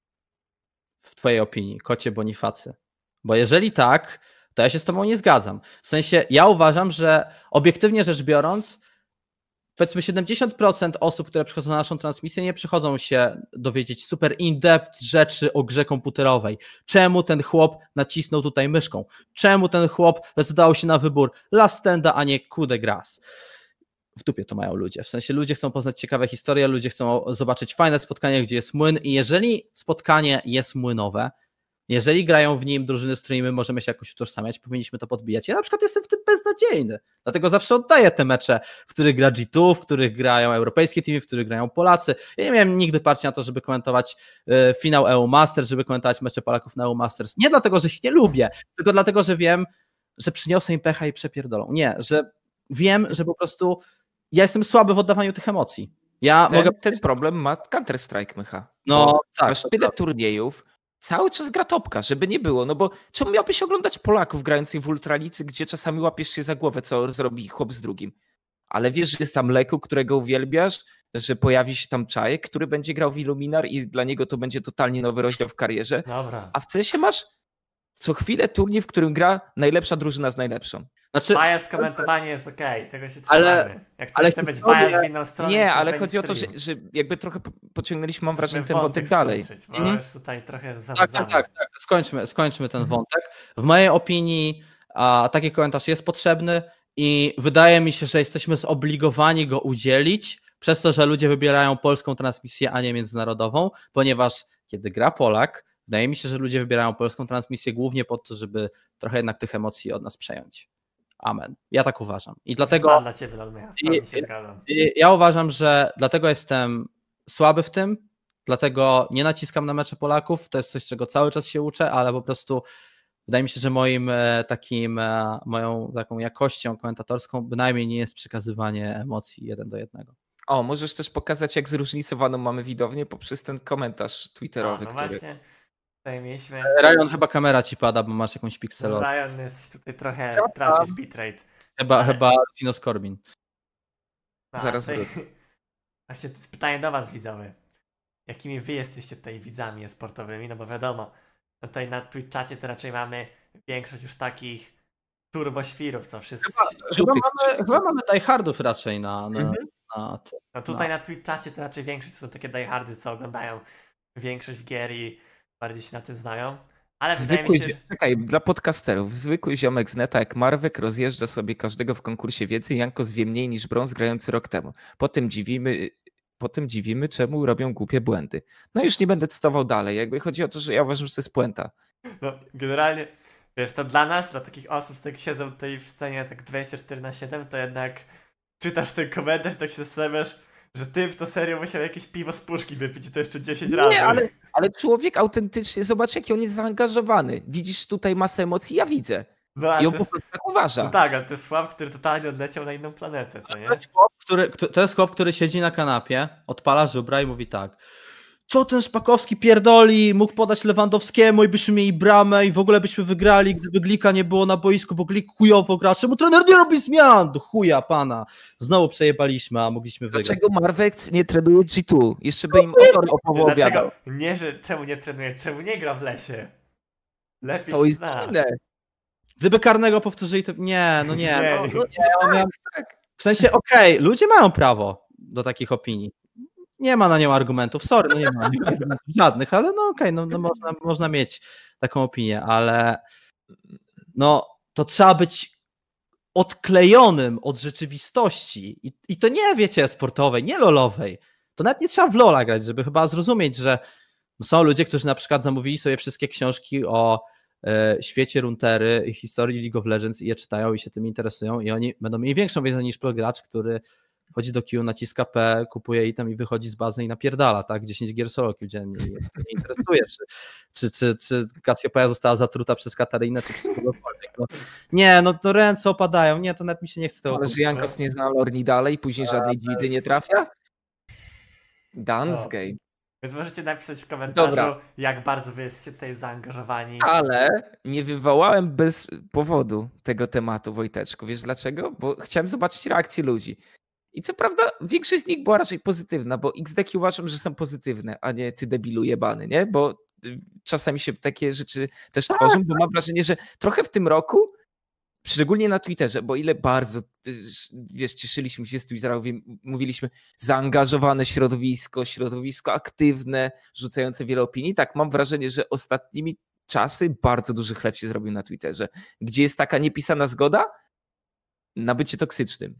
W twojej opinii, Kocie Bonifacy. Bo jeżeli tak, to ja się z tobą nie zgadzam. W sensie, ja uważam, że obiektywnie rzecz biorąc, powiedzmy 70% osób, które przychodzą na naszą transmisję, nie przychodzą się dowiedzieć super in-depth rzeczy o grze komputerowej. Czemu ten chłop nacisnął tutaj myszką? Czemu ten chłop zdecydował się na wybór Last Standa, a nie Coup de Grâce? W dupie to mają ludzie. W sensie ludzie chcą poznać ciekawe historie, ludzie chcą zobaczyć fajne spotkanie, gdzie jest młyn i jeżeli spotkanie jest młynowe, jeżeli grają w nim drużyny, z którymi my możemy się jakoś utożsamiać, powinniśmy to podbijać. Ja na przykład jestem w tym beznadziejny, dlatego zawsze oddaję te mecze, w których gra G2, w których grają europejskie teamy, w których grają Polacy. Ja nie miałem nigdy parcia na to, żeby komentować finał EU Masters, żeby komentować mecze Polaków na EU Masters. Nie dlatego, że ich nie lubię, tylko dlatego, że wiem, że przyniosę im pecha i przepierdolą. Nie, że wiem, że po prostu ja jestem słaby w oddawaniu tych emocji. Ten problem ma Counter-Strike, Mycha. No tak. Masz tyle turniejów, cały czas gra topka, żeby nie było, no bo czemu miałbyś oglądać Polaków grających w Ultralicy, gdzie czasami łapiesz się za głowę, co zrobi chłop z drugim. Ale wiesz, że jest tam Leku, którego uwielbiasz, że pojawi się tam Czajek, który będzie grał w Illuminar i dla niego to będzie totalnie nowy rozdział w karierze. Dobra. A w CS-ie masz co chwilę turniej, w którym gra najlepsza drużyna z najlepszą. Znaczy, bias komentowanie jest okej, tego się trzymamy. Jak ktoś chce być bias w inną stronę... Nie, ale chodzi o to, że jakby trochę pociągnęliśmy, mam wrażenie, ten wątek dalej. Skończyć, bo już tutaj trochę tak. Skończmy ten wątek. W mojej opinii taki komentarz jest potrzebny i wydaje mi się, że jesteśmy zobligowani go udzielić przez to, że ludzie wybierają polską transmisję, a nie międzynarodową, ponieważ kiedy gra Polak, wydaje mi się, że ludzie wybierają polską transmisję głównie po to, żeby trochę jednak tych emocji od nas przejąć. Amen. Ja tak uważam. I Dwa dlatego dla ciebie, Lolmecha, w pełni się zgadzam. ja uważam, że dlatego jestem słaby w tym, dlatego nie naciskam na mecze Polaków, to jest coś, czego cały czas się uczę, ale po prostu wydaje mi się, że moją taką jakością komentatorską bynajmniej nie jest przekazywanie emocji 1:1. O, możesz też pokazać, jak zróżnicowaną mamy widownię poprzez ten komentarz twitterowy, No który... właśnie, tutaj mieliśmy... Ryan, chyba kamera ci pada, bo masz jakąś No, pikselową. Ryan, jesteś tutaj trochę, tracisz bitrate. Chyba Tino Corbin. Zaraz tutaj... wrócę. Właśnie to jest pytanie do was, widzowie. Jakimi wy jesteście tutaj widzami sportowymi? No bo wiadomo, no tutaj na Twitchacie to raczej mamy większość już takich turboświrów, co wszyscy... Chyba mamy diehardów raczej na No tutaj na Twitchacie to raczej większość to są takie diehardy, co oglądają większość gier i bardziej się na tym znają. Ale wydaje mi się, że... Czekaj, dla podcasterów. Zwykły ziomek z neta jak Marwek rozjeżdża sobie każdego w konkursie wiedzy. Jankos wie mniej niż brąz grający rok temu. Potem dziwimy, czemu robią głupie błędy. No już nie będę cytował dalej. Jakby chodzi o to, że ja uważam, że to jest puenta. No, generalnie, wiesz, to dla nas, dla takich osób, które siedzą tutaj w scenie tak 24/7, to jednak czytasz ten komentarz, tak się zastanawiasz, że typ to serio musiał jakieś piwo z puszki wypić i to jeszcze 10 razy. Nie, ale człowiek autentycznie, zobacz jaki on jest zaangażowany. Widzisz tutaj masę emocji, ja widzę. No, ale I on to po jest, prostu tak uważa. no tak, ale to jest Sław, który totalnie odleciał na inną planetę, co nie? To jest chłop, który siedzi na kanapie, odpala żubra i mówi tak: co ten Szpakowski pierdoli, mógł podać Lewandowskiemu i byśmy mieli bramę i w ogóle byśmy wygrali, gdyby Glika nie było na boisku, bo Glik chujowo gra, czemu trener nie robi zmian? Do chuja pana. Znowu przejebaliśmy, a mogliśmy wygrać. Dlaczego Marwek nie trenuje G2? Jeszcze by im opowiadał. Dlaczego? Nie, że czemu nie trenuje, czemu nie gra w lesie? Lepiej To się jest zna. dziwne. Gdyby karnego powtórzyli, to nie. Nie. W sensie, okej, ludzie mają prawo do takich opinii. Nie ma na nią argumentów, sorry, no nie ma argumentów żadnych, ale no okej, no można mieć taką opinię, ale no to trzeba być odklejonym od rzeczywistości i to nie, wiecie, sportowej, nie lolowej. To nawet nie trzeba w lola grać, żeby chyba zrozumieć, że są ludzie, którzy na przykład zamówili sobie wszystkie książki o świecie Runeterry i historii League of Legends i je czytają i się tym interesują i oni będą mieli większą wiedzę niż gracz, który chodzi do Q, naciska P, kupuje item i wychodzi z bazy i napierdala, tak? 10 gier solo Q dziennie i to nie interesuje, czy Cassiopeia została zatruta przez Katarinę, czy przez kogokolwiek. No, nie, no to ręce opadają, nie, to nawet mi się nie chce tego. Ale że Jankos nie zna Lorni dalej i później żadnej dzidy nie trafia? Dance game. Więc możecie napisać w komentarzu, Dobra. jak bardzo wy jesteście tutaj zaangażowani. Ale nie wywołałem bez powodu tego tematu, Wojteczku. Wiesz dlaczego? Bo chciałem zobaczyć reakcję ludzi. I co prawda większość z nich była raczej pozytywna, bo XDeki uważam, że są pozytywne, a nie ty debilu jebany, nie? Bo czasami się takie rzeczy też tworzą, bo mam wrażenie, że trochę w tym roku, szczególnie na Twitterze, bo ile bardzo, wiesz, cieszyliśmy się z Twittera, mówiliśmy zaangażowane środowisko aktywne, rzucające wiele opinii. Tak, mam wrażenie, że ostatnimi czasy bardzo duży chleb się zrobił na Twitterze, gdzie jest taka niepisana zgoda na bycie toksycznym.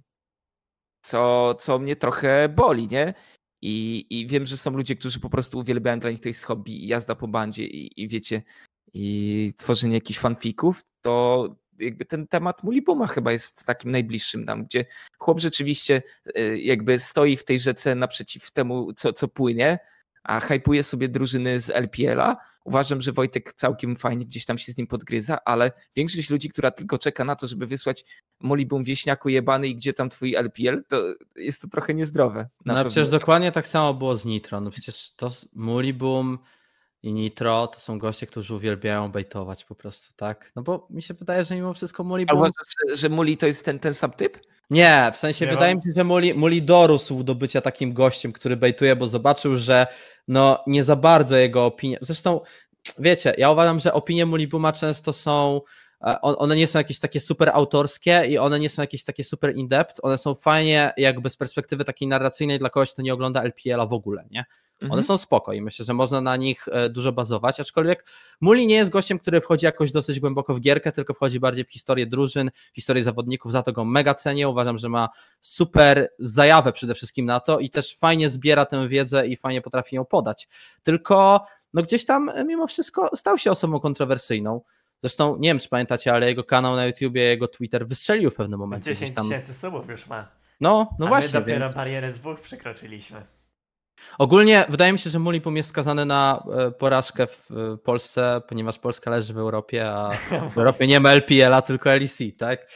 Co mnie trochę boli, nie? I wiem, że są ludzie, którzy po prostu uwielbiają, dla nich to jest hobby i jazda po bandzie i wiecie, i tworzenie jakichś fanfików, to jakby ten temat Mulibuma chyba jest takim najbliższym nam, gdzie chłop rzeczywiście jakby stoi w tej rzece naprzeciw temu, co płynie, a hypuje sobie drużyny z LPL-a. Uważam, że Wojtek całkiem fajnie gdzieś tam się z nim podgryza, ale większość ludzi, która tylko czeka na to, żeby wysłać Molibum wieśniaku jebany i gdzie tam twój LPL, to jest to trochę niezdrowe. No przecież dokładnie tak samo było z Nitro. No przecież to Molibum i Nitro to są goście, którzy uwielbiają bejtować po prostu, tak? No bo mi się wydaje, że mimo wszystko Molibum... A uważasz, że Muli to jest ten sam typ? Nie, w sensie wydaje mi się, że Muli dorósł do bycia takim gościem, który bejtuje, bo zobaczył, że no nie za bardzo jego opinie. Zresztą, wiecie, ja uważam, że opinie Mulibuma często są, one nie są jakieś takie super autorskie i one nie są jakieś takie super in-depth, one są fajnie jakby z perspektywy takiej narracyjnej dla kogoś, kto nie ogląda LPL-a w ogóle, nie? One są spoko i myślę, że można na nich dużo bazować, aczkolwiek Muli nie jest gościem, który wchodzi jakoś dosyć głęboko w gierkę, tylko wchodzi bardziej w historię drużyn, w historię zawodników, za to go mega cenię, uważam, że ma super zajawę przede wszystkim na to i też fajnie zbiera tę wiedzę i fajnie potrafi ją podać, tylko no gdzieś tam mimo wszystko stał się osobą kontrowersyjną. Zresztą nie wiem, czy pamiętacie, ale jego kanał na YouTubie, jego Twitter wystrzelił w pewnym momencie. 10 Gdzieś tam... 000 subów już ma. No A właśnie. my dopiero Więc... barierę 2 przekroczyliśmy. Ogólnie wydaje mi się, że Mulipum jest skazany na porażkę w Polsce, ponieważ Polska leży w Europie, a w Europie nie ma LPL-a, tylko LEC, tak?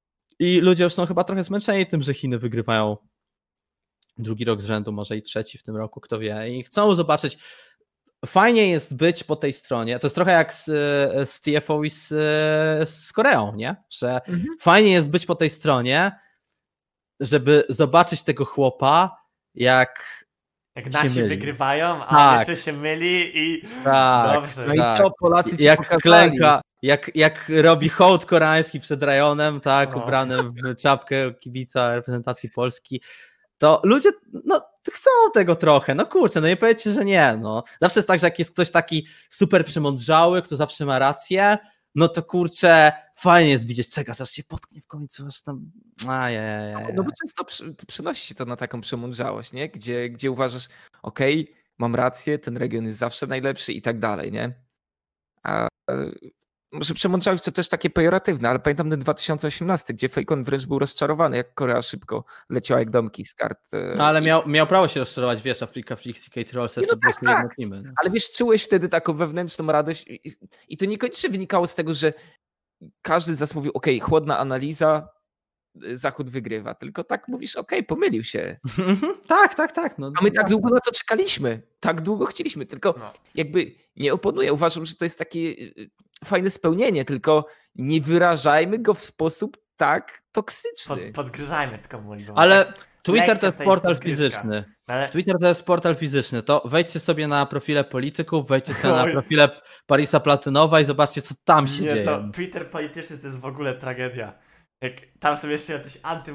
I ludzie już są chyba trochę zmęczeni tym, że Chiny wygrywają drugi rok z rzędu, może i trzeci w tym roku, kto wie. I chcą zobaczyć. Fajnie jest być po tej stronie. To jest trochę jak z TFO i z Koreą, nie? Że fajnie jest być po tej stronie, żeby zobaczyć tego chłopa, jak nasi myli. wygrywają, a Tak. on jeszcze się myli i Tak, dobrze. No i tak. co, Polacy ci Jak pokazali. klęka, jak robi hołd koreański przed Rajonem, tak, No. ubrany w czapkę kibica reprezentacji Polski, to ludzie, no, chcą tego trochę, no kurczę, no nie powiedzcie, że nie, no. Zawsze jest tak, że jak jest ktoś taki super przemądrzały, kto zawsze ma rację, no to kurczę, fajnie jest widzieć, czekasz, aż się potknie w końcu, aż tam, ajajaj. No bo często przynosi się to na taką przemądrzałość, nie? Gdzie uważasz, okej, mam rację, ten region jest zawsze najlepszy i tak dalej, nie? A może przemądrzałość to też takie pejoratywne, ale pamiętam ten 2018, gdzie Fakeon wręcz był rozczarowany, jak Korea szybko leciała jak domki z kart. No ale miał prawo się rozczarować, wiesz, Afrika, Frixie, Trollset, No po prostu tak. jednocimy. No. Ale wiesz, czułeś wtedy taką wewnętrzną radość i to niekoniecznie wynikało z tego, że każdy z nas mówił, okej, chłodna analiza, Zachód wygrywa, tylko tak mówisz, okej, pomylił się. Tak. No, A my tak długo na to czekaliśmy, tak długo chcieliśmy, tylko No. jakby nie oponuję, uważam, że to jest takie fajne spełnienie, tylko nie wyrażajmy go w sposób tak toksyczny. Podgryzajmy tylko Mulipum. Ale Twitter lekka to jest tej portal podgryzka. fizyczny. Ale Twitter to jest portal fizyczny. To wejdźcie sobie na profile polityków, wejdźcie sobie na Oj. profile Parisa Platynowa i zobaczcie, co tam się nie, dzieje. to Twitter polityczny to jest w ogóle tragedia. Jak tam są jeszcze jacyś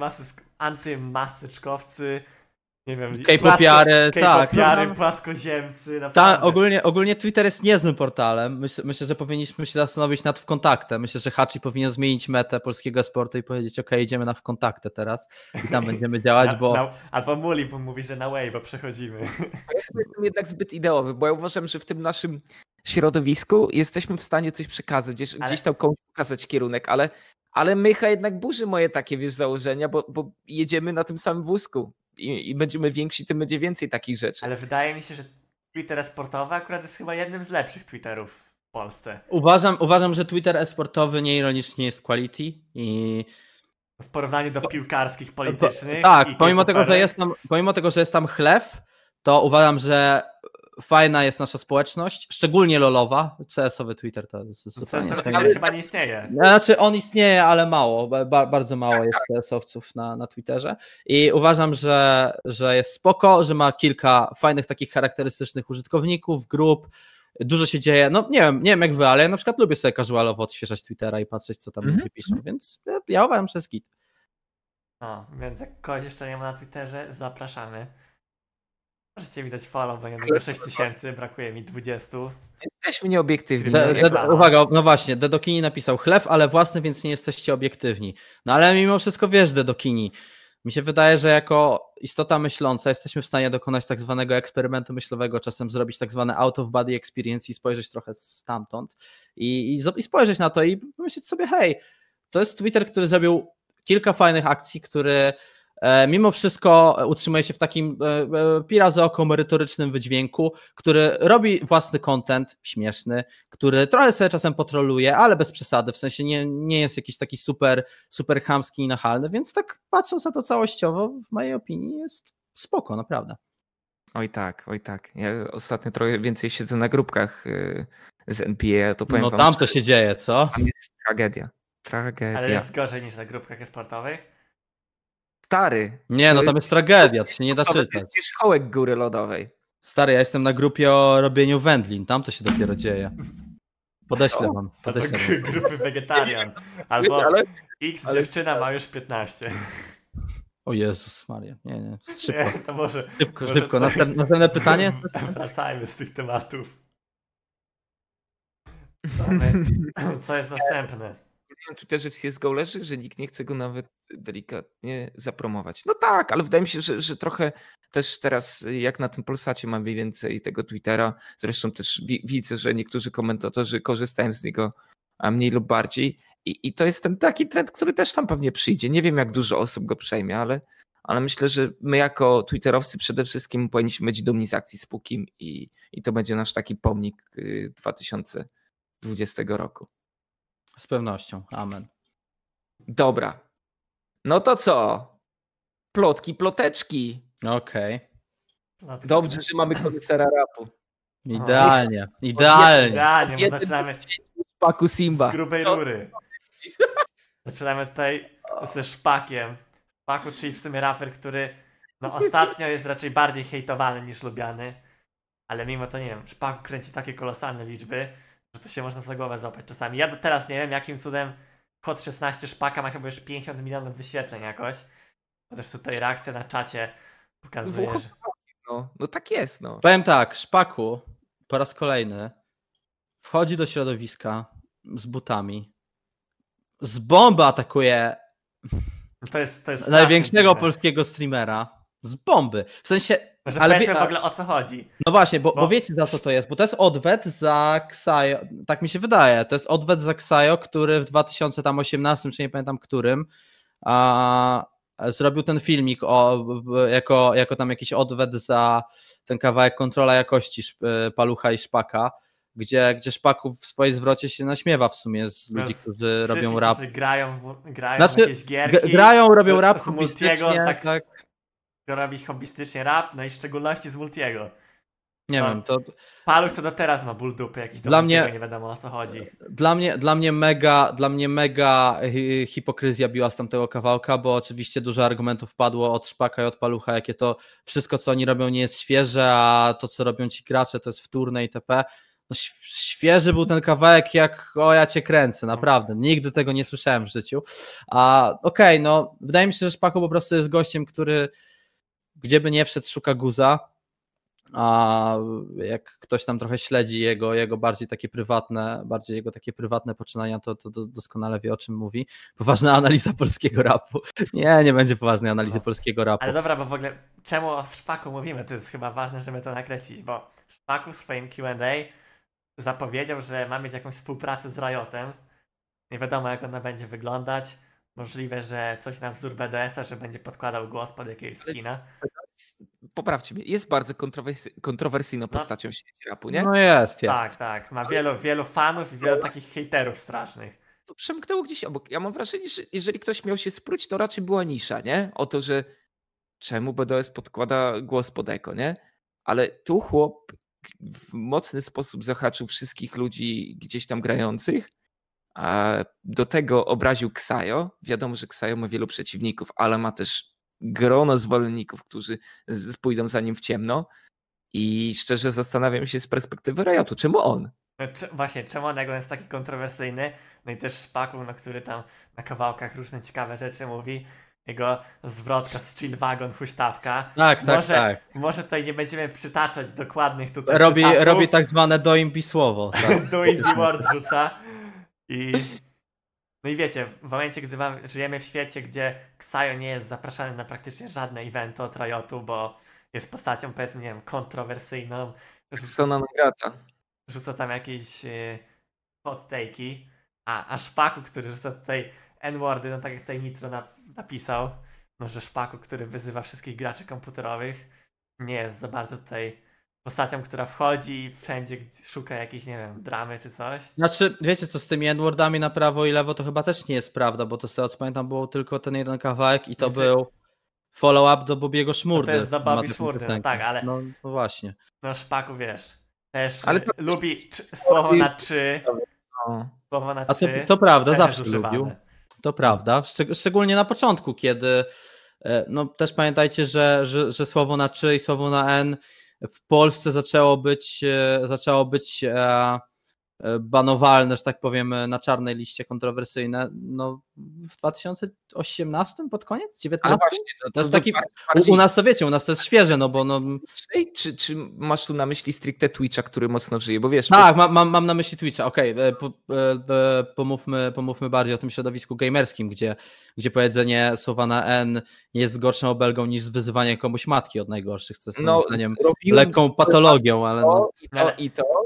antymasyczkowcy, nie wiem, K-popiary, tak. K-popiary, No, płaskoziemcy, naprawdę. ogólnie Twitter jest niezłym portalem. Myślę, że powinniśmy się zastanowić nad Wkontaktę. Myślę, że Hachi powinien zmienić metę polskiego sportu i powiedzieć, ok, idziemy na Wkontaktę teraz i tam będziemy działać, bo... Albo Mulipum mówi, że na Wave'a przechodzimy. Ja chyba jestem jednak zbyt ideowy, bo ja uważam, że w tym naszym środowisku jesteśmy w stanie coś przekazać, gdzieś tam komuś pokazać kierunek, ale Mycha jednak burzy moje takie, wiesz, założenia, bo jedziemy na tym samym wózku i będziemy więksi, tym będzie więcej takich rzeczy. Ale wydaje mi się, że Twitter esportowy akurat jest chyba jednym z lepszych Twitterów w Polsce. Uważam, że Twitter esportowy nieironicznie jest quality i... W porównaniu do piłkarskich, politycznych. Tak, i pomimo tego, K-poperek. że jest tam chlew, to uważam, że fajna jest nasza społeczność, szczególnie lolowa. CS-owy Twitter to jest zupełnie... CS chyba nie istnieje. Znaczy on istnieje, ale mało, bardzo mało jest CS-owców na Twitterze i uważam, że jest spoko, że ma kilka fajnych takich charakterystycznych użytkowników, grup, dużo się dzieje, no nie wiem jak wy, ale ja na przykład lubię sobie casualowo odświeżać Twittera i patrzeć, co tam ludzie piszą, więc ja uważam, że jest git. No, więc jak kogoś jeszcze nie ma na Twitterze, zapraszamy. Możecie mi dać follow, bo niedługo 6000, brakuje mi 20. Jesteśmy nieobiektywni. Uwaga, no właśnie, Dedokini napisał chleb, ale własny, więc nie jesteście obiektywni. No ale mimo wszystko wiesz, Dedokini, mi się wydaje, że jako istota myśląca jesteśmy w stanie dokonać tak zwanego eksperymentu myślowego, czasem zrobić tak zwane out of body experience i spojrzeć trochę stamtąd i spojrzeć na to i pomyśleć sobie, hej, to jest Twitter, który zrobił kilka fajnych akcji, który mimo wszystko utrzymuje się w takim pira za oko merytorycznym wydźwięku, który robi własny content śmieszny, który trochę sobie czasem potroluje, ale bez przesady, w sensie nie jest jakiś taki super chamski i nachalny, więc tak patrząc na to całościowo, w mojej opinii jest spoko, naprawdę. Oj tak. Ja ostatnio trochę więcej siedzę na grupkach z NBA, to powiem No wam, tam to się dzieje, co? tam jest tragedia. Ale jest gorzej niż na grupkach sportowych. Stary. Nie, no tam jest tragedia, to się nie da To czytać. jest wierzchołek góry lodowej. Stary, ja jestem na grupie o robieniu wędlin, tam to się dopiero dzieje. Podeślę wam. Albo grupy wegetarian. Albo X dziewczyna ma już 15. O Jezus Maria, nie, szybko. Nie, to może Szybko. Następne pytanie? Wracajmy z tych tematów. Co jest następne? Na Twitterze w CSGO leży, że nikt nie chce go nawet delikatnie zapromować. No tak, ale wydaje mi się, że trochę też teraz, jak na tym Polsacie mamy więcej tego Twittera, zresztą też widzę, że niektórzy komentatorzy korzystają z niego a mniej lub bardziej. I to jest ten taki trend, który też tam pewnie przyjdzie. Nie wiem, jak dużo osób go przejmie, ale myślę, że my jako twitterowcy przede wszystkim powinniśmy być dumni z akcji z Pukim i to będzie nasz taki pomnik 2020 roku. Z pewnością, amen. Dobra. No to co? Plotki, ploteczki. Okej. Dobrze, że mamy konesera rapu. Idealnie. Idealnie, bo Jeden zaczynamy Paku Simba. z grubej Co? rury. Zaczynamy tutaj ze Szpakiem. Szpaku, czyli w sumie raper, który no ostatnio jest raczej bardziej hejtowany niż lubiany, ale mimo to nie wiem, Szpaku kręci takie kolosalne liczby, że to się można za głowę złapać czasami. Ja do teraz nie wiem, jakim cudem kod 16 Szpaka ma chyba już 50 milionów wyświetleń jakoś. Chociaż tutaj reakcja na czacie pokazuje, że... No tak jest, no. Powiem tak, Szpaku po raz kolejny wchodzi do środowiska z butami. Z bomby atakuje To jest największego strasznie polskiego streamera. Z bomby. W sensie... dziwne. Że ale powiedzmy w ogóle o co chodzi. No właśnie, bo wiecie za co to jest, bo to jest odwet za Xayo, tak mi się wydaje, to jest odwet za Xayo, który w 2018, czy nie pamiętam którym, zrobił ten filmik jako tam jakiś odwet za ten kawałek Kontrola jakości Palucha i Szpaka, gdzie Szpaku w swojej zwrocie się naśmiewa w sumie z ludzi, którzy robią rap. Którzy grają Znaczy, w jakieś gierki. robią rap z Multiego, hobbystycznie, tak. robi hobbystycznie rap, no i w szczególności z Multiego. Nie wiem, to... Paluch to do teraz ma ból dupy, jakiś Dla do mnie- nie wiadomo o co chodzi. Dla mnie mega hipokryzja biła z tamtego kawałka, bo oczywiście dużo argumentów padło od Szpaka i od Palucha, jakie to wszystko, co oni robią, nie jest świeże, a to, co robią ci gracze, to jest wtórne itp. No, świeży był ten kawałek jak ja cię kręcę, naprawdę. Nigdy tego nie słyszałem w życiu. Okej, no wydaje mi się, że Szpaku po prostu jest gościem, który gdzie by nie wszedł, szuka guza. A jak ktoś tam trochę śledzi jego bardziej jego takie prywatne poczynania, to doskonale wie, o czym mówi. Poważna analiza polskiego rapu. Nie będzie poważnej analizy polskiego rapu. Ale dobra, bo w ogóle czemu o Szpaku mówimy? To jest chyba ważne, żeby to nakreślić, bo Szpaku w swoim Q&A zapowiedział, że ma mieć jakąś współpracę z Riotem. Nie wiadomo, jak ona będzie wyglądać. Możliwe, że coś na wzór BDS-a, że będzie podkładał głos pod jakiegoś skina. Poprawcie mnie, jest bardzo kontrowersyjną postacią w świecie rapu, nie? No jest. Tak. Ma wielu fanów i wielu takich hejterów strasznych. To przemknęło gdzieś obok. Ja mam wrażenie, że jeżeli ktoś miał się spróć, to raczej była nisza, nie? O to, że czemu BDS podkłada głos pod eko, nie? Ale tu chłop w mocny sposób zahaczył wszystkich ludzi gdzieś tam grających, a do tego obraził Xayo. Wiadomo, że Xayo ma wielu przeciwników, ale ma też grono zwolenników, którzy pójdą za nim w ciemno i szczerze zastanawiam się z perspektywy Riotu, czemu on? Właśnie, czemu on jest taki kontrowersyjny? No i też Szpaku, który tam na kawałkach różne ciekawe rzeczy mówi. Jego zwrotka z Chill Wagon, huśtawka. Tak. Może tutaj nie będziemy przytaczać dokładnych tutaj Robi tak zwane doimbi słowo. Tak. Doimbi word rzuca. No i wiecie, w momencie, gdy żyjemy w świecie, gdzie Xayo nie jest zapraszany na praktycznie żadne eventy od Riotu, bo jest postacią, powiedzmy, nie wiem, kontrowersyjną. Persona non grata. Rzuca tam jakieś hot take'i, a Szpaku, który rzuca tutaj N-wordy, no tak jak tutaj Nitro napisał, no że Szpaku, który wyzywa wszystkich graczy komputerowych, nie jest za bardzo tutaj postacią, która wchodzi i wszędzie szuka jakiejś, nie wiem, dramy czy coś. Znaczy, wiecie co, z tymi N-wordami na prawo i lewo to chyba też nie jest prawda, bo to z tego co pamiętam było tylko ten jeden kawałek i to był follow-up do Bobiego Szmurdy. No to jest do Bobby Szmurdy, no tak, ale... No właśnie. No Szpaku, wiesz, też ale to... lubi słowo na 3. Słowo na 3. A to prawda, zawsze lubił. To prawda, szczególnie na początku, kiedy no też pamiętajcie, że słowo na 3 i słowo na N w Polsce zaczęło być banowalne, że tak powiem, na czarnej liście kontrowersyjne, no w 2018 pod koniec? 19? Właśnie, to jest taki, u nas to wiecie, u nas to jest świeże, no bo no... Czy masz tu na myśli stricte Twitcha, który mocno żyje, bo wiesz... Tak, mam na myśli Twitcha, okej, pomówmy bardziej o tym środowisku gamerskim, gdzie powiedzenie słowa na N jest gorszą obelgą niż wyzywanie komuś matki od najgorszych, co jest moim zdaniem lekką patologią, ale no...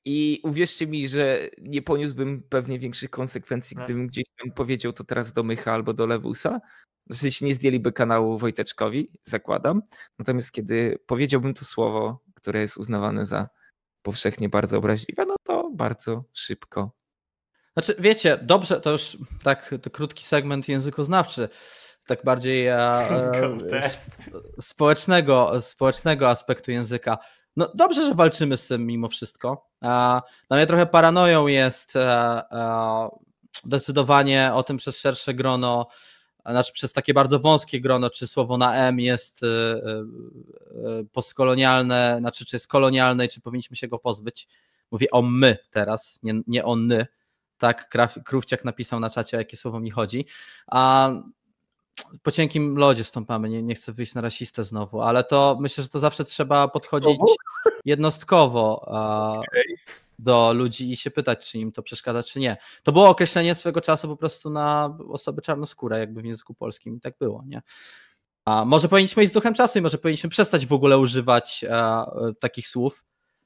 I uwierzcie mi, że nie poniósłbym pewnie większych konsekwencji, No. gdybym gdzieś tam powiedział to teraz do Mycha albo do Lewusa. W sensie nie zdjęliby kanału Wojteczkowi, zakładam. Natomiast kiedy powiedziałbym to słowo, które jest uznawane za powszechnie bardzo obraźliwe, no to bardzo szybko. Znaczy, wiecie, dobrze, to już tak, to krótki segment językoznawczy, tak bardziej Contest. społecznego aspektu języka. No dobrze, że walczymy z tym mimo wszystko. Dla mnie trochę paranoją jest decydowanie o tym przez szersze grono, znaczy przez takie bardzo wąskie grono, czy słowo na M jest postkolonialne, znaczy czy jest kolonialne i czy powinniśmy się go pozbyć. Mówię o my teraz, nie o ny. Tak, Krówciak napisał na czacie, o jakie słowo mi chodzi. A po cienkim lodzie stąpamy, nie chcę wyjść na rasistę znowu, ale to myślę, że to zawsze trzeba podchodzić jednostkowo do ludzi i się pytać, czy im to przeszkadza, czy nie. To było określenie swego czasu po prostu na osoby czarnoskóre, jakby w języku polskim i tak było, nie? A może powinniśmy iść z duchem czasu i może powinniśmy przestać w ogóle używać takich słów.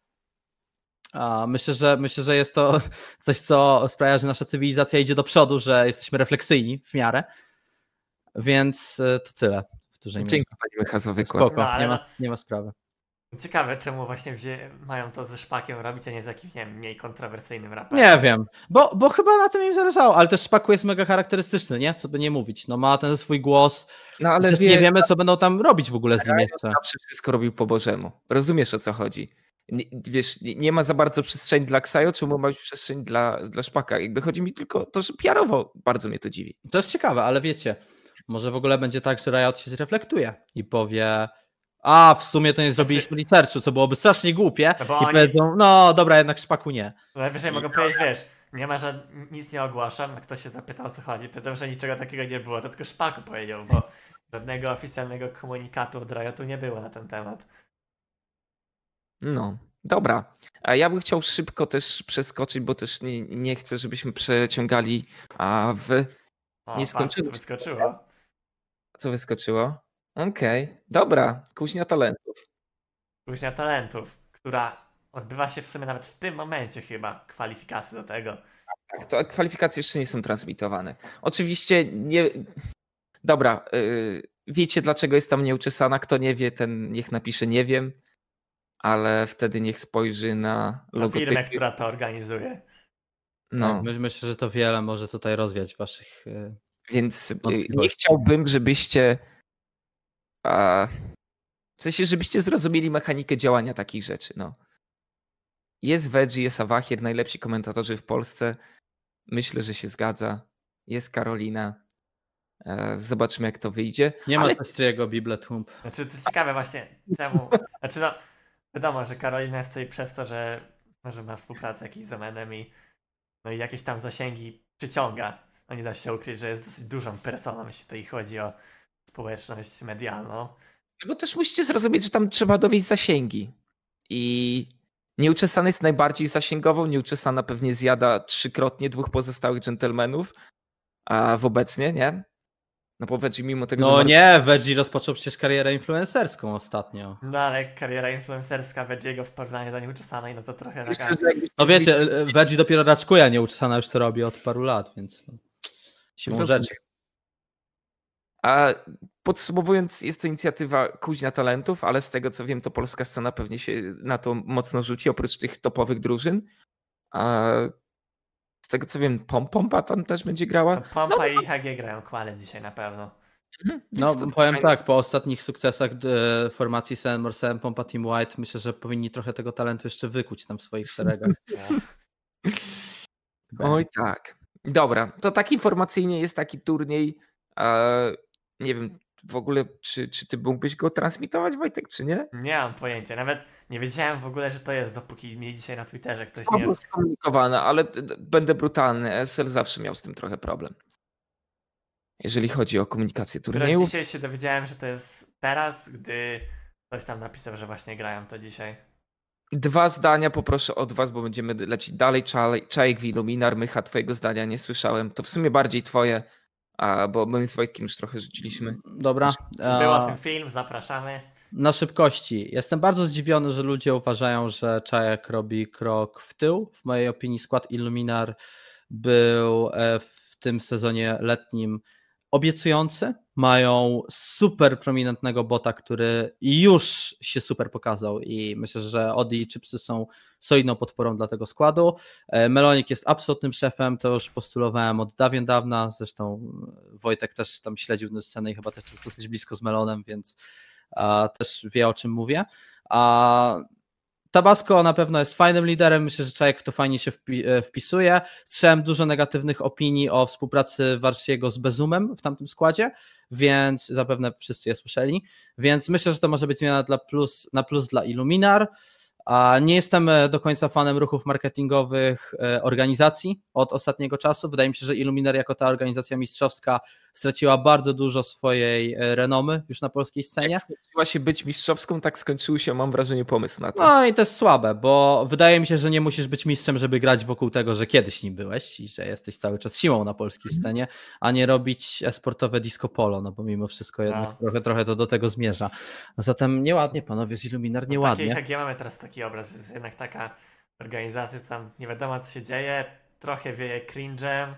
Myślę, że jest to coś, co sprawia, że nasza cywilizacja idzie do przodu, że jesteśmy refleksyjni w miarę. Więc to tyle w dużej mierze. Dzięki Panie Mycha za wykład. Spoko, No, ale nie ma sprawy. Ciekawe, czemu właśnie mają to ze Szpakiem robić, a nie z jakimś, nie wiem, mniej kontrowersyjnym raperem. Nie wiem, bo chyba na tym im zależało, ale też Szpaku jest mega charakterystyczny, nie? Co by nie mówić. No ma ten swój głos, No ale też nie wiemy, co będą tam robić w ogóle z nim jeszcze. zawsze wszystko robił po Bożemu. Rozumiesz, o co chodzi? Wiesz, nie ma za bardzo przestrzeni dla Ksajo, czemu ma być przestrzeń dla Szpaka? Jakby chodzi mi tylko o to, że PR-owo bardzo mnie to dziwi. To jest ciekawe, ale wiecie, może w ogóle będzie tak, że Riot się zreflektuje i powie, w sumie to nie zrobiliśmy researchu, co byłoby strasznie głupie, No bo i oni- powiedzą, no dobra, jednak Szpaku nie. Najwyżej mogą powiedzieć, wiesz, nie ma nic nie ogłaszam, a ktoś się zapytał, o co chodzi. Powiedział, że niczego takiego nie było, to tylko Szpaku powiedział, bo żadnego oficjalnego komunikatu od Riotu nie było na ten temat. No, dobra. A ja bym chciał szybko też przeskoczyć, bo też nie chcę, żebyśmy przeciągali, O, Nie skończyło patrz, się. co wyskoczyło. co wyskoczyło. Okej, dobra. Kuźnia talentów. Kuźnia talentów, która odbywa się w sumie nawet w tym momencie chyba, kwalifikacje do tego. Tak, to kwalifikacje jeszcze nie są transmitowane. Oczywiście nie... Dobra, wiecie dlaczego jest tam nieuczesana? Kto nie wie, ten niech napisze nie wiem, ale wtedy niech spojrzy na Na logotypy. firmę, która to organizuje. No, Tak, myślę, że to wiele może tutaj rozwiać waszych... więc nie wątpliwości. chciałbym, żebyście w sensie, żebyście zrozumieli mechanikę działania takich rzeczy. No. Jest Veggie, jest Awahir, najlepsi komentatorzy w Polsce. Myślę, że się zgadza. Jest Karolina. Zobaczymy, jak to wyjdzie. Nie Ale ma Testriego, Bibletump. Znaczy, to jest ciekawe właśnie, czemu... Znaczy no, wiadomo, że Karolina jest tutaj przez to, że może ma współpracę jakiś z Omenem i no i jakieś tam zasięgi przyciąga. No nie da się ukryć, że jest dosyć dużą personą, jeśli tutaj chodzi o społeczność medialną. bo też musicie zrozumieć, że tam trzeba dowieść zasięgi. I Nieuczesana jest najbardziej zasięgową. Nieuczesana pewnie zjada 3-krotnie 2 pozostałych dżentelmenów. A w obecnie, nie? No bo Veggie mimo tego, No że... nie, Veggie rozpoczął przecież karierę influencerską ostatnio. No ale kariera influencerska Veggiego w porównaniu do Nieuczesanej, no to trochę taka... Myślę, że jakbyś- No wiecie, Veggie dopiero raczkuje, nieuczesana już to robi od paru lat, więc no, siłą Rozumiem. rzeczy. A podsumowując, jest to inicjatywa Kuźnia Talentów, ale z tego co wiem, to polska scena pewnie się na to mocno rzuci, oprócz tych topowych drużyn. A z tego co wiem, Pompa tam też będzie grała. No, Pompa i HG grają kwale dzisiaj na pewno. No Więc to powiem fajne. tak, po ostatnich sukcesach formacji Seven More Seven, Pompa Team White, myślę, że powinni trochę tego talentu jeszcze wykuć tam w swoich szeregach. Oj tak. Dobra, to tak informacyjnie jest taki turniej. Nie wiem w ogóle, czy ty mógłbyś go transmitować, Wojtek, czy nie? Nie mam pojęcia, nawet nie wiedziałem w ogóle, że to jest, dopóki mnie dzisiaj na Twitterze ktoś nie... Słabo skomunikowane, ale będę brutalny. SL zawsze miał z tym trochę problem. Jeżeli chodzi o komunikację Dopiero turniejów. dzisiaj się dowiedziałem, że to jest teraz, gdy ktoś tam napisał, że właśnie grają to dzisiaj. 2 zdania poproszę od was, bo będziemy lecieć dalej. Czajek Wiluminar, Mycha, twojego zdania nie słyszałem. To w sumie bardziej twoje, bo my z Wojtkiem już trochę rzuciliśmy. Dobra. Był o tym film, zapraszamy. na szybkości. Jestem bardzo zdziwiony, że ludzie uważają, że Czajek robi krok w tył. W mojej opinii skład Illuminar był w tym sezonie letnim obiecujący. Mają super prominentnego bota, który już się super pokazał i myślę, że Odi i Chipsy są solidną podporą dla tego składu. Melonik jest absolutnym szefem, to już postulowałem od dawna, zresztą Wojtek też tam śledził tę scenę i chyba też jest dosyć blisko z Melonem, więc też wie, o czym mówię. Tabasco na pewno jest fajnym liderem, myślę, że Czajek w to fajnie się wpisuje. Słyszałem dużo negatywnych opinii o współpracy Warshiego z Bezumem w tamtym składzie, więc zapewne wszyscy je słyszeli, więc myślę, że to może być zmiana na plus dla Illuminar. Nie jestem do końca fanem ruchów marketingowych organizacji od ostatniego czasu. Wydaje mi się, że Illuminar jako ta organizacja mistrzowska straciła bardzo dużo swojej renomy już na polskiej scenie. Jak skończyła się być mistrzowską, tak skończył się, mam wrażenie, pomysł na to. No i to jest słabe, bo wydaje mi się, że nie musisz być mistrzem, żeby grać wokół tego, że kiedyś nim byłeś i że jesteś cały czas siłą na polskiej scenie, a nie robić sportowe disco polo, no bo mimo wszystko jednak trochę to do tego zmierza. Zatem nieładnie, panowie z Illuminar, nieładnie. Jak ja mamy teraz taki obraz, że jest jednak taka organizacja, tam nie wiadomo co się dzieje, trochę wieje cringe'em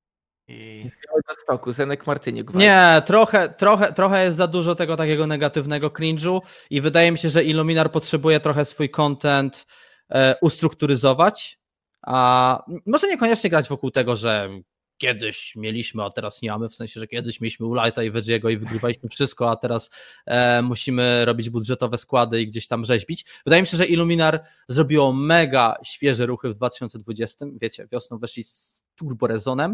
i... Do stoku, Zenek Martyniuk. Nie, trochę jest za dużo tego takiego negatywnego cringe'u i wydaje mi się, że Illuminar potrzebuje trochę swój content ustrukturyzować, a może niekoniecznie grać wokół tego, że kiedyś mieliśmy, a teraz nie mamy, w sensie, że kiedyś mieliśmy Ulajta i Veggie'ego i wygrywaliśmy wszystko, a teraz musimy robić budżetowe składy i gdzieś tam rzeźbić. Wydaje mi się, że Illuminar zrobiło mega świeże ruchy w 2020, wiecie, wiosną weszli z Turbo Rezonem,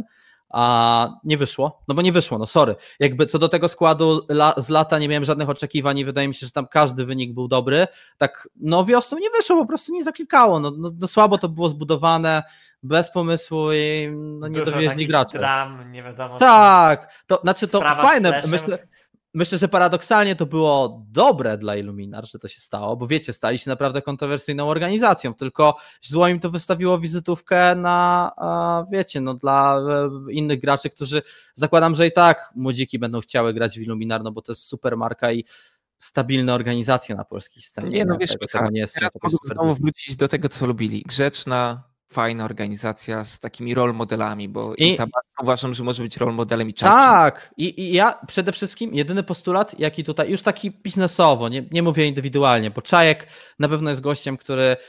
a nie wyszło, sorry. Jakby co do tego składu z lata nie miałem żadnych oczekiwań i wydaje mi się, że tam każdy wynik był dobry. Tak, wiosną nie wyszło, po prostu nie zaklikało. No słabo to było zbudowane, bez pomysłu i nie dowieźli graczy. Dram, nie wiadomo. Tak, to znaczy to fajne. Myślę, Myślę, że paradoksalnie to było dobre dla Illuminar, że to się stało, bo wiecie, stali się naprawdę kontrowersyjną organizacją, tylko zło im to wystawiło wizytówkę na, wiecie, dla innych graczy, którzy zakładam, że i tak młodziki będą chciały grać w Illuminar, bo to jest super marka i stabilna organizacja na polskiej scenie. Nie, wiesz, teraz mogą znowu wrócić do tego, co lubili. Grzeczna, fajna organizacja z takimi role modelami, bo i Tabasco uważam, że może być role modelem i Czajkiem. Tak, i ja przede wszystkim jedyny postulat, jaki tutaj, już taki biznesowo, nie mówię indywidualnie, bo Czajek na pewno jest gościem,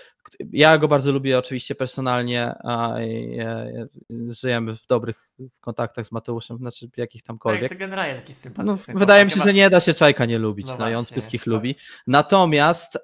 ja go bardzo lubię oczywiście personalnie, żyjemy w dobrych kontaktach z Mateuszem, znaczy jakich tamkolwiek. Tak, to generalnie taki sympatyczny. Wydaje mi się, że nie da się Czajka nie lubić, i on wszystkich lubi. Natomiast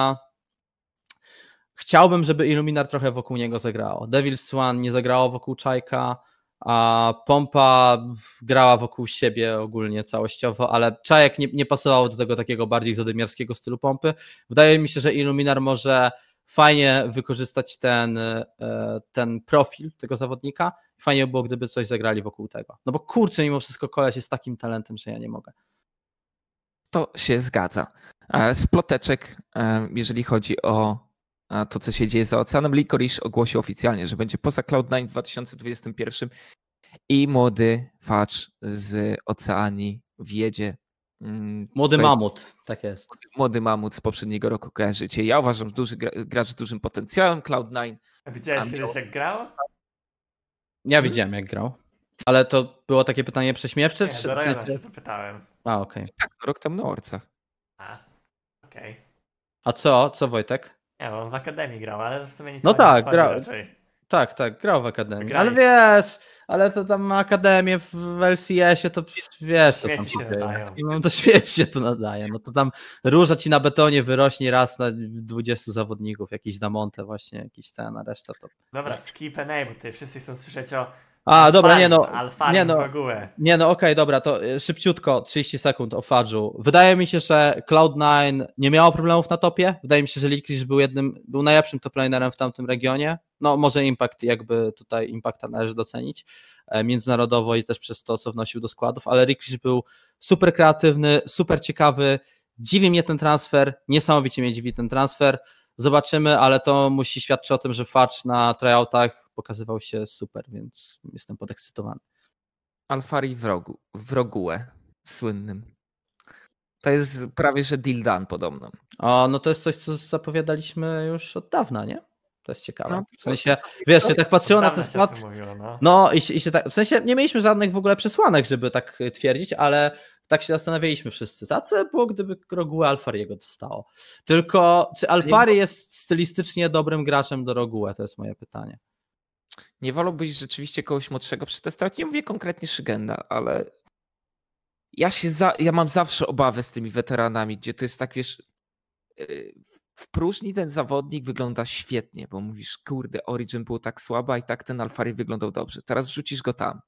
chciałbym, żeby Illuminar trochę wokół niego zagrało. Devil's Swan nie zagrało wokół Czajka, a Pompa grała wokół siebie ogólnie całościowo, ale Czajek nie pasował do tego takiego bardziej zadymiarskiego stylu Pompy. Wydaje mi się, że Illuminar może fajnie wykorzystać ten profil tego zawodnika. Fajnie by było, gdyby coś zagrali wokół tego. No bo kurczę, mimo wszystko koleś jest takim talentem, że ja nie mogę. To się zgadza. Z ploteczek, jeżeli chodzi o to, co się dzieje za oceanem, Licorice ogłosił oficjalnie, że będzie poza Cloud9 w 2021 i młody Fudge z Oceanii wjedzie. Młody mamut, tak jest. Młody mamut z poprzedniego roku kojarzycie. Ja uważam, że duży gracz z dużym potencjałem, Cloud9. A widziałeś kiedyś jak grał? Ja widziałem jak grał. Ale to było takie pytanie prześmiewcze? Nie, do Rajona się zapytałem. Okej. Tak, rok temu na Orcach. Okej. A co Wojtek? Nie, bo on w Akademii grał, ale w sumie nie tak, grał. Raczej. Tak, grał w Akademii. Ale wiesz, ale to tam Akademię w LCS-ie to wiesz, co tam się dzieje. To świeci się tu nadaje. No to tam róża ci na betonie wyrośnie raz na 20 zawodników, jakiś Damonte właśnie, jakiś ten, a reszta to... Dobra, skip and bo tutaj wszyscy chcą słyszeć o dobra, okej, dobra, to szybciutko, 30 sekund o Fudge'u. Wydaje mi się, że Cloud9 nie miało problemów na topie. Wydaje mi się, że Licorice był najlepszym toplanerem w tamtym regionie. No może Impacta należy docenić międzynarodowo i też przez to, co wnosił do składów, ale Licorice był super kreatywny, super ciekawy. Dziwi mnie ten transfer, niesamowicie mnie dziwi ten transfer. Zobaczymy, ale to musi świadczyć o tym, że Fudge na tryoutach pokazywał się super, więc jestem podekscytowany. Alfari w Rogue słynnym. To jest prawie, że deal done podobno. O, no to jest coś, co zapowiadaliśmy już od dawna, nie? To jest ciekawe. No, W sensie, wiesz, się tak patrzyło na Dawno ten się o skład. tym mówiło, no. No i się tak, w sensie nie mieliśmy żadnych w ogóle przesłanek, żeby tak twierdzić, ale tak się zastanawialiśmy wszyscy. A co by było, gdyby Rogue Alfariego dostało? Tylko, czy Alfari jest stylistycznie dobrym graczem do Rogue? To jest moje pytanie. Nie wolałbyś rzeczywiście kogoś młodszego przetestować? Nie mówię konkretnie Szygenda, ale ja mam zawsze obawę z tymi weteranami, gdzie to jest tak, wiesz, w próżni ten zawodnik wygląda świetnie, bo mówisz, kurde, Origin było tak słaba i tak ten Alfari wyglądał dobrze. Teraz wrzucisz go tam.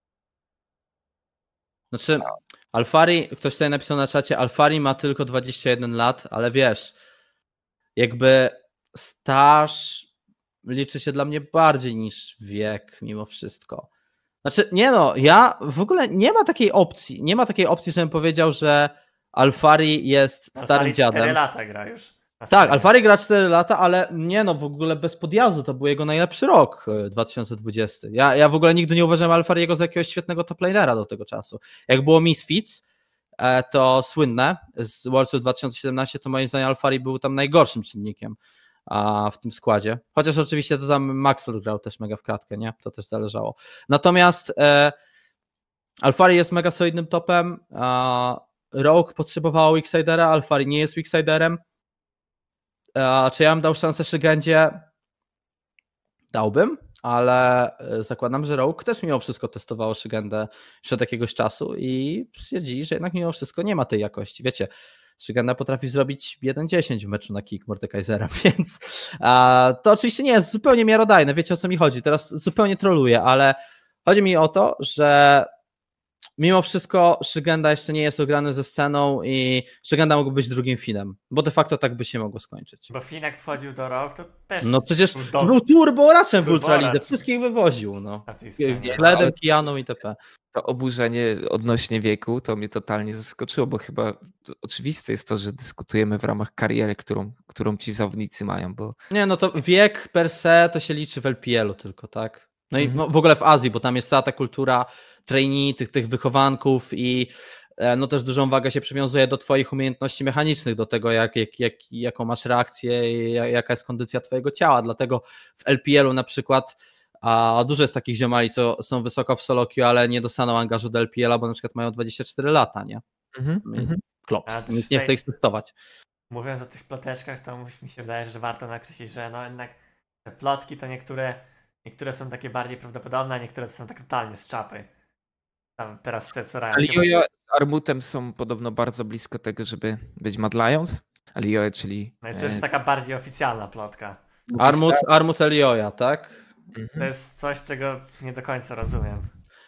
Znaczy, Alfari, ktoś tutaj napisał na czacie, Alfari ma tylko 21 lat, ale wiesz, jakby staż liczy się dla mnie bardziej niż wiek mimo wszystko. Znaczy, nie no, ja w ogóle nie ma takiej opcji, żebym powiedział, że Alfari jest starym Alfari dziadem. 4 lata gra już. Tak, Alfari gra 4 lata, ale nie no, w ogóle bez podjazdu, to był jego najlepszy rok 2020. Ja w ogóle nigdy nie uważałem Alfariego za jakiegoś świetnego toplanera do tego czasu. Jak było Misfits, to słynne z Worldsów 2017, to moim zdaniem Alfari był tam najgorszym czynnikiem w tym składzie. Chociaż oczywiście to tam Maxwell grał też mega w kratkę, nie? To też zależało. Natomiast Alfari jest mega solidnym topem. Rogue potrzebowało Weaksidera, Alfari nie jest Weaksiderem. Czy ja bym dał szansę Szygendzie? Dałbym, ale zakładam, że Rogue też mimo wszystko testowało Szygendę już od jakiegoś czasu i stwierdzili, że jednak mimo wszystko nie ma tej jakości. Wiecie, Szygenda potrafi zrobić 1-10 w meczu na kick Mordekaiserem, więc to oczywiście nie jest zupełnie miarodajne, wiecie o co mi chodzi, teraz zupełnie troluję, ale chodzi mi o to, że mimo wszystko Szygenda jeszcze nie jest ograny ze sceną i Szygenda mógł być drugim Finem, bo de facto tak by się mogło skończyć. Bo Finn jak wchodził do Rogue, to też No przecież był to był turbo-raczem w Turbo-racz. Ultralidze, wszystkich wywoził, no. na tej scenie. Ledem, Kijaną itp. To oburzenie odnośnie wieku to mnie totalnie zaskoczyło, bo chyba oczywiste jest to, że dyskutujemy w ramach kariery, którą ci zawodnicy mają, bo Nie, no to wiek per se to się liczy w LPL-u tylko, tak? No i no, w ogóle w Azji, bo tam jest cała ta kultura trainee, tych wychowanków i no też dużą wagę się przywiązuje do twoich umiejętności mechanicznych, do tego jaką masz reakcję i jaka jest kondycja twojego ciała, dlatego w LPL-u na przykład dużo jest takich ziomali, co są wysoko w solo queue, ale nie dostaną angażu do LPL-a, bo na przykład mają 24 lata, nie? Klops, Ale też nikt nie chce tutaj- ich testować. Mówiąc o tych ploteczkach, to mi się wydaje, że warto nakreślić, że no jednak te plotki to niektóre są takie bardziej prawdopodobne, a niektóre są tak totalnie z czapy. Tam teraz te co Ryan chyba- Alioja z Armutem są podobno bardzo blisko tego, żeby być Mad Lions. Alioja, czyli... No i to jest taka bardziej oficjalna plotka. Armut Elioja, tak? To jest coś, czego nie do końca rozumiem.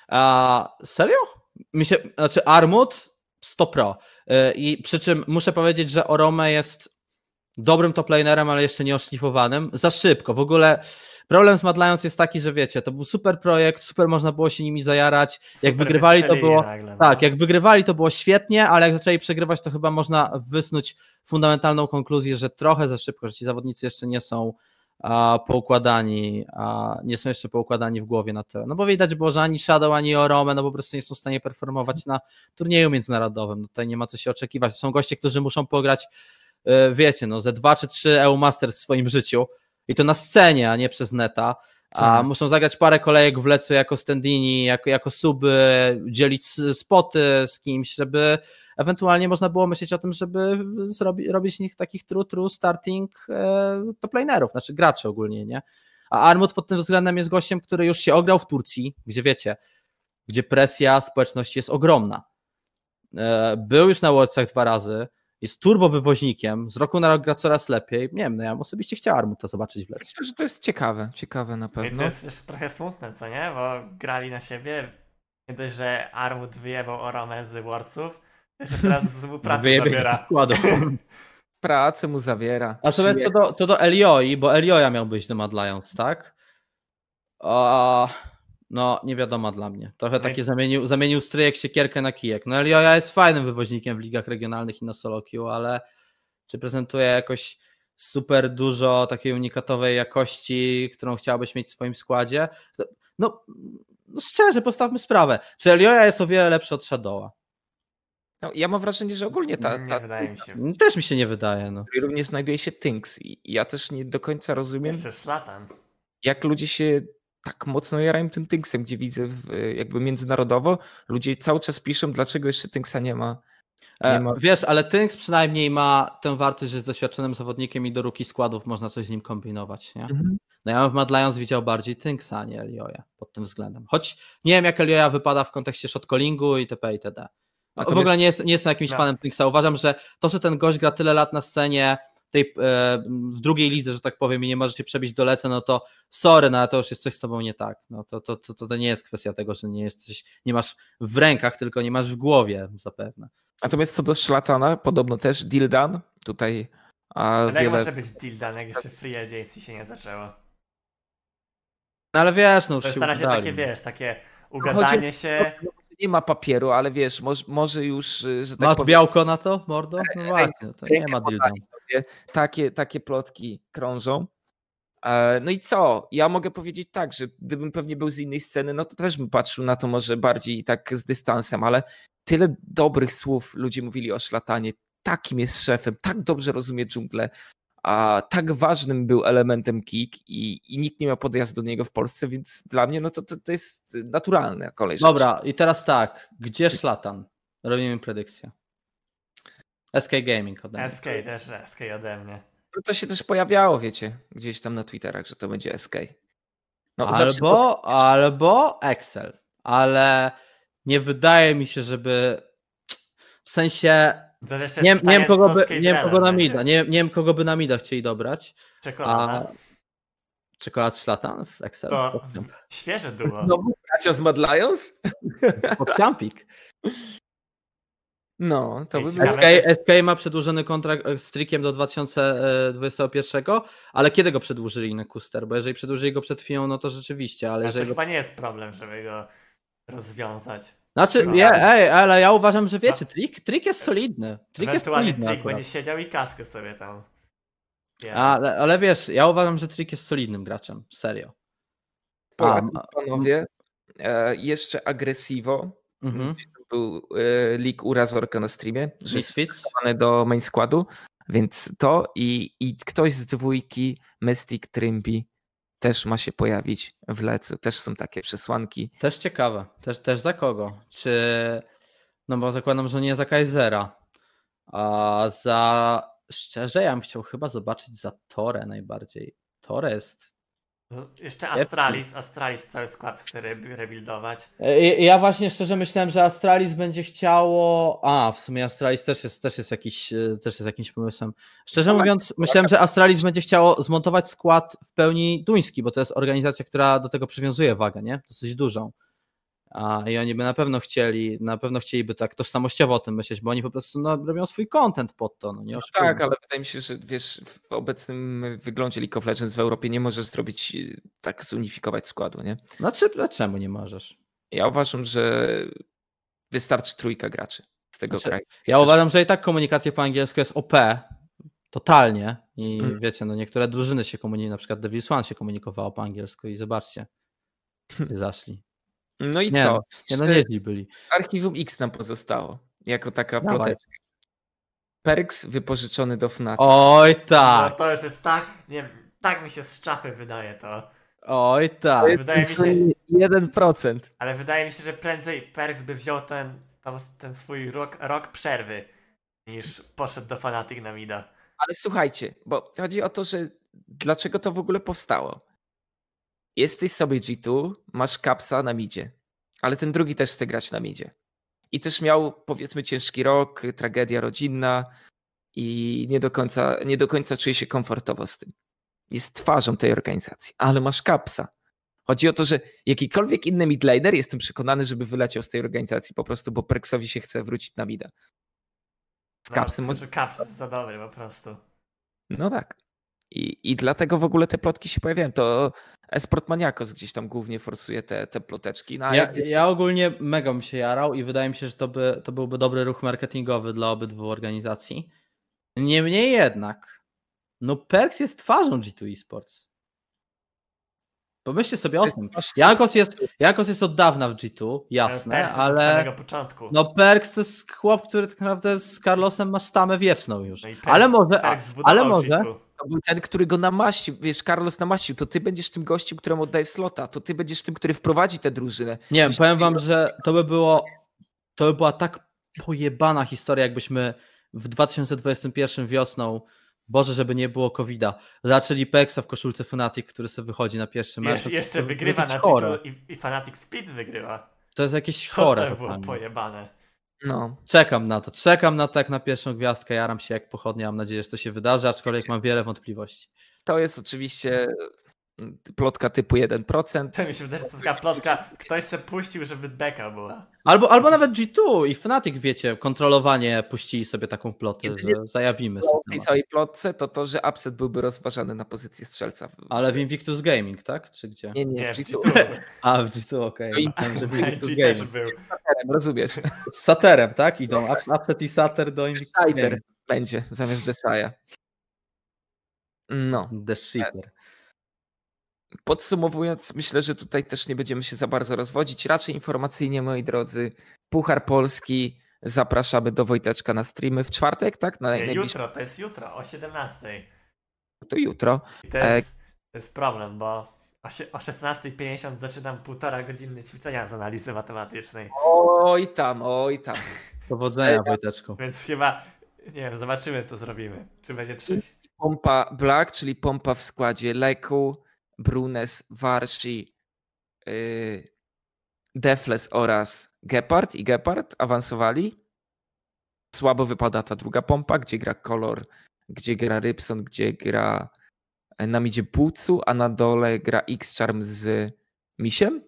Serio? Znaczy Armut 100%. I przy czym muszę powiedzieć, że Orome jest dobrym toplanerem, ale jeszcze nie oszlifowanym. Za szybko. W ogóle problem z Mad Lions jest taki, że wiecie, to był super projekt, super można było się nimi zajarać. Jak Super wygrywali, to wystrzelili było. nagle, no. Tak, jak wygrywali, to było świetnie, ale jak zaczęli przegrywać, to chyba można wysnuć fundamentalną konkluzję, że trochę za szybko, że ci zawodnicy jeszcze nie są poukładani, nie są jeszcze poukładani w głowie na to. No bo widać było, że ani Shadow, ani Orome no po prostu nie są w stanie performować na turnieju międzynarodowym. No tutaj nie ma co się oczekiwać. Są goście, którzy muszą pograć, wiecie, no ze 2 czy 3 EU Masters w swoim życiu i to na scenie, a nie przez neta. Muszą zagrać parę kolejek w lecu jako standini, jako suby, dzielić spoty z kimś, żeby ewentualnie można było myśleć o tym, żeby robić z nich takich true starting toplanerów, znaczy graczy ogólnie, nie? A Armut pod tym względem jest gościem, który już się ograł w Turcji, gdzie wiecie, gdzie presja społeczności jest ogromna. Był już na Worldsach 2 razy, jest turbowywoźnikiem, z roku na rok gra coraz lepiej. Nie wiem, no ja bym osobiście chciał Armuta zobaczyć w lecie. Myślę, że to jest ciekawe na I pewno. to jest jeszcze trochę smutne, co nie? Bo grali na siebie. Nie dość, że Armut wyjebał Orome z Worldsów, to jeszcze teraz mu pracę Wyjebie zabiera. ze składu. Pracę mu zawiera. A co do Elioi, bo Elioja miał być do Mad Lions, tak? No, nie wiadomo dla mnie. Trochę takie zamienił stryjek siekierkę na kijek. No Elioja jest fajnym wywoźnikiem w ligach regionalnych i na solo queue, ale czy prezentuje jakoś super dużo takiej unikatowej jakości, którą chciałbyś mieć w swoim składzie? No szczerze, postawmy sprawę. Czy Elioja jest o wiele lepszy od Shadowa? No, ja mam wrażenie, że ogólnie Nie wydaje mi się. Też mi się nie wydaje, no. również znajduje się Tynks i ja też nie do końca rozumiem, Jeszcze szlatan. jak ludzie się tak mocno jarają tym Tynksem, gdzie widzę jakby międzynarodowo ludzie cały czas piszą, dlaczego jeszcze Tynksa nie ma. Nie ma. Wiesz, ale Tynks przynajmniej ma tę wartość, że jest doświadczonym zawodnikiem i do rookie składów można coś z nim kombinować, nie? Mhm. No ja bym w Mad Lions widział bardziej Tynksa, a nie Elioya pod tym względem. Choć nie wiem, jak Elioya wypada w kontekście shotcallingu itp. itd. No, w ogóle nie jestem jakimś fanem Tynksa. Uważam, że to, że ten gość gra tyle lat na scenie tej, w drugiej lidze, że tak powiem, i nie możecie przebić do lece, no to sorry, no ale to już jest coś z tobą nie tak. No to nie jest kwestia tego, że nie masz w rękach, tylko nie masz w głowie zapewne. Natomiast co do Szlatana, podobno też deal done. Tutaj Ale jak może być deal done, jak jeszcze free agency się nie zaczęło? No ale wiesz, no już To jest się na razie ugadali. takie, wiesz, takie ugadanie się. Nie ma papieru, ale wiesz, może już, że tak Masz powiem, białko na to, mordo? No właśnie, to nie ma deal done. takie plotki krążą. No i co? Ja mogę powiedzieć tak, że gdybym pewnie był z innej sceny, no to też bym patrzył na to może bardziej tak z dystansem, ale tyle dobrych słów ludzie mówili o Szlatanie, takim jest szefem, tak dobrze rozumie dżunglę, a tak ważnym był elementem kick i nikt nie miał podjazdu do niego w Polsce, więc dla mnie no to jest naturalna kolej rzeczy. Dobra, i teraz tak, gdzie Szlatan? Robimy predykcję. SK Gaming ode mnie. SK ode mnie. No to się też pojawiało, wiecie, gdzieś tam na Twitterach, że to będzie SK. No, Albo Excel, ale nie wydaje mi się, żeby w sensie nie wiem kogo na mida, nie wiem kogo by na mida chcieli dobrać. Czekolada. Czekolad Szlatan w Excel. To świeże duo. No, bracia z Mad Lions? Pokciampik. No, to by Ciekawe. było. SK ma przedłużony kontrakt z Trickiem do 2021, ale kiedy go przedłużyli na Kuster? Bo jeżeli przedłużyli go przed chwilą, no to rzeczywiście, ale Ale jeżeli to chyba nie jest problem, żeby go rozwiązać. Znaczy, No. ale ja uważam, że wiecie, Trick jest solidny. Ewentualnie Trick będzie siedział i kaskę sobie tam. Ale wiesz, ja uważam, że Trick jest solidnym graczem, serio. Panowie, jeszcze Aggressivo. Mhm. Był leak u Razorka na streamie, że jest Misfits. skierowany do main składu, więc to i ktoś z dwójki Mystic Trimby też ma się pojawić w Lecu. Też są takie przesłanki. Też ciekawe. Też za kogo? Czy... No bo zakładam, że nie za Kaisera. A szczerze, ja bym chciał chyba zobaczyć za Torę najbardziej. Torę jest... No, jeszcze Astralis cały skład chce rebuildować. Ja właśnie szczerze myślałem, że Astralis będzie chciało... w sumie Astralis też jest jakimś pomysłem. Szczerze mówiąc, myślałem, że Astralis będzie chciało zmontować skład w pełni duński, bo to jest organizacja, która do tego przywiązuje wagę, nie? Dosyć dużą. I oni by na pewno chcieliby tak tożsamościowo o tym myśleć, bo oni po prostu robią swój content pod to. Nie tak, ale wydaje mi się, że wiesz, w obecnym wyglądzie League of Legends w Europie nie możesz zrobić, tak zunifikować składu, nie? Czemu nie możesz? Ja uważam, że wystarczy trójka graczy z tego kraju. Ja uważam, że i tak komunikacja po angielsku jest OP, totalnie. I wiecie, niektóre drużyny się komunikują, na przykład Devil's One się komunikowało po angielsku i zobaczcie, gdzie zaszli. No i co? Nieźli byli. Archiwum X nam pozostało, jako taka ploteczka. Perks wypożyczony do Fnatic. Oj tak. No to już jest tak, nie wiem, tak mi się z czapy wydaje to. Oj tak. Wydaje mi się, 1%. ale wydaje mi się, że prędzej Perks by wziął ten swój rok przerwy, niż poszedł do Fnatic na mida. Ale słuchajcie, bo chodzi o to, że dlaczego to w ogóle powstało? Jesteś sobie G2, masz Kapsa na midzie, ale ten drugi też chce grać na midzie. I też miał, powiedzmy, ciężki rok, tragedia rodzinna i nie do końca czuje się komfortowo z tym. Jest twarzą tej organizacji, ale masz Kapsa. Chodzi o to, że jakikolwiek inny midlaner, jestem przekonany, żeby wyleciał z tej organizacji po prostu, bo Perksowi się chce wrócić na mida. Z Kapsem... Tylko, że Caps jest za dobry po prostu. No tak. I dlatego w ogóle te plotki się pojawiają. To Esport Maniakos gdzieś tam głównie forsuje te ploteczki. No, ja ogólnie mega bym się jarał i wydaje mi się, że to byłby dobry ruch marketingowy dla obydwu organizacji. Niemniej jednak, Perks jest twarzą G2 Esports. Pomyślcie sobie o tym. Masz Jankos jest od dawna w G2, jasne, Perks od ale samego początku. no Perks to jest chłop, który tak naprawdę z Carlosem ma sztamę wieczną już. No i Perks- Ale może, Perks zbudował ale może, G2. To był ten, który go namaścił, wiesz, Carlos namaścił, to ty będziesz tym gościem, któremu oddaje slota, to ty będziesz tym, który wprowadzi tę drużynę. nie wiem, Byś powiem nie wam, że to by była tak pojebana historia, jakbyśmy w 2021 wiosną, Boże, żeby nie było COVID-a, zaczęli Perksa w koszulce Fnatic, który sobie wychodzi na pierwszy mecz. Jeszcze To wygrywa jakieś na chore. G2 i Fnatic Speed wygrywa. To jest jakieś To chore. to było totalnie. pojebane. No. Czekam na to jak na pierwszą gwiazdkę, jaram się jak pochodnia, mam nadzieję, że to się wydarzy, aczkolwiek mam wiele wątpliwości. To jest oczywiście plotka typu 1%. To mi się wydaje, że to taka plotka, ktoś se puścił, żeby beka była. Albo nawet G2 i Fnatic, wiecie, kontrolowanie puścili sobie taką plotę, że zajawimy W sobie tej temat. całej plotce to, że upset byłby rozważany na pozycję strzelca. Ale w Invictus Gaming, tak? Czy gdzie? Nie, Nie, w w G2. G2. A, w G2, okej. No i- Myślałem, że w Invictus G też Gaming. był. Rozumiesz? Z Saterem, tak? Idą Upset i Sater do Invictus Fighter Gaming. będzie zamiast Deshaja. No. The Shitter. Podsumowując, myślę, że tutaj też nie będziemy się za bardzo rozwodzić. Raczej informacyjnie, moi drodzy, Puchar Polski zapraszamy do Wojteczka na streamy w czwartek, tak? Na Nie, najbliższy jutro, to jest jutro, o 17. to jutro. I to jest problem, bo o 16:50 zaczynam 1,5-godzinne ćwiczenia z analizy matematycznej. Oj tam. Powodzenia, Wojteczku. Więc chyba, nie wiem, zobaczymy co zrobimy. Czy będzie 3. Pompa Black, czyli pompa w składzie Leku, Brunes, Warshi, Defles oraz Gepard i Gepard awansowali. Słabo wypada ta druga pompa, gdzie gra Kolor, gdzie gra Rybson, gdzie gra na midzie Bucu, a na dole gra X-Charm z Misiem.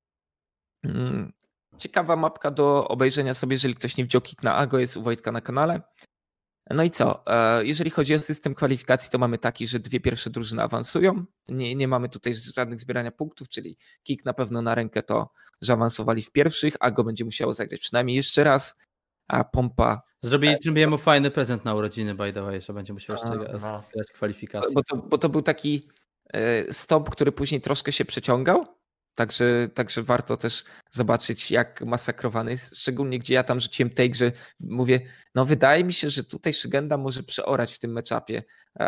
Ciekawa mapka do obejrzenia sobie, jeżeli ktoś nie widział Kick na Ago, jest u Wojtka na kanale. No i co? Jeżeli chodzi o system kwalifikacji, to mamy taki, że dwie pierwsze drużyny awansują. Nie mamy tutaj żadnych zbierania punktów, czyli Kick na pewno na rękę to, że awansowali w pierwszych, Ago będzie musiało zagrać przynajmniej jeszcze raz, a pompa... Zrobili Trymbiemu fajny prezent na urodziny, by the way, że będzie musiał jeszcze no. grać kwalifikacje. Bo to był taki stop, który później troszkę się przeciągał, także warto też zobaczyć, jak masakrowany jest, szczególnie gdzie ja tam rzuciłem take, że mówię, no wydaje mi się, że tutaj Szygenda może przeorać w tym meczapie.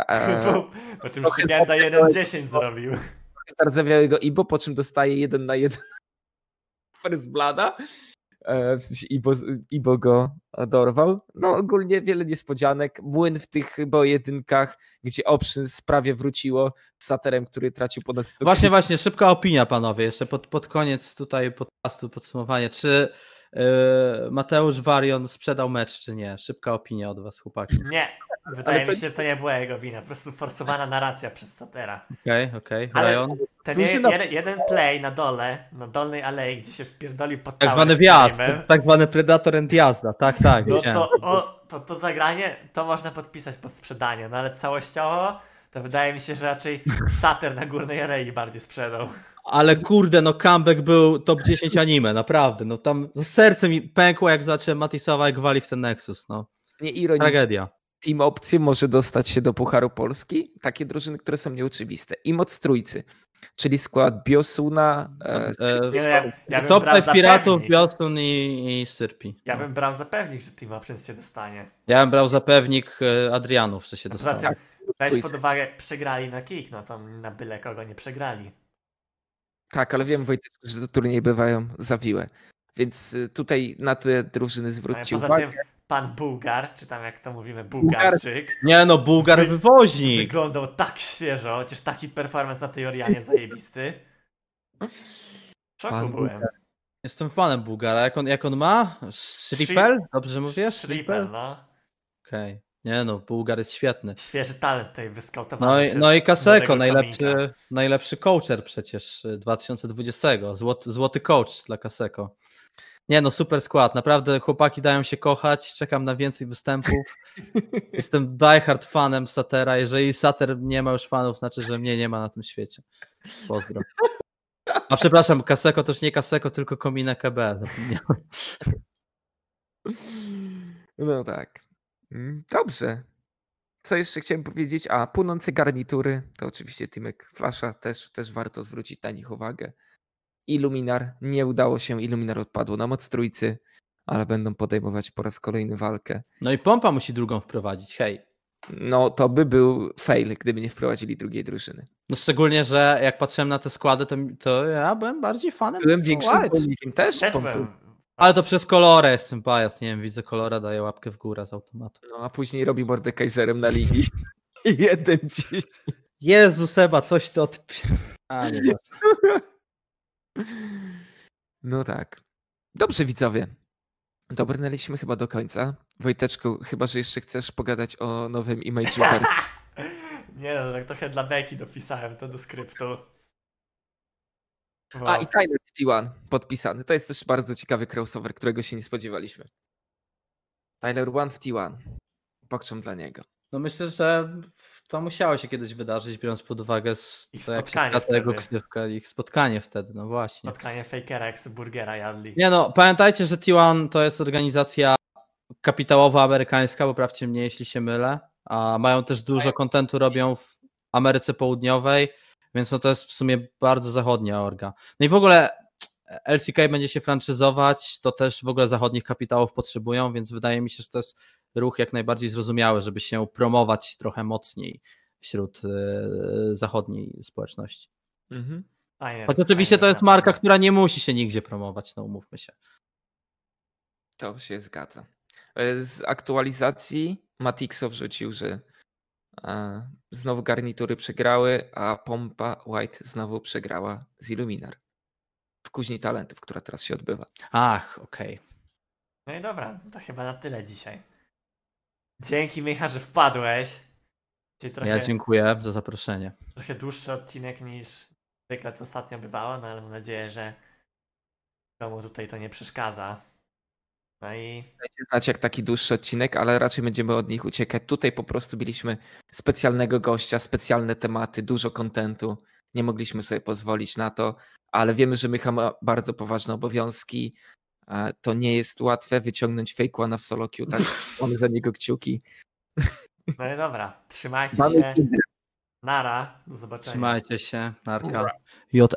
Po czym Szygenda 1-10 zrobił. Zardzewiały go Ibo, po czym dostaje 1-1 First Blooda. W sensie Ibo go dorwał. No ogólnie wiele niespodzianek. Młyn w tych pojedynkach, gdzie Option prawie wróciło z Saterem, który tracił ponad 100 Właśnie, szybka opinia, panowie, jeszcze pod koniec tutaj podcastu, podsumowanie. Czy Mateusz Warion sprzedał mecz, czy nie? Szybka opinia od was, chłopaki. Nie, wydaje mi się, że to nie była jego wina. Po prostu forsowana narracja przez Satera. Okej. Ale Ryan? ten jeden play na dole, na dolnej alei, gdzie się wpierdolił pod Tak tower zwany z wjazd, Karimem, tak zwany Predator and jazda, tak, no widziałem. to zagranie to można podpisać pod sprzedanie, no ale całościowo to wydaje mi się, że raczej Sater na górnej alei bardziej sprzedał. Ale kurde, no comeback był top 10 anime, naprawdę, no tam serce mi pękło, jak zacząłem Matisowa jak wali w ten Nexus, no. Nie ironicznie. Tragedia. Team Opcje może dostać się do Pucharu Polski. Takie drużyny, które są nieoczywiste. I moc trójcy, czyli skład Biosuna, Nie, ja bym Top brał 5 za Piratów, pewnik. Bioston i Syrpi. Ja bym brał za pewnik, że Team Options się dostanie. Ja bym brał za pewnik Adrianów, że się Poza dostaną. tym, weź pod uwagę, przegrali na kick, no to na byle kogo nie przegrali. Tak, ale wiem, Wojtek, że te turnieje bywają zawiłe. Więc tutaj na te drużyny Ale zwróćcie poza uwagę. tym pan Bułgar, czy tam jak to mówimy, Bułgarczyk, Nie no, Bułgar wywoźnik. wyglądał tak świeżo, chociaż taki performance na tej Orianie zajebisty. W szoku Pan byłem. Jestem fanem Bułgara. Jak on ma? Shripel? Dobrze mówię? Szripel, no. Okej. Nie no, Bułgar jest świetny. Świeży talent tutaj wyskautowany. No i Kaseko, młodego komika. najlepszy coacher przecież 2020. Złoty coach dla Kaseko. Nie no, super skład. Naprawdę chłopaki dają się kochać. Czekam na więcej występów. Jestem diehard fanem Satera. Jeżeli Sater nie ma już fanów, znaczy, że mnie nie ma na tym świecie. Pozdro. A przepraszam, Kaseko to już nie Kaseko, tylko Komina KB. Zapomniałem. No tak. Dobrze. Co jeszcze chciałem powiedzieć? Płonące garnitury, to oczywiście Teamek Flasha, też warto zwrócić na nich uwagę. Illuminar, nie udało się, Illuminar odpadło na moc trójcy, ale będą podejmować po raz kolejny walkę. No i Pompa musi drugą wprowadzić, hej. No to by był fail, gdyby nie wprowadzili drugiej drużyny. No szczególnie, że jak patrzyłem na te składy, to ja byłem bardziej fanem. Byłem większym White. zwolennikiem też. Też Pompy. byłem. Ale to przez kolorę jestem bias, nie wiem, widzę kolora, daję łapkę w górę z automatu. No a później robi Mordekaiserem na ligi. 1-10. Jezu Seba, coś to A, nie No tak. Dobrze, widzowie. Dobrnęliśmy chyba do końca. Wojteczku, chyba że jeszcze chcesz pogadać o nowym Image'u. Nie no, tak trochę dla beki dopisałem to do skryptu. I Tyler w T1 podpisany. To jest też bardzo ciekawy crossover, którego się nie spodziewaliśmy. Tyler One w T1. Pokrzem dla niego. No myślę, że to musiało się kiedyś wydarzyć, biorąc pod uwagę Ich to, jak się spotkanie skraca jego wtedy. ksywka, ich spotkanie wtedy, no właśnie. Spotkanie Fakera jak Burgera jadli. Nie no, pamiętajcie, że T1 to jest organizacja kapitałowa amerykańska, poprawcie mnie, jeśli się mylę, a mają też dużo kontentu, robią w Ameryce Południowej, więc no to jest w sumie bardzo zachodnia orga. No i w ogóle LCK będzie się franczyzować, to też w ogóle zachodnich kapitałów potrzebują, więc wydaje mi się, że to jest ruch jak najbardziej zrozumiały, żeby się promować trochę mocniej wśród zachodniej społeczności. Mhm. Fajnie, Choć oczywiście to jest marka, która nie musi się nigdzie promować, no umówmy się. To się zgadza. Z aktualizacji Matixo wrzucił, że znowu garnitury przegrały, a Pompa White znowu przegrała z Illuminar. W Kuźni Talentów, która teraz się odbywa. Ach, okej. No i dobra, to chyba na tyle dzisiaj. Dzięki Micha, że wpadłeś. Dzisiaj Ja dziękuję za zaproszenie. trochę dłuższy odcinek niż zwykle to ostatnio bywało, no ale mam nadzieję, że komu tutaj to nie przeszkadza. No i Dajcie znać jak taki dłuższy odcinek, ale raczej będziemy od nich uciekać. Tutaj po prostu mieliśmy specjalnego gościa, specjalne tematy, dużo kontentu. Nie mogliśmy sobie pozwolić na to, ale wiemy, że Micha ma bardzo poważne obowiązki. To nie jest łatwe wyciągnąć Fake One'a w solo queue, tak? Mamy za niego kciuki. no i dobra, trzymajcie Mamy się. Kindred. Nara, do zobaczenia. Trzymajcie się, narka.